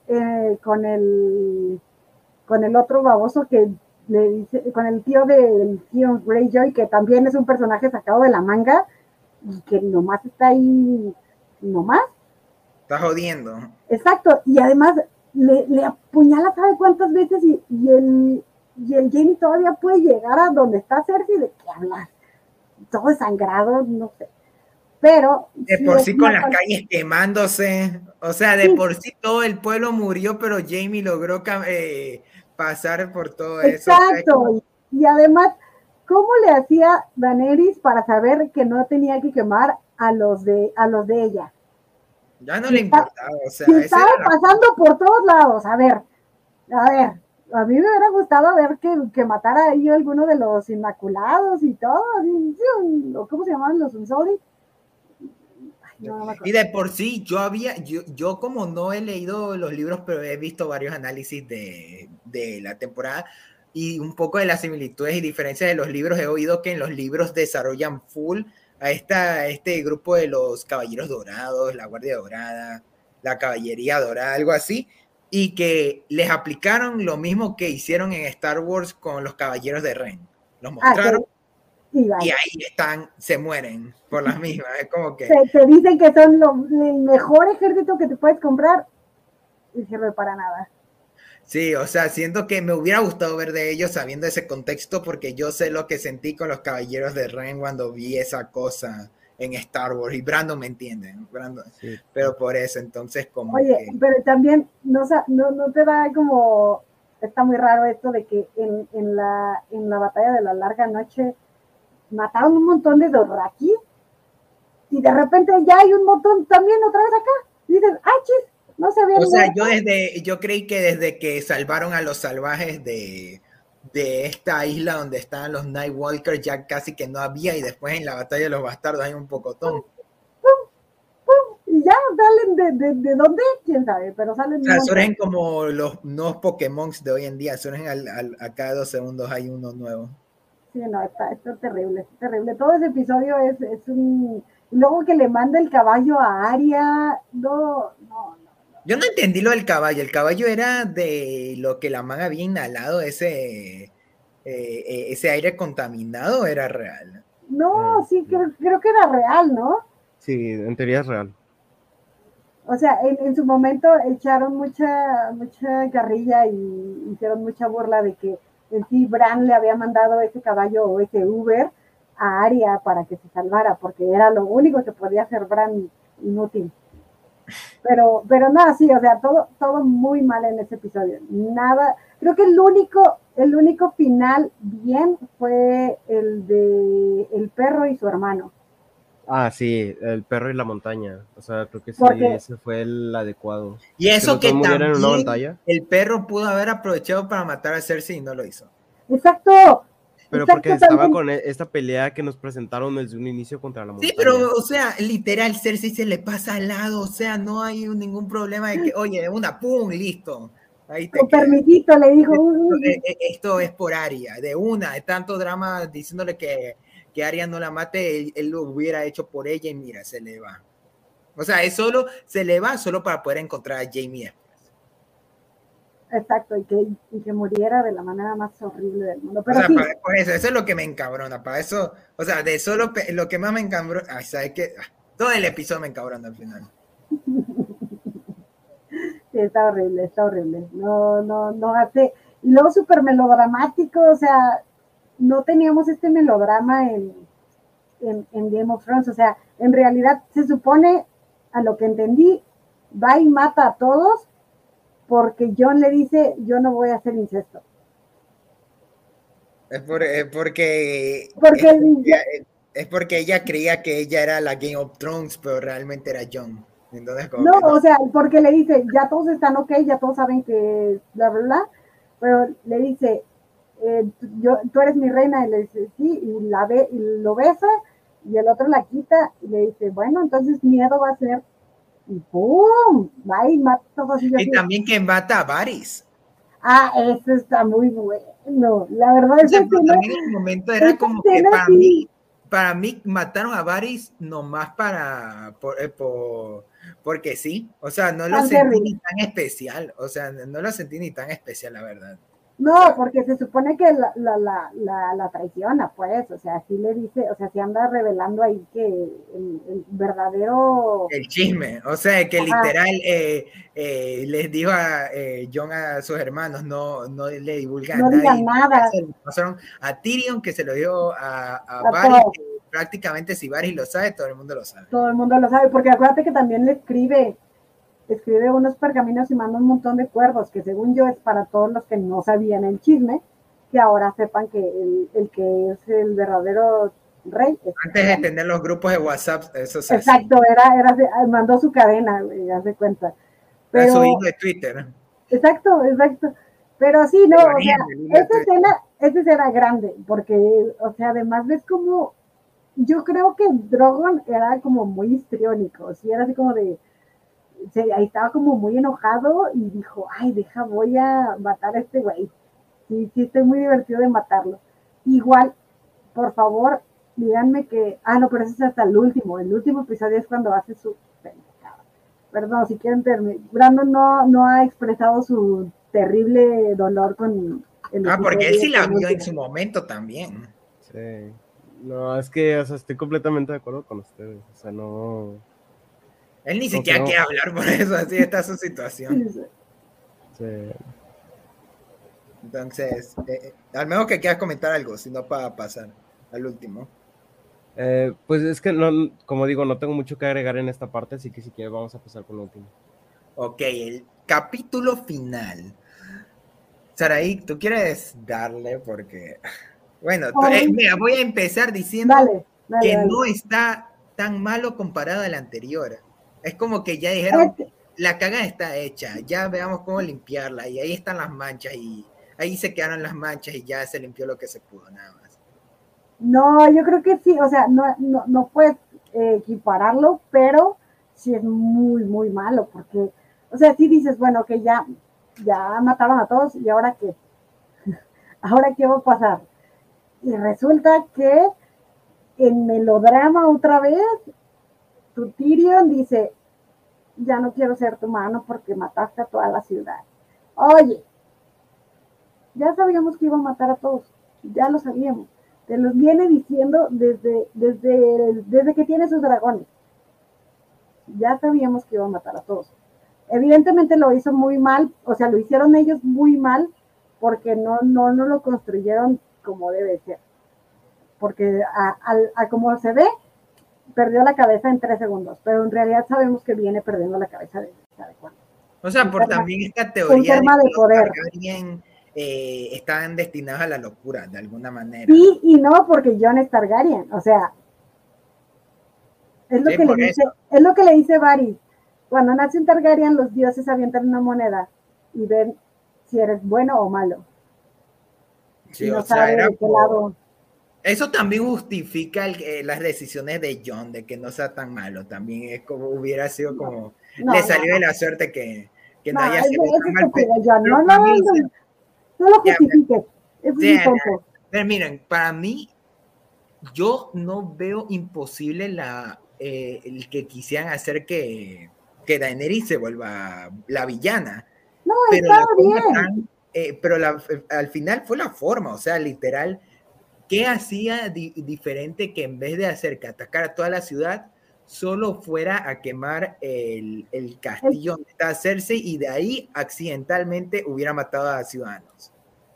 con el otro baboso que le dice, con el tío del tío Greyjoy, que también es un personaje sacado de la manga y que nomás está ahí, nomás. Está jodiendo. Exacto, y además le apuñala sabe cuántas veces y el Jamie todavía puede llegar a donde está Cersei, de qué hablar, todo desangrado, no sé. Pero De sí por es sí con una las calles quemándose, o sea, de sí, por sí todo el pueblo murió, pero Jamie logró pasar por todo eso. O sea, es exacto. como, Y además, ¿cómo le hacía Daenerys para saber que no tenía que quemar a los de ella? ya no Si, le está, importaba, o si sea, esa estaba era la... pasando por todos lados, a ver, a mí me hubiera gustado ver que matara ahí alguno de los Inmaculados y todo, así, ¿cómo se llamaban los Unsullied? No, no me Y acuerdo. de por sí, yo como no he leído los libros, pero he visto varios análisis de la temporada y un poco de las similitudes y diferencias de los libros, he oído que en los libros desarrollan full a este grupo de los Caballeros Dorados, la Guardia Dorada, la Caballería Dorada, algo así, y que les aplicaron lo mismo que hicieron en Star Wars con los Caballeros de Ren. Los Ah, que, mostraron y y vaya. ahí están, se mueren por las mismas. Es como que Te dicen que son el mejor ejército que te puedes comprar y sirve para nada. sí, o sea, siento que me hubiera gustado ver de ellos sabiendo ese contexto porque yo sé lo que sentí con los Caballeros de Ren cuando vi esa cosa en Star Wars y Brandon me entiende, ¿no? Brandon, Sí. pero por eso, entonces como Oye, que... pero también no te da como, está muy raro esto de que en la batalla de la larga noche mataron un montón de Dorrakis y de repente ya hay un montón también otra vez acá. Y dices, ¡ay, chis! No sabía O ni dónde sea, está. yo creí que desde que salvaron a los salvajes de esta isla donde estaban los Nightwalkers ya casi que no había y después en la batalla de los bastardos hay un pocotón. ¡Pum! ¡Pum! Y ya salen de dónde, quién sabe, pero salen. O sea, surgen como los nuevos Pokémon de hoy en día, surgen a cada 2 segundos hay uno nuevo. Sí, no, está terrible, terrible. Todo ese episodio es un... Luego que le manda el caballo a Aria, no. Yo no entendí lo del caballo. El caballo era de lo que la man había inhalado, ese aire contaminado, era real. No, sí, creo que era real, ¿no? Sí, en teoría es real. O sea, en su momento echaron mucha carrilla y hicieron mucha burla de que en sí Bran le había mandado ese caballo o ese Uber a Arya para que se salvara, porque era lo único que podía hacer Bran inútil. Pero nada, sí, o sea, todo muy mal en ese episodio. Nada, creo que el único final bien fue el de el perro y su hermano. Ah, sí, el perro y la montaña. O sea, creo que sí, Porque, ese fue el adecuado. Y eso que también en una pantalla. el perro pudo haber aprovechado para matar a Cersei y no lo hizo. Exacto. Pero porque estaba con esta pelea que nos presentaron desde un inicio contra la montaña. Sí, pero, o sea, literal, Cersei se le pasa al lado, o sea, no hay ningún problema de que, oye, una pum, listo. Ahí te con permisito le dijo. Esto es por Arya, de tanto drama diciéndole que Arya no la mate, él lo hubiera hecho por ella y mira, se le va. O sea, se le va solo para poder encontrar a Jaime. Exacto, y que muriera de la manera más horrible del mundo. Pero o sea, sí. por eso es lo que me encabrona, para eso, o sea, de solo lo que más me encabrona, ay, ¿sabes qué? Todo el episodio me encabrona al final. Sí, está horrible. No hace. Y luego súper melodramático, o sea, no teníamos este melodrama en Game of Thrones, o sea, en realidad se supone, a lo que entendí, va y mata a todos porque Jon le dice, yo no voy a hacer incesto. Es porque ella creía que ella era la Game of Thrones, pero realmente era Jon. Entonces, no, o sea, porque le dice, ya todos están ok, ya todos saben que bla, bla, bla, pero le dice, tú eres mi reina, y le dice, sí, y lo besa, y el otro la quita, y le dice, bueno, entonces miedo va a ser, y ¡pum! Va y mata a todos. Y también que mata a Varys. Ah, eso está muy bueno. La verdad es que también en un momento era como que para mí mataron a Varys nomás porque sí. O sea, no lo sentí ni tan especial. O sea, no lo sentí ni tan especial, la verdad. No, o sea, porque se supone que la traiciona, pues, o sea, sí le dice, o sea, sí anda revelando ahí que el verdadero... El chisme, o sea, que literal les dijo a Jon a sus hermanos, no le divulgan no digan nada. Pasaron a Tyrion, que se lo dio a Varys, que prácticamente si Varys lo sabe, todo el mundo lo sabe. Todo el mundo lo sabe, porque acuérdate que también le escribe unos pergaminos y manda un montón de cuervos, que según yo es para todos los que no sabían el chisme, que ahora sepan que el que es el verdadero rey. Antes de tener los grupos de WhatsApp, eso se exacto, mandó su cadena, ya se cuenta. Pero, su hijo de Twitter. Exacto. Pero sí, no, o sea, esa escena grande, porque, o sea, además ves como, yo creo que Drogon era como muy histriónico, sí, era así como de, ahí estaba como muy enojado y dijo, ay, voy a matar a este güey. Sí, estoy muy divertido de matarlo. Igual, por favor, díganme que, no, pero ese es hasta el último episodio es cuando hace su pendejada. Perdón, si quieren terminar, Brandon no ha expresado su terrible dolor con el porque él sí la vio en su momento también. Sí. No, es que, o sea, estoy completamente de acuerdo con ustedes. O sea, no. Él ni siquiera quiere hablar por eso, así está su situación. Sí. Entonces, al menos que quieras comentar algo, si no para pasar al último. Pues es que, no, como digo, no tengo mucho que agregar en esta parte, así que si quieres vamos a pasar con lo último. Ok, el capítulo final. Saraí, ¿tú quieres darle? Porque, bueno, mira, voy a empezar diciendo que no está tan malo comparado al anterior. Es como que ya dijeron, la caga está hecha, ya veamos cómo limpiarla, y ahí están las manchas, y ahí se quedaron las manchas, y ya se limpió lo que se pudo, nada más. No, yo creo que sí, o sea, no puedes equipararlo, pero sí es muy, muy malo, porque, o sea, sí dices, bueno, que ya mataron a todos, ¿y ahora qué? ¿Ahora qué va a pasar? Y resulta que en melodrama otra vez, tu Tyrion dice, ya no quiero ser tu mano porque mataste a toda la ciudad. Oye, ya sabíamos que iba a matar a todos, ya lo sabíamos. Te los viene diciendo desde que tiene sus dragones. Ya sabíamos que iba a matar a todos. Evidentemente lo hizo muy mal, o sea, lo hicieron ellos muy mal porque no lo construyeron como debe ser. Porque a como se ve, perdió la cabeza en 3 segundos, pero en realidad sabemos que viene perdiendo la cabeza de cuándo. O sea, por también esta teoría de que los Targaryen estaban destinados a la locura, de alguna manera. Sí y no, porque Jon es Targaryen, o sea, es lo, sí, es lo que le dice Varys. Cuando nace un Targaryen, los dioses avientan una moneda y ven si eres bueno o malo. Sí, y no sabe de qué lado. Eso también justifica las decisiones de Jon, de que no sea tan malo. También es como hubiera sido como... le salió de la suerte que no haya sido tan mal. No lo justifique. Es muy tonto. Pero miren, para mí, yo no veo imposible el que quisieran hacer que Daenerys se vuelva la villana. No, pero está bien. Pero al final fue la forma, o sea, literal... ¿Qué hacía diferente que en vez de hacer que atacara toda la ciudad, solo fuera a quemar el castillo donde está Cersei y de ahí accidentalmente hubiera matado a ciudadanos?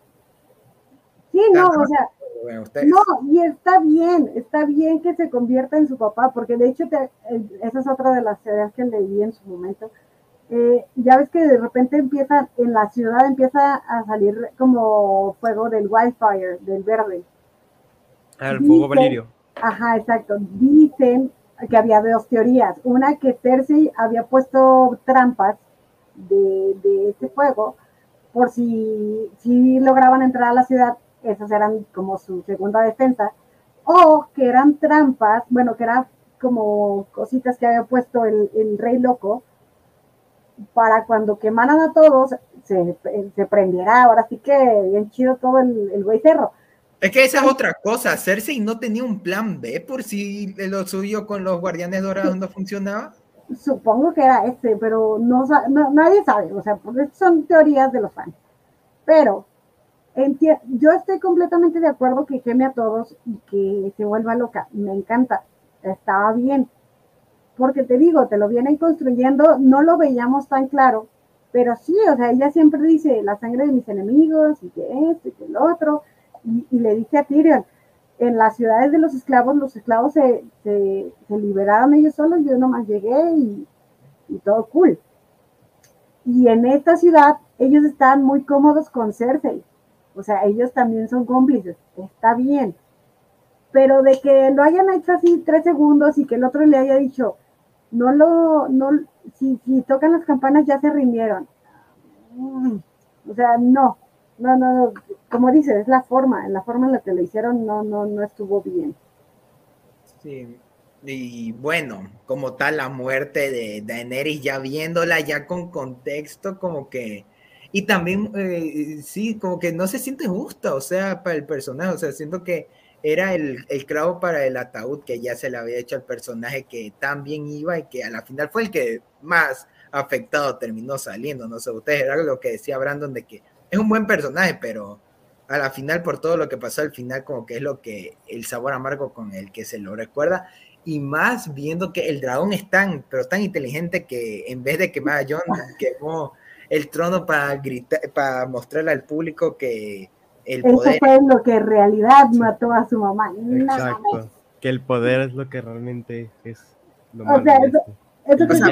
Sí, no, o sea, no, y está bien que se convierta en su papá, porque de hecho esa es otra de las ideas que leí en su momento. Ya ves que de repente en la ciudad empieza a salir como fuego del wildfire, del verde. El fuego valirio. Ajá, exacto. Dicen que había 2 teorías. Una, que Cersei había puesto trampas de este fuego por si lograban entrar a la ciudad, esas eran como su segunda defensa, o que eran trampas, bueno, que eran como cositas que había puesto el rey loco para cuando quemaran a todos se prendiera, ahora sí que bien chido todo el güey cerro. Es que esa es otra cosa. Cersei no tenía un plan B por si lo suyo con los guardianes dorados no funcionaba. Supongo que era pero nadie sabe. O sea, porque son teorías de los fans. Pero yo estoy completamente de acuerdo que queme a todos y que se vuelva loca. Me encanta. Estaba bien. Porque te digo, te lo vienen construyendo. No lo veíamos tan claro. Pero sí, o sea, ella siempre dice la sangre de mis enemigos y que esto y que el otro. Y le dice a Tyrion, en las ciudades de los esclavos se liberaron ellos solos, yo nomás llegué y todo cool. Y en esta ciudad ellos están muy cómodos con Cersei, o sea, ellos también son cómplices, está bien. Pero de que lo hayan hecho así 3 segundos y que el otro le haya dicho, si tocan las campanas ya se rindieron. O sea, no, como dices, es la forma en la que lo hicieron no estuvo bien. Sí, y bueno, como tal la muerte de Daenerys, ya viéndola ya con contexto, como que, y también, sí, como que no se siente justa, o sea, para el personaje, o sea, siento que era el clavo para el ataúd que ya se le había hecho al personaje que tan bien iba y que a la final fue el que más afectado terminó saliendo, no sé, ustedes era lo que decía Brandon de que es un buen personaje, pero a la final por todo lo que pasó al final como que es lo que el sabor amargo con el que se lo recuerda y más viendo que el dragón es tan inteligente que en vez de quemar a Jon quemó el trono para gritar, para mostrarle al público que el poder... Eso fue lo que en realidad mató a su mamá. Exacto, no, que el poder es lo que realmente es lo malo. O sea, eso pues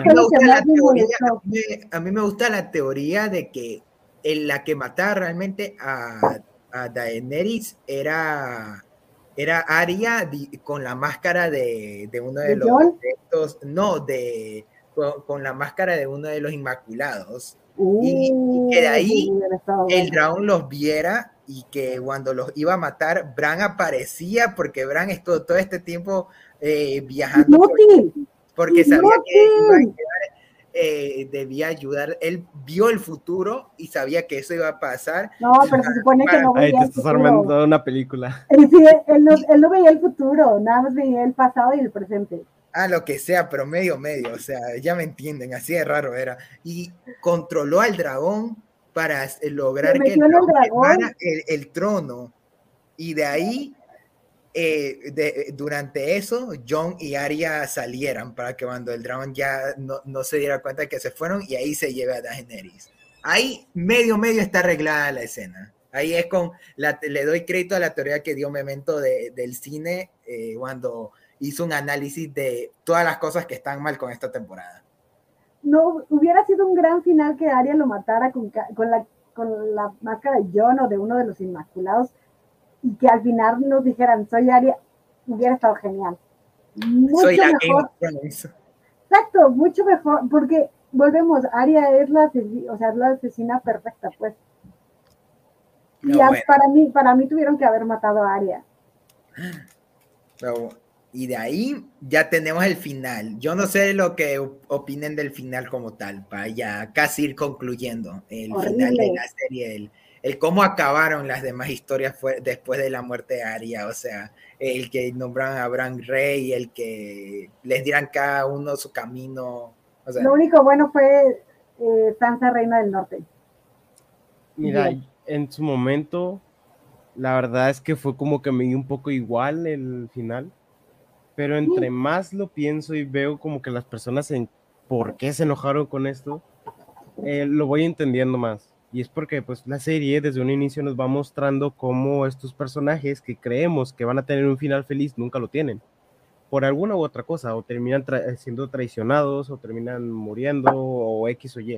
a mí me gusta la teoría de que la que mataba realmente a Daenerys era Arya con la máscara de uno de los estos, no, con la máscara de uno de los Inmaculados. Y que de ahí el dragón los viera y que cuando los iba a matar, Bran aparecía porque Bran estuvo todo este tiempo viajando. porque sabía que iba a ¡Inútil! debía ayudar. Él vio el futuro y sabía que eso iba a pasar. No, pero se supone que no Ahí veía te el estás futuro. armando una película. Sí, él no veía el futuro, nada más veía el pasado y el presente. Lo que sea, pero medio, o sea, ya me entienden, así de raro era. Y controló al dragón para lograr Se que el metió en el dragón dragón. quemara el trono. Y de ahí, durante eso, Jon y Arya salieran para que cuando el dragón ya no se diera cuenta de que se fueron y ahí se lleve a Daenerys. Ahí medio está arreglada la escena. Ahí es le doy crédito a la teoría que dio Memento del cine cuando hizo un análisis de todas las cosas que están mal con esta temporada. No, hubiera sido un gran final que Arya lo matara con la máscara de Jon o de uno de los Inmaculados y que al final nos dijeran, soy Arya, hubiera estado genial. Soy Mucho la mejor. Game of Thrones. Exacto, mucho mejor, porque volvemos, Arya es la asesina perfecta, pues. No, Y bueno. para mí tuvieron que haber matado a Arya. Y de ahí ya tenemos el final. Yo no sé lo que opinen del final como tal, para ya casi ir concluyendo el Horrible. final de la serie, el cómo acabaron las demás historias después de la muerte de Arya, o sea, el que nombraron a Bran Rey, el que les dieran cada uno su camino. O sea, lo único bueno fue Sansa, Reina del Norte. Mira, en su momento, la verdad es que fue como que me dio un poco igual el final, pero entre más lo pienso y veo como que las personas en por qué se enojaron con esto, lo voy entendiendo más. Y es porque pues la serie desde un inicio nos va mostrando cómo estos personajes que creemos que van a tener un final feliz nunca lo tienen. Por alguna u otra cosa, o terminan siendo traicionados, o terminan muriendo, o X o Y.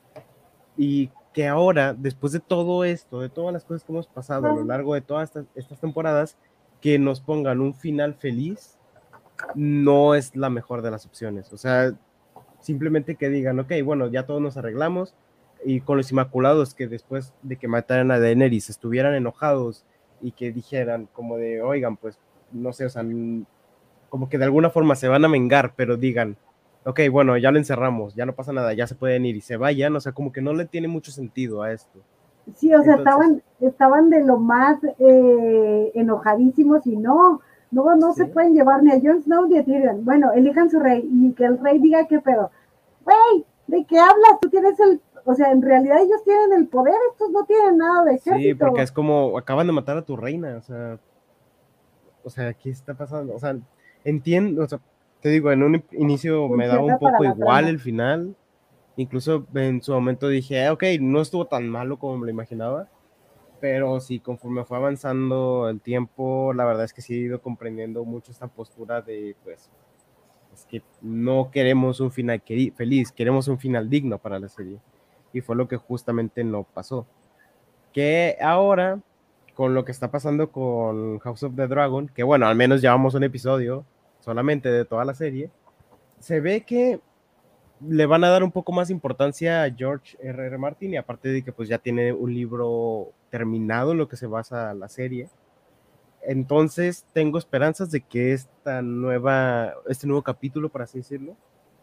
Y que ahora, después de todo esto, de todas las cosas que hemos pasado a lo largo de todas estas temporadas, que nos pongan un final feliz, no es la mejor de las opciones. O sea, simplemente que digan, ok, bueno, ya todos nos arreglamos, y con los Inmaculados que después de que mataran a Daenerys estuvieran enojados y que dijeran como de, oigan, pues, no sé, o sea, como que de alguna forma se van a vengar, pero digan, ok, bueno, ya lo encerramos, ya no pasa nada, ya se pueden ir y se vayan, o sea, como que no le tiene mucho sentido a esto. Sí, o sea, entonces, estaban de lo más enojadísimos y no sí. Se pueden llevar ni a Jon Snow ni a Tyrion. Bueno, elijan su rey y que el rey diga qué pedo. Güey, ¿de qué hablas? Tú tienes o sea, en realidad ellos tienen el poder, estos no tienen nada de ejército. Sí, porque es como, acaban de matar a tu reina, o sea, ¿qué está pasando? O sea, entiendo, o sea, te digo, en un inicio me daba un poco igual el final, incluso en su momento dije, ok, no estuvo tan malo como me lo imaginaba, pero sí, conforme fue avanzando el tiempo, la verdad es que sí he ido comprendiendo mucho esta postura de, pues, es que no queremos un final feliz, queremos un final digno para la serie, y fue lo que justamente no pasó. Que ahora, con lo que está pasando con House of the Dragon, que bueno, al menos llevamos un episodio solamente de toda la serie, se ve que le van a dar un poco más importancia a George R.R. Martin, y aparte de que pues ya tiene un libro terminado en lo que se basa la serie. Entonces tengo esperanzas de que este nuevo capítulo, por así decirlo,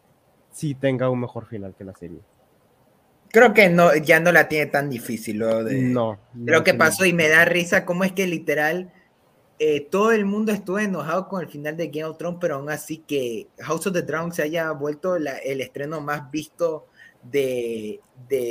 sí tenga un mejor final que la serie. Creo que no, ya no la tiene tan difícil de lo que pasó, y me da risa cómo es que literal todo el mundo estuvo enojado con el final de Game of Thrones, pero aún así que House of the Dragon se haya vuelto el estreno más visto de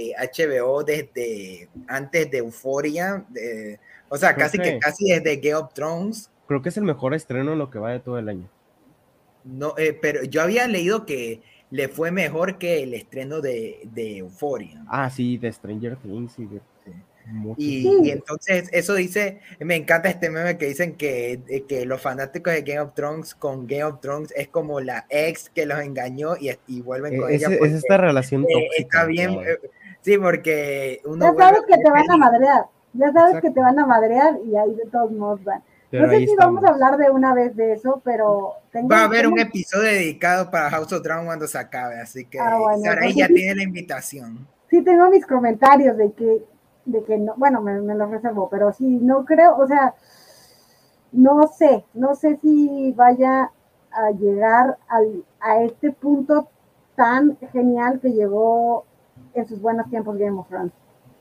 HBO desde antes de Euphoria, o sea, casi desde Game of Thrones. Creo que es el mejor estreno en lo que va de todo el año. No, pero yo había leído que le fue mejor que el estreno de Euphoria. Ah, sí, de Stranger Things y de... Sí. Y entonces eso dice, me encanta este meme que dicen que los fanáticos de Game of Thrones con Game of Thrones es como la ex que los engañó y vuelven con ella. Es esta relación tóxica. Está bien, sí, porque uno ya sabes que te van a madrear, ya sabes Exacto. que te van a madrear y ahí de todos modos van. Pero no sé si vamos a hablar de una vez de eso, pero... Va a haber un episodio dedicado para House of Dragon cuando se acabe, así que bueno, Sarai ya tiene la invitación. Sí, tengo mis comentarios de que no, bueno, me los reservo, pero sí, no creo, o sea, no sé si vaya a llegar a este punto tan genial que llegó en sus buenos tiempos Game of Thrones.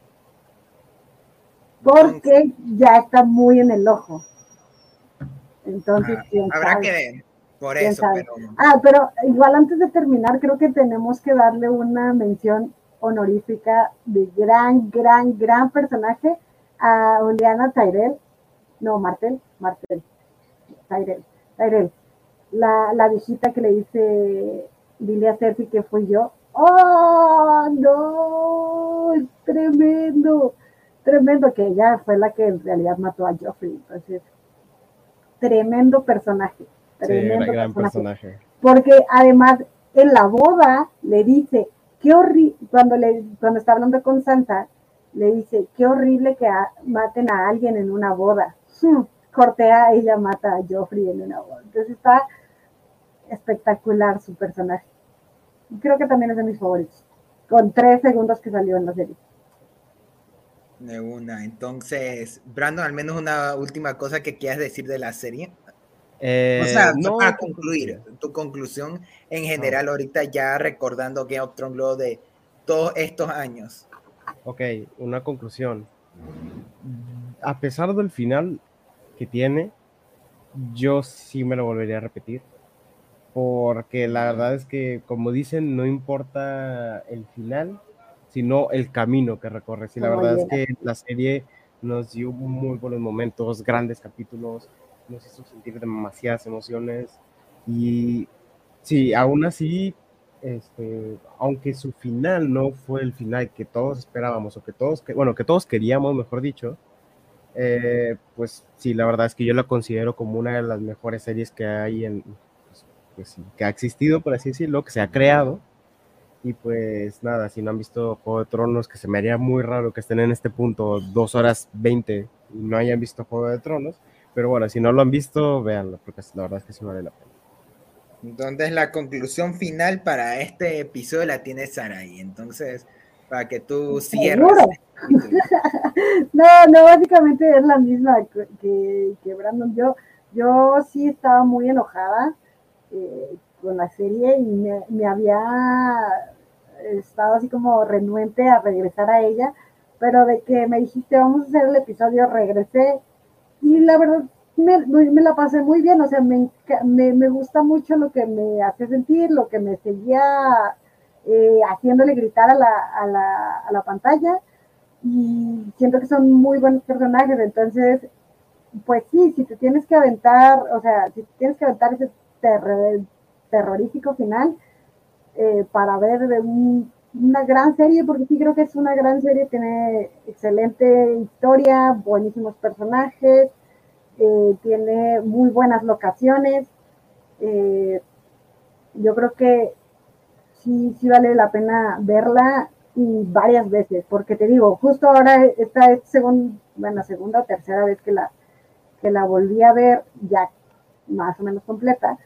Porque ya está muy en el ojo. Entonces, habrá sabe? Que ver, por eso. Pero igual antes de terminar, creo que tenemos que darle una mención honorífica de gran personaje a Olenna Tyrell. No, Martell. Tyrell. La viejita que le dice dile a Cersei que fui yo. ¡Oh, no! Es tremendo que ella fue la que en realidad mató a Joffrey. Entonces, tremendo personaje. Gran personaje. Porque además en la boda le dice, qué horrible, cuando está hablando con Sansa, le dice, qué horrible que maten a alguien en una boda. Cortea, ella mata a Joffrey en una boda. Entonces está espectacular su personaje. Creo que también es de mis favoritos. Con 3 segundos que salió en la serie. De una. Entonces, Brandon, al menos una última cosa que quieras decir de la serie. O sea, no, para concluir, tu conclusión en general, ahorita ya recordando Game of Thrones luego de todos estos años. Ok, una conclusión. A pesar del final que tiene, yo sí me lo volvería a repetir. Porque la verdad es que, como dicen, no importa el final, sino el camino que recorres. Y la verdad es que la serie nos dio muy buenos momentos, grandes capítulos, nos hizo sentir demasiadas emociones. Y sí, aún así, aunque su final no fue el final que todos esperábamos, o que todos queríamos, mejor dicho, pues sí, la verdad es que yo la considero como una de las mejores series que hay pues, que ha existido, por así decirlo, que se ha creado. Y pues nada, si no han visto Juego de Tronos, que se me haría muy raro que estén en este punto 2 horas 20 y no hayan visto Juego de Tronos, pero bueno, si no lo han visto, véanlo, porque la verdad es que sí vale la pena. Entonces la conclusión final para este episodio la tiene Saraí. Entonces, para que tú cierres. No, básicamente es la misma que Brandon. Yo sí estaba muy enojada con la serie y me había estado así como renuente a regresar a ella, pero de que me dijiste vamos a hacer el episodio, regresé y la verdad me la pasé muy bien, o sea, me gusta mucho lo que me hace sentir, lo que me seguía haciéndole gritar a la pantalla, y siento que son muy buenos personajes. Entonces, pues sí, si te tienes que aventar, o sea, si tienes que aventar ese terrorífico final para ver de una gran serie, porque sí creo que es una gran serie, tiene excelente historia, buenísimos personajes, tiene muy buenas locaciones. Yo creo que sí vale la pena verla y varias veces, porque te digo, justo ahora esta es segunda o tercera vez que la volví a ver ya más o menos completa,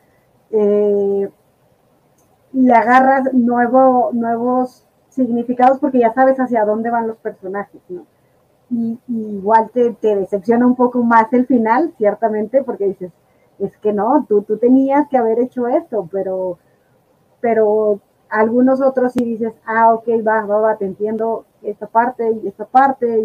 le agarras nuevos significados porque ya sabes hacia dónde van los personajes, ¿no? Y igual te decepciona un poco más el final, ciertamente, porque dices, es que no, tú tenías que haber hecho esto, pero algunos otros sí dices, ok, va, te entiendo esta parte y esta parte,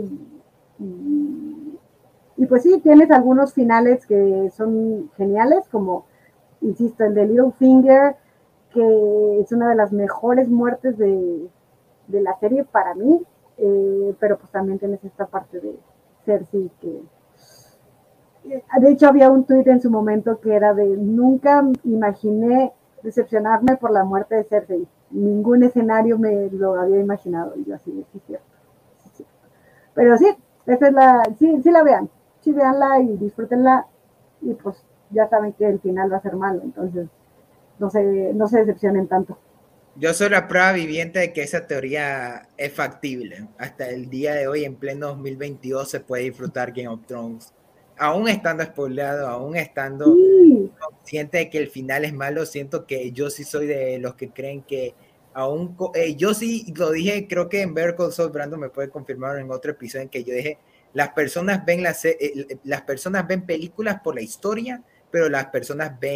y pues sí, tienes algunos finales que son geniales, como, insisto, el de Littlefinger, que es una de las mejores muertes de la serie para mí, pero pues también tienes esta parte de Cersei que... De hecho, había un tuit en su momento que era de, nunca imaginé decepcionarme por la muerte de Cersei. Ningún escenario me lo había imaginado. Y yo así, sí, cierto. Pero sí, esa es sí la vean. Sí, veanla y disfrútenla. Y pues ya saben que el final va a ser malo. Entonces, no se decepcionen tanto. Yo soy la prueba viviente de que esa teoría es factible. Hasta el día de hoy, en pleno 2022, se puede disfrutar Game of Thrones. Aún estando spoileado, aún estando consciente de que el final es malo, siento que yo sí soy de los que creen que aún... yo sí lo dije, creo que en Better Call Saul, Brandon me puede confirmar en otro episodio en que yo dije, las personas ven películas por la historia, pero las personas ven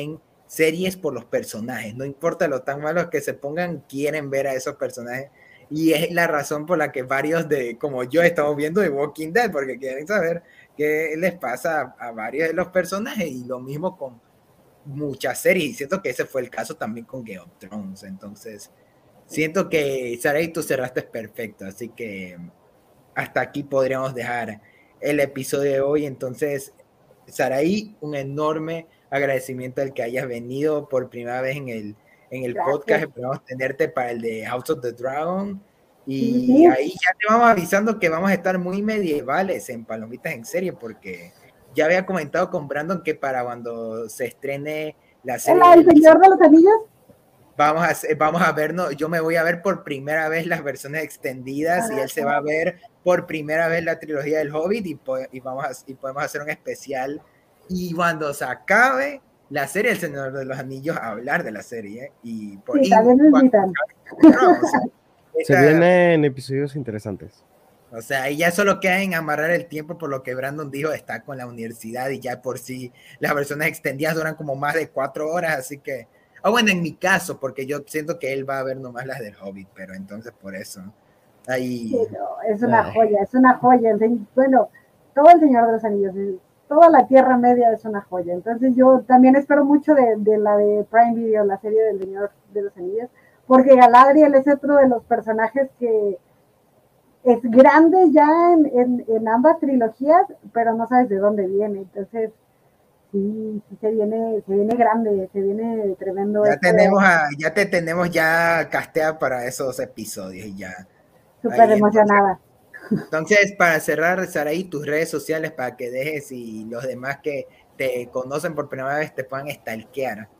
series por los personajes, no importa lo tan malos que se pongan, quieren ver a esos personajes. Y es la razón por la que varios como yo, estamos viendo The Walking Dead, porque quieren saber qué les pasa a varios de los personajes, y lo mismo con muchas series, y siento que ese fue el caso también con Game of Thrones. Entonces, siento que, Sarai, tú cerraste perfecto, así que hasta aquí podríamos dejar el episodio de hoy. Entonces, Sarai, un enorme agradecimiento al que hayas venido por primera vez en el podcast. Esperamos tenerte para el de House of the Dragon. Y ahí ya te vamos avisando que vamos a estar muy medievales en Palomitas en Serie, porque ya había comentado con Brandon que para cuando se estrene la serie ¿El Señor de los Anillos? Vamos a vernos, yo me voy a ver por primera vez las versiones extendidas, y él se va a ver por primera vez la trilogía del Hobbit, y podemos hacer un especial, y cuando se acabe la serie El Señor de los Anillos, a hablar de la serie, también me invitan. Se vienen episodios interesantes. O sea, ahí ya solo queda en amarrar el tiempo, por lo que Brandon dijo, está con la universidad, y ya por sí las versiones extendidas duran como más de 4 horas, así que bueno, en mi caso, porque yo siento que él va a ver nomás las del Hobbit, pero entonces por eso. Ahí... Sí, no, es una joya, es una joya. Bueno, todo El Señor de los Anillos, toda la Tierra Media es una joya. Entonces yo también espero mucho de la de Prime Video, la serie del Señor de los Anillos, porque Galadriel es otro de los personajes que es grande ya en ambas trilogías, pero no sabes de dónde viene. Entonces, sí se viene grande, se viene tremendo. Ya te tenemos ya casteada para esos episodios, y ya. Súper emocionada. Entonces, para cerrar, Sarai, tus redes sociales para que dejes, y los demás que te conocen por primera vez te puedan stalkear.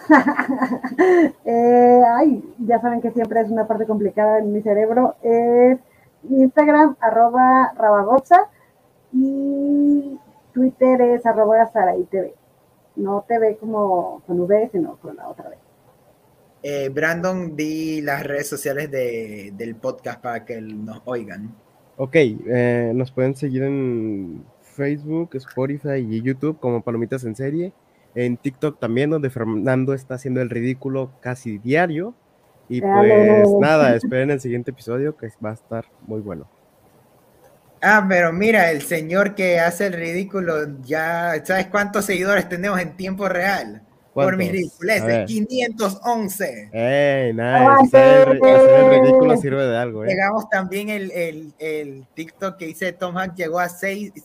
Ya saben que siempre es una parte complicada en mi cerebro. Es Instagram, @rabagotza, y Twitter es @SaraiTV. No TV como con V, sino con la otra vez. Brandon, di las redes sociales del podcast para que nos oigan. Ok, nos pueden seguir en Facebook, Spotify y YouTube como Palomitas en Serie. En TikTok también, donde Fernando está haciendo el ridículo casi diario. Y pues nada, esperen el siguiente episodio, que va a estar muy bueno. Pero mira, el señor que hace el ridículo, ya, ¿sabes cuántos seguidores tenemos en tiempo real? Por mis ridiculeces, 511. Nice. Hacer el ridículo sirve de algo, Llegamos también el TikTok que dice Tom Hanks, llegó a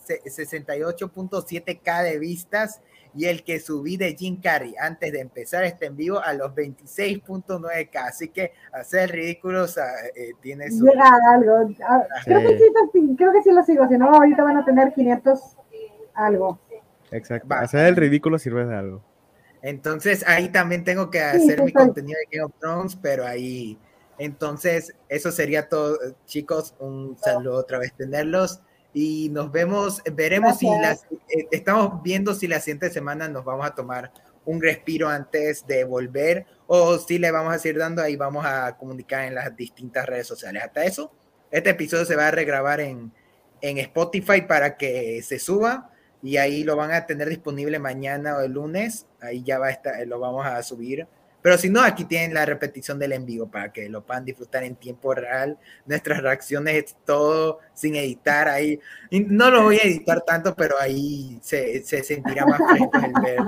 68.7K de vistas, y el que subí de Jim Carrey antes de empezar este en vivo a los 26.9K. Así que hacer el ridículo tiene su... Llega a algo. Creo que sí lo sigo, si no ahorita van a tener 500 algo. Exacto, hacer el ridículo sirve de algo. Entonces ahí también tengo que hacer mi contenido de Game of Thrones, pero ahí... Entonces eso sería todo, chicos. Un saludo otra vez tenerlos, y nos vemos, veremos. Gracias. Estamos viendo si la siguiente semana nos vamos a tomar un respiro antes de volver, o si le vamos a seguir dando. Ahí vamos a comunicar en las distintas redes sociales. Hasta eso, este episodio se va a regrabar en Spotify para que se suba, y ahí lo van a tener disponible mañana o el lunes. Ahí ya va a estar, lo vamos a subir. Pero si no, aquí tienen la repetición del en vivo para que lo puedan disfrutar en tiempo real. Nuestras reacciones, todo sin editar ahí. Y no lo voy a editar tanto, pero ahí se sentirá más fresco el ver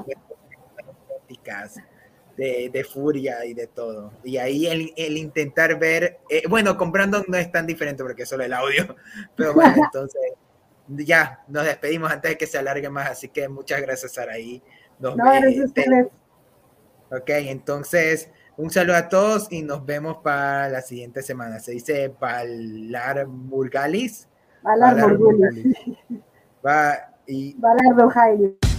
de furia y de todo. Y ahí el intentar ver, bueno, con Brandon no es tan diferente porque es solo el audio. Pero bueno, entonces ya nos despedimos antes de que se alargue más. Así que muchas gracias, Saraí. Ok, entonces un saludo a todos y nos vemos para la siguiente semana. Se dice Valar Morghulis. Valar Morghulis. Valar Morghulis.